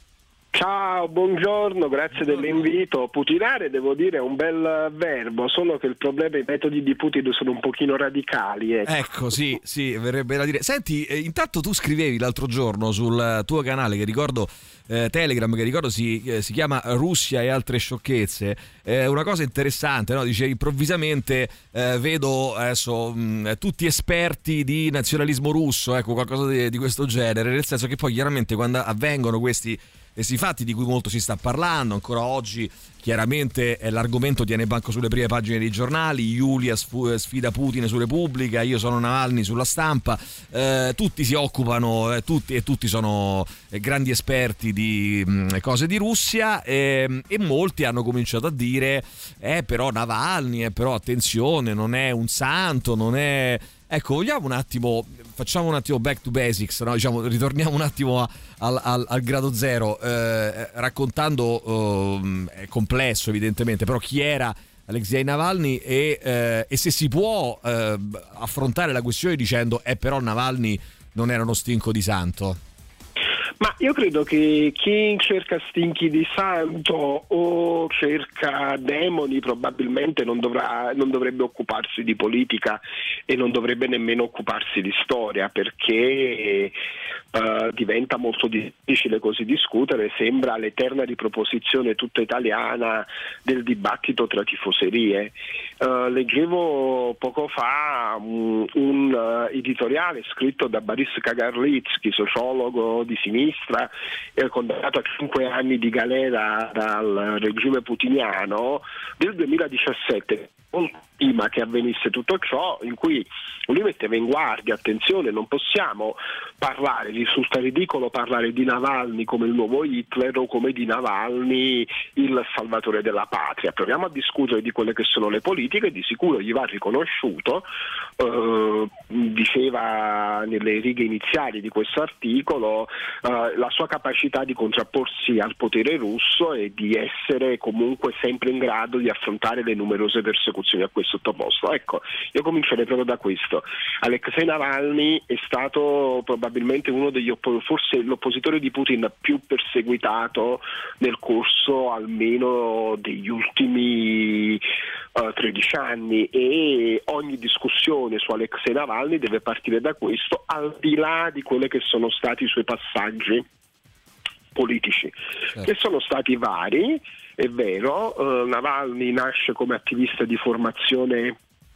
Ciao, buongiorno, grazie dell'invito. Putinare, devo dire, è un bel verbo, solo che il problema è i metodi di Putin sono un pochino radicali. Ecco, ecco sì, sì, verrebbe da dire. Senti, eh, intanto tu scrivevi l'altro giorno sul tuo canale, che ricordo, eh, Telegram, che ricordo si, eh, si chiama Russia e altre sciocchezze, eh, una cosa interessante, no? Dice, improvvisamente eh, vedo adesso mh, tutti esperti di nazionalismo russo, ecco, qualcosa di, di questo genere, nel senso che poi chiaramente quando avvengono questi questi fatti di cui molto si sta parlando ancora oggi, chiaramente eh, l'argomento tiene banco sulle prime pagine dei giornali, Giulia sfida Putin su Repubblica, io sono Navalny sulla Stampa, eh, tutti si occupano eh, tutti, e tutti sono eh, grandi esperti di mh, cose di Russia, eh, e molti hanno cominciato a dire eh però Navalny, eh, però attenzione, non è un santo, non è... Ecco, vogliamo un attimo, facciamo un attimo back to basics, no? Diciamo, ritorniamo un attimo a, al, al, al grado zero, eh, raccontando, eh, è complesso evidentemente, però chi era Alexei Navalny e, eh, e se si può eh, affrontare la questione dicendo eh però Navalny non era uno stinco di santo. Ma io credo che chi cerca stinchi di santo o cerca demoni probabilmente non, dovrà, non dovrebbe occuparsi di politica e non dovrebbe nemmeno occuparsi di storia, perché uh, diventa molto difficile così discutere, sembra l'eterna riproposizione tutta italiana del dibattito tra tifoserie. Uh, leggevo poco fa um, un uh, editoriale scritto da Boris Kagarlitsky, sociologo di sinistra, eh, condannato a cinque anni di galera dal regime putiniano, del duemiladiciassette, prima che avvenisse tutto ciò, in cui lui metteva in guardia, attenzione, non possiamo parlare, risulta ridicolo parlare di Navalny come il nuovo Hitler o come di Navalny il salvatore della patria, proviamo a discutere di quelle che sono le politiche, di sicuro gli va riconosciuto, eh, diceva nelle righe iniziali di questo articolo, eh, la sua capacità di contrapporsi al potere russo e di essere comunque sempre in grado di affrontare le numerose persecuzioni a cui è sottoposto. Ecco, io comincerei proprio da questo. Alexei Navalny è stato probabilmente uno degli oppo- forse l'oppositore di Putin più perseguitato nel corso almeno degli ultimi uh, tredici anni, e ogni discussione su Alexei Navalny deve partire da questo, al di là di quelli che sono stati i suoi passaggi politici, certo, che sono stati vari. È vero, uh, Navalny nasce come attivista di formazione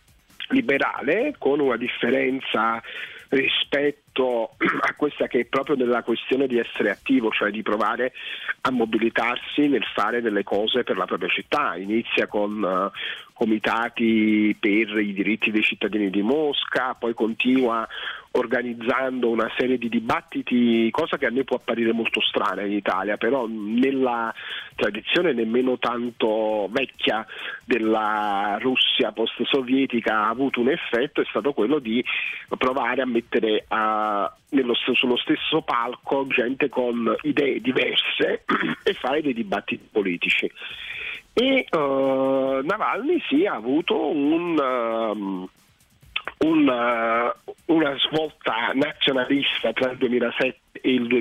liberale, con una differenza rispetto a questa che è proprio della questione di essere attivo, cioè di provare a mobilitarsi nel fare delle cose per la propria città. Inizia con uh, comitati per i diritti dei cittadini di Mosca, poi continua organizzando una serie di dibattiti, cosa che a noi può apparire molto strana in Italia, però nella tradizione nemmeno tanto vecchia della Russia post-sovietica ha avuto un effetto, è stato quello di provare a mettere a, nello, sullo stesso palco gente con idee diverse e fare dei dibattiti politici. E uh, Navalny sì, ha avuto un... Uh, Una, una svolta nazionalista tra il duemilasette e il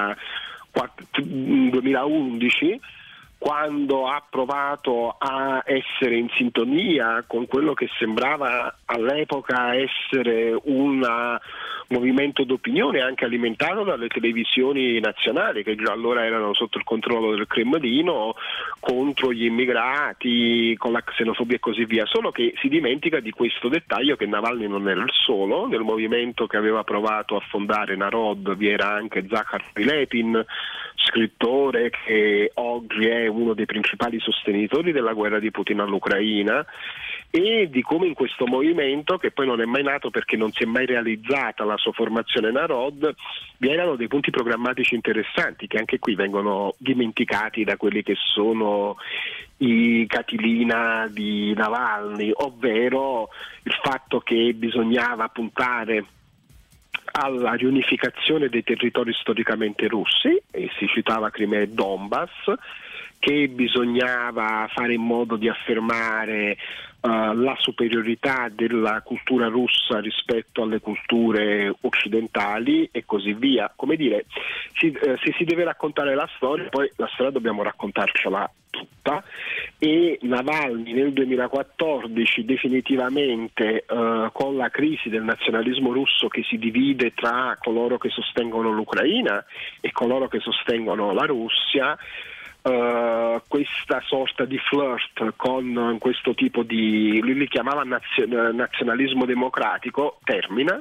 duemilaundici, quando ha provato a essere in sintonia con quello che sembrava all'epoca essere un movimento d'opinione anche alimentato dalle televisioni nazionali, che già allora erano sotto il controllo del Cremlino, contro gli immigrati, con la xenofobia e così via, solo che si dimentica di questo dettaglio, che Navalny non era il solo. Nel movimento che aveva provato a fondare Narod vi era anche Zakhar Prilepin, scrittore che oggi è uno dei principali sostenitori della guerra di Putin all'Ucraina, e di come in questo movimento, che poi non è mai nato perché non si è mai realizzata la sua formazione Narod, vi erano dei punti programmatici interessanti che anche qui vengono dimenticati da quelli che sono i catilina di Navalny, ovvero il fatto che bisognava puntare alla riunificazione dei territori storicamente russi, e si citava Crimea e Donbass, che bisognava fare in modo di affermare Uh, la superiorità della cultura russa rispetto alle culture occidentali e così via. Come dire, si, eh, se si deve raccontare la storia, poi la storia dobbiamo raccontarcela tutta, e Navalny nel duemilaquattordici definitivamente uh, con la crisi del nazionalismo russo che si divide tra coloro che sostengono l'Ucraina e coloro che sostengono la Russia, Uh, questa sorta di flirt con questo tipo di, lui li chiamava nazio- nazionalismo democratico, termina,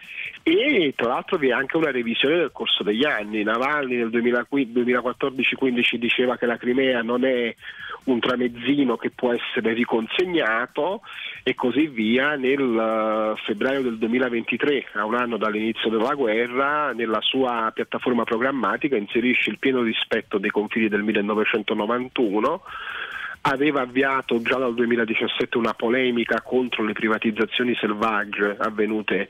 e tra l'altro vi è anche una revisione nel corso degli anni. Navalny nel duemilaquattordici quindici diceva che la Crimea non è un tramezzino che può essere riconsegnato e così via. Nel uh, febbraio del duemilaventitré, a un anno dall'inizio della guerra, nella sua piattaforma programmatica inserisce il pieno rispetto dei confini del millenovecentonovantuno. Aveva avviato già dal duemiladiciassette una polemica contro le privatizzazioni selvagge avvenute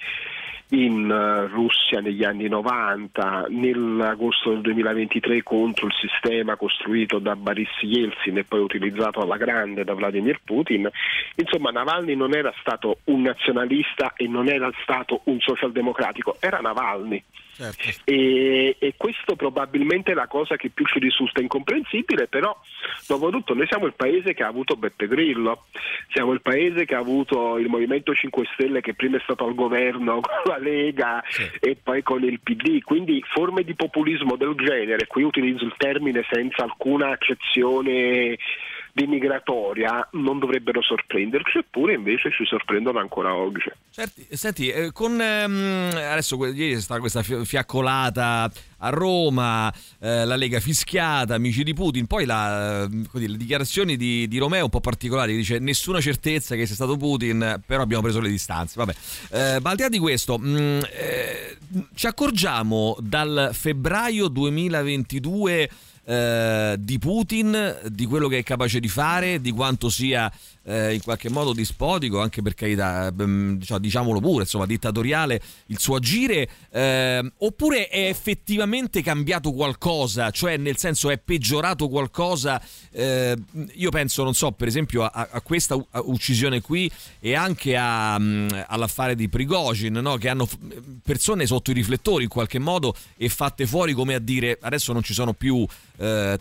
in uh, Russia negli anni novanta, nell'agosto del duemilaventitré contro il sistema costruito da Boris Yeltsin e poi utilizzato alla grande da Vladimir Putin. Insomma, Navalny non era stato un nazionalista e non era stato un socialdemocratico, era Navalny. Certo. E, e questo probabilmente è la cosa che più ci risulta incomprensibile, però dopo tutto noi siamo il paese che ha avuto Beppe Grillo, siamo il paese che ha avuto il Movimento cinque Stelle che prima è stato al governo con la Lega, sì, e poi con il P D, quindi forme di populismo del genere, qui utilizzo il termine senza alcuna accezione denigratoria, non dovrebbero sorprenderci, eppure invece ci sorprendono ancora oggi. Certi, senti, eh, con ehm, adesso ieri è stata questa fiaccolata a Roma, eh, la Lega fischiata, amici di Putin, poi la, così, le dichiarazioni di, di Romeo un po' particolari, dice nessuna certezza che sia stato Putin, però abbiamo preso le distanze, vabbè. Eh, ma al di là di questo, mh, eh, ci accorgiamo dal febbraio duemilaventidue eh, di Putin, di quello che è capace di fare, di quanto sia eh, in qualche modo dispotico, anche per carità, diciamo, diciamolo pure, insomma, dittatoriale il suo agire, eh, oppure è effettivamente cambiato qualcosa, cioè nel senso è peggiorato qualcosa? Eh, io penso, non so, per esempio a, a questa uccisione qui e anche a, all'affare di Prigozhin, no? Che hanno persone sotto i riflettori in qualche modo e fatte fuori, come a dire adesso non ci sono più eh,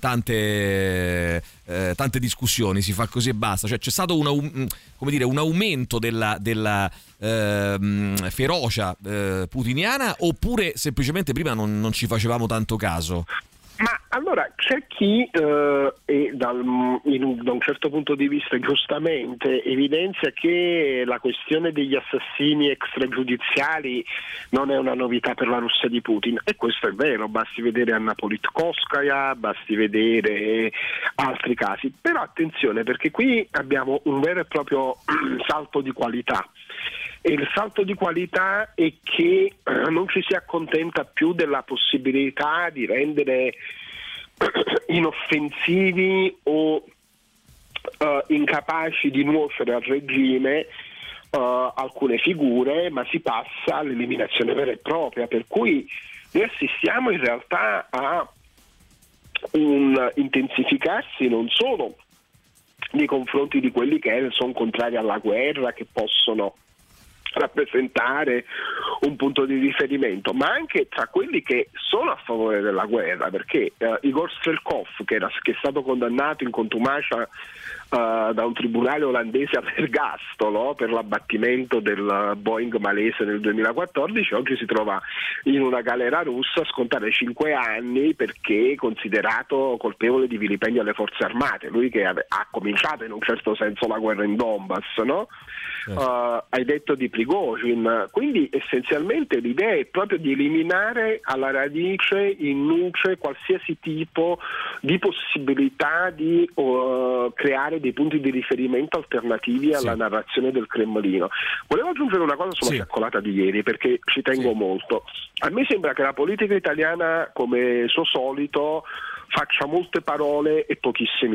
tante eh, tante discussioni, si fa così e basta. Cioè c'è stato una, un, come dire, un aumento della, della eh, ferocia eh, putiniana, oppure semplicemente prima non, non ci facevamo tanto caso? Ma allora c'è chi eh, e dal, in, da un certo punto di vista giustamente evidenzia che la questione degli assassini extragiudiziali non è una novità per la Russia di Putin, e questo è vero, basti vedere Anna Politkovskaya, basti vedere altri casi, però attenzione, perché qui abbiamo un vero e proprio salto di qualità. E il salto di qualità è che eh, non ci si accontenta più della possibilità di rendere eh, inoffensivi o eh, incapaci di nuocere al regime eh, alcune figure, ma si passa all'eliminazione vera e propria, per cui noi assistiamo in realtà a un intensificarsi non solo nei confronti di quelli che sono contrari alla guerra, che possono rappresentare un punto di riferimento, ma anche tra quelli che sono a favore della guerra, perché uh, Igor Strelkov, che, era, che è stato condannato in contumacia uh, da un tribunale olandese all'ergastolo per l'abbattimento del Boeing malese nel duemilaquattordici, oggi si trova in una galera russa a scontare cinque anni perché è considerato colpevole di vilipendio alle forze armate, lui che ave- ha cominciato in un certo senso la guerra in Donbass, no? Uh, hai detto di Prigozhin, quindi essenzialmente l'idea è proprio di eliminare alla radice, in nuce, qualsiasi tipo di possibilità di uh, creare dei punti di riferimento alternativi alla sì. narrazione del Cremlino. Volevo aggiungere una cosa sulla sì. fiaccolata di ieri, perché ci tengo sì. molto. A me sembra che la politica italiana, come suo solito, faccia molte parole e pochissimi fatti.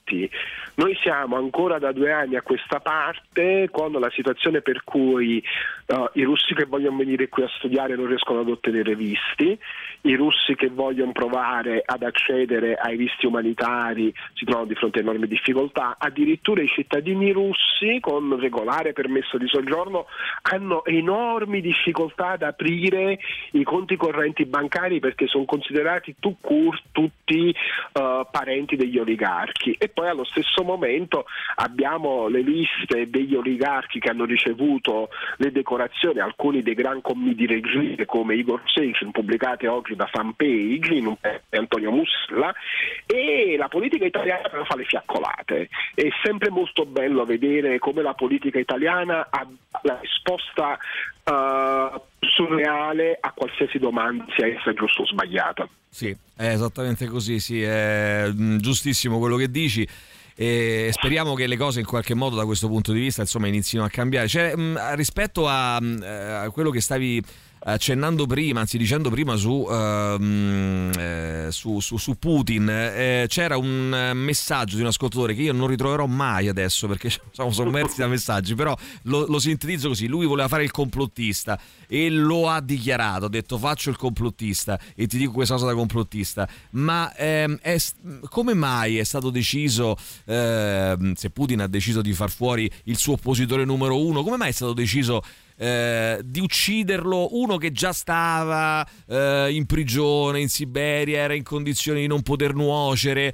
fatti. Noi siamo ancora da due anni a questa parte con la situazione per cui uh, i russi che vogliono venire qui a studiare non riescono ad ottenere visti, i russi che vogliono provare ad accedere ai visti umanitari si trovano di fronte a enormi difficoltà, addirittura i cittadini russi con regolare permesso di soggiorno hanno enormi difficoltà ad aprire i conti correnti bancari perché sono considerati tout court tutti uh, parenti degli oligarchi, e poi allo stesso momento abbiamo le liste degli oligarchi che hanno ricevuto le decorazioni, alcuni dei gran commi di regime come Igor Sechin, pubblicate oggi da Fanpage in un pezzo di Antonio Mussella, e la politica italiana però fa le fiaccolate. È sempre molto bello vedere come la politica italiana ha la risposta uh, surreale a qualsiasi domanda, sia essa giusta o sbagliata. Sì, è esattamente così, sì, è giustissimo quello che dici. E speriamo che le cose in qualche modo da questo punto di vista insomma inizino a cambiare. Cioè, mh, rispetto a, a quello che stavi accennando prima, anzi dicendo prima su, uh, eh, su, su, su Putin, eh, c'era un messaggio di un ascoltatore che io non ritroverò mai adesso perché siamo sommersi da messaggi, però lo, lo sintetizzo così: lui voleva fare il complottista e lo ha dichiarato, ha detto faccio il complottista e ti dico questa cosa da complottista, ma ehm, è, come mai è stato deciso, ehm, se Putin ha deciso di far fuori il suo oppositore numero uno, come mai è stato deciso Eh, di ucciderlo, uno che già stava eh, in prigione in Siberia, era in condizioni di non poter nuocere,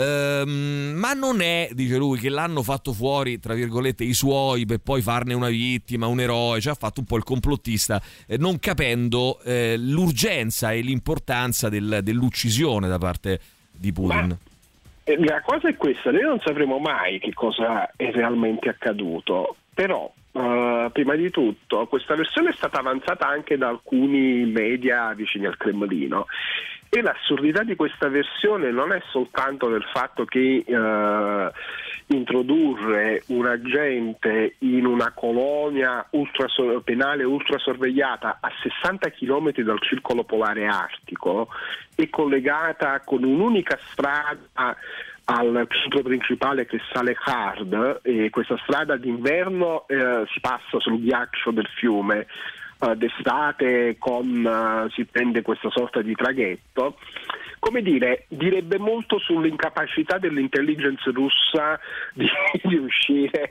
ehm, ma non è, dice lui, che l'hanno fatto fuori tra virgolette i suoi per poi farne una vittima, un eroe, cioè ha fatto un po' il complottista, eh, non capendo eh, l'urgenza e l'importanza del, dell'uccisione da parte di Putin. Ma la cosa è questa: noi non sapremo mai che cosa è realmente accaduto, però Uh, prima di tutto questa versione è stata avanzata anche da alcuni media vicini al Cremlino, e l'assurdità di questa versione non è soltanto nel fatto che uh, introdurre un agente in una colonia ultra penale ultrasorvegliata a sessanta chilometri dal circolo polare artico e collegata con un'unica strada al centro principale che è Salehard, e questa strada d'inverno eh, si passa sul ghiaccio del fiume, uh, d'estate con uh, si prende questa sorta di traghetto. Come dire, direbbe molto sull'incapacità dell'intelligence russa di riuscire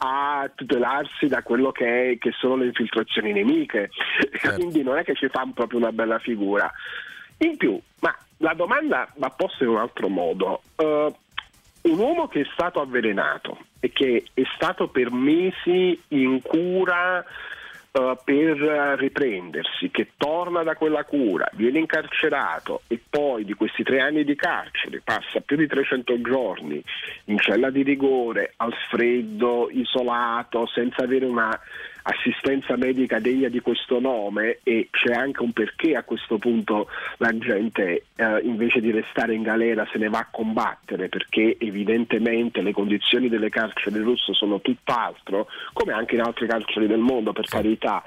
a tutelarsi da quello che, è, che sono le infiltrazioni nemiche, certo. Quindi non è che ci fa proprio una bella figura. In più, ma la domanda va posta in un altro modo. Uh, un uomo che è stato avvelenato e che è stato per mesi in cura uh, per riprendersi, che torna da quella cura, viene incarcerato e poi di questi tre anni di carcere passa più di trecento giorni in cella di rigore, al freddo, isolato, senza avere una assistenza medica degna di questo nome, e c'è anche un perché a questo punto la gente eh, invece di restare in galera se ne va a combattere, perché evidentemente le condizioni delle carceri russe sono tutt'altro, come anche in altre carceri del mondo, per carità,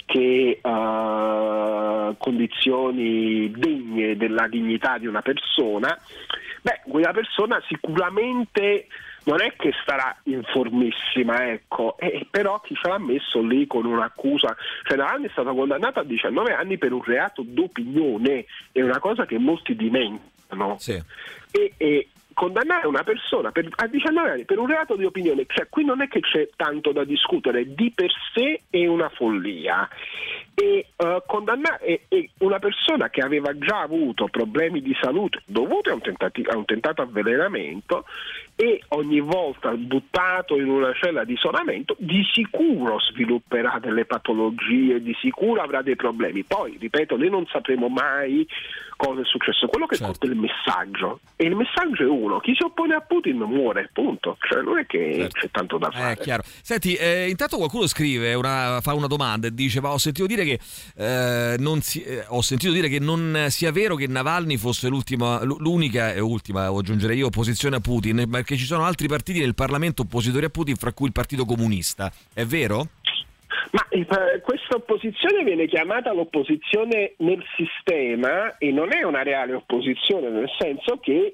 che uh, condizioni degne della dignità di una persona. Beh, quella persona sicuramente non è che starà informissima, ecco, eh, però chi ce l'ha messo lì con un'accusa, cioè Navalny è stato condannato a diciannove anni per un reato d'opinione, è una cosa che molti dimenticano. Sì. E, e condannare una persona per, a diciannove anni per un reato di opinione, cioè qui non è che c'è tanto da discutere, di per sé è una follia. E uh, condannare e, e una persona che aveva già avuto problemi di salute dovuti a un, tentati- a un tentato avvelenamento e ogni volta buttato in una cella di isolamento, di sicuro svilupperà delle patologie, di sicuro avrà dei problemi. Poi, ripeto, noi non sapremo mai cosa è successo. Quello che certo. conta è il messaggio, e il messaggio è uno: chi si oppone a Putin muore, punto. Cioè non è che certo. c'è tanto da fare. È chiaro. Senti, eh, intanto qualcuno scrive, una, fa una domanda e dice: ma ho sentito dire che eh, non si, eh, ho sentito dire che non sia vero che Navalny fosse l'ultima, l'unica e ultima, aggiungerei io, opposizione a Putin, perché ci sono altri partiti nel Parlamento oppositori a Putin, fra cui il Partito Comunista. È vero? Ma eh, questa opposizione viene chiamata l'opposizione nel sistema, e non è una reale opposizione, nel senso che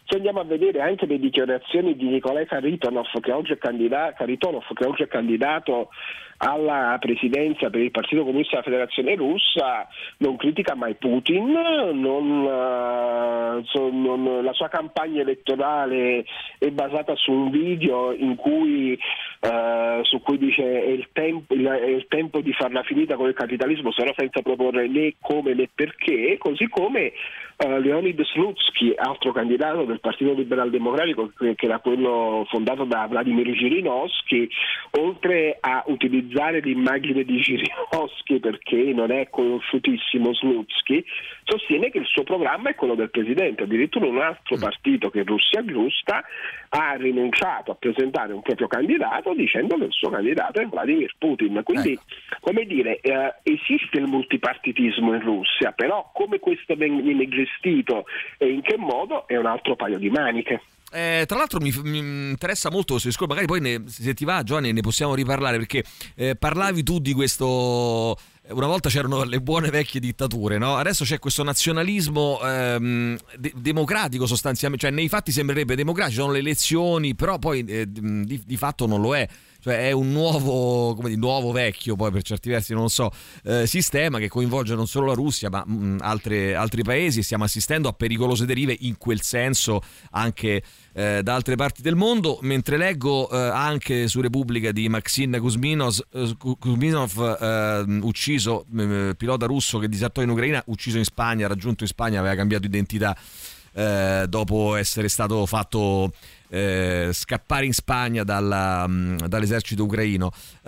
se andiamo a vedere anche le dichiarazioni di Nikolai Kharitonov, che oggi è candidato, Kharitonov, che oggi è candidato alla presidenza per il Partito Comunista della Federazione Russa, non critica mai Putin, non, uh, so, non, la sua campagna elettorale è basata su un video in cui, uh, su cui dice è il, tempo, è il tempo di farla finita con il capitalismo, però senza proporre né come né perché, così come uh, Leonid Slutsky, altro candidato del Partito Liberal Democratico, che, che era quello fondato da Vladimir Zhirinovsky, oltre a utilizzare l'immagine di Zhirinovsky, perché non è conosciutissimo Slutsky, sostiene che il suo programma è quello del presidente. Addirittura un altro partito, che è Russia Giusta, ha rinunciato a presentare un proprio candidato dicendo che il suo candidato è Vladimir Putin. Quindi, ecco, come dire, eh, esiste il multipartitismo in Russia, però come questo viene gestito e in che modo è un altro paio di maniche. Eh, tra l'altro mi, mi interessa molto questo discorso, magari poi ne, se ti va Giovanni ne possiamo riparlare, perché eh, parlavi tu di questo, una volta c'erano le buone vecchie dittature, no? Adesso c'è questo nazionalismo ehm, de- democratico sostanzialmente, cioè nei fatti sembrerebbe democratico, sono le elezioni, però poi eh, di, di fatto non lo è. Cioè è un nuovo, come dire, nuovo vecchio, poi per certi versi non lo so, eh, sistema che coinvolge non solo la Russia ma mh, altre, altri paesi, e stiamo assistendo a pericolose derive in quel senso anche eh, da altre parti del mondo. Mentre leggo eh, anche su Repubblica di Maxim Kuzminov, eh, Kuzminov eh, ucciso, eh, pilota russo che disertò in Ucraina, ucciso in Spagna, raggiunto in Spagna, aveva cambiato identità eh, dopo essere stato fatto Eh, scappare in Spagna dalla, mh, dall'esercito ucraino.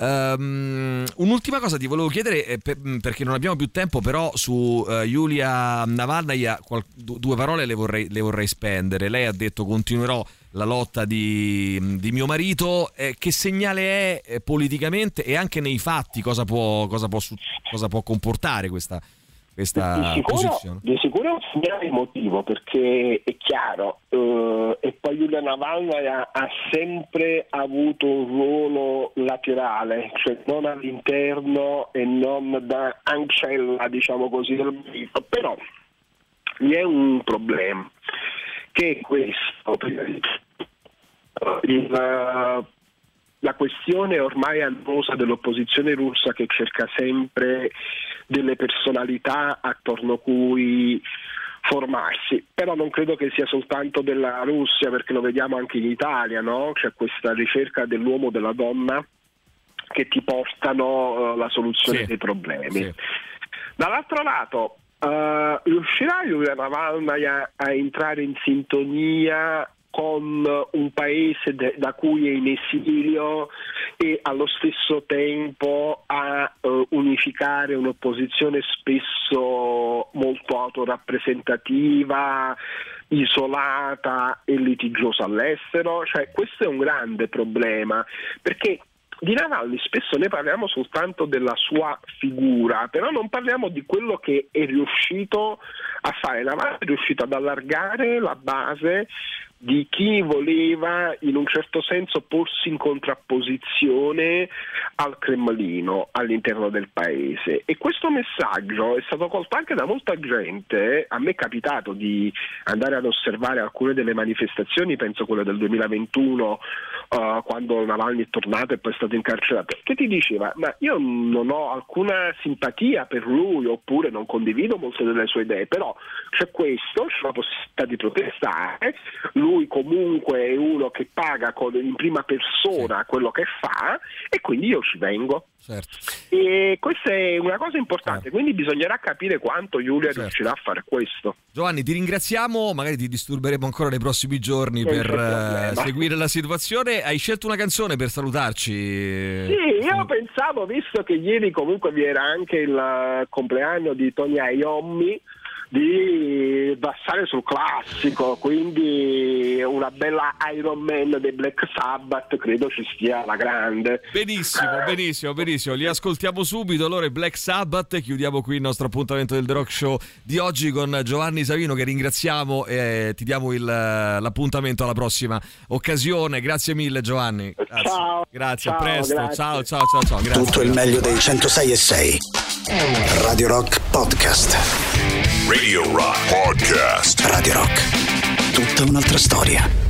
Um, un'ultima cosa ti volevo chiedere, eh, per, perché non abbiamo più tempo, però su uh, Yulia Navalnaya qual- due parole le vorrei, le vorrei spendere. Lei ha detto: continuerò la lotta di, di mio marito. Eh, che segnale è eh, politicamente e anche nei fatti? Cosa può, cosa può, cosa può comportare questa questa di sicuro, posizione? Di sicuro è un segnale emotivo, perché è chiaro, eh, e poi Yulia Navalnaya ha sempre avuto un ruolo laterale, cioè non all'interno e non da ancella, diciamo così, del movimento. Però vi è un problema, che è questo: il, la questione ormai annosa dell'opposizione russa, che cerca sempre delle personalità attorno a cui formarsi, però non credo che sia soltanto della Russia, perché lo vediamo anche in Italia, no? C'è questa ricerca dell'uomo, della donna, che ti portano uh, la soluzione sì. dei problemi. Sì. Dall'altro lato, uh, riuscirà Yulia Navalnaya a entrare in sintonia con un paese de- da cui è in esilio e allo stesso tempo a uh, unificare un'opposizione spesso molto autorappresentativa, isolata e litigiosa all'estero? Cioè, questo è un grande problema, perché di Navalny spesso ne parliamo soltanto della sua figura, però non parliamo di quello che è riuscito a fare. Navalny è riuscito ad allargare la base di chi voleva in un certo senso porsi in contrapposizione al Cremlino all'interno del paese, e questo messaggio è stato colto anche da molta gente. A me è capitato di andare ad osservare alcune delle manifestazioni, penso quelle del duemilaventuno, uh, quando Navalny è tornato e poi è stato incarcerato, che ti diceva: ma io non ho alcuna simpatia per lui, oppure non condivido molte delle sue idee, però c'è questo, c'è la possibilità di protestare, lui comunque è uno che paga con, in prima persona quello che fa, e quindi io ci vengo. Certo. E questa è una cosa importante, quindi bisognerà capire quanto Giulia certo. riuscirà a fare questo. Giovanni, ti ringraziamo, magari ti disturberemo ancora nei prossimi giorni non per uh, seguire la situazione. Hai scelto una canzone per salutarci? Sì, io pensavo, visto che ieri comunque vi era anche il compleanno di Tony Iommi, di passare sul classico, quindi una bella Iron Man dei Black Sabbath credo ci stia alla grande. Benissimo, benissimo, benissimo, li ascoltiamo subito. Allora Black Sabbath, chiudiamo qui il nostro appuntamento del The Rock Show di oggi con Giovanni Savino, che ringraziamo, e ti diamo il, l'appuntamento alla prossima occasione. Grazie mille Giovanni. Grazie. Ciao. Grazie, ciao, a presto. Grazie. Ciao, ciao, ciao, ciao. Grazie. Tutto il meglio dei centosei e sei. Radio Rock Podcast. Radio Rock Podcast. Radio Rock. tutta un'altra storia.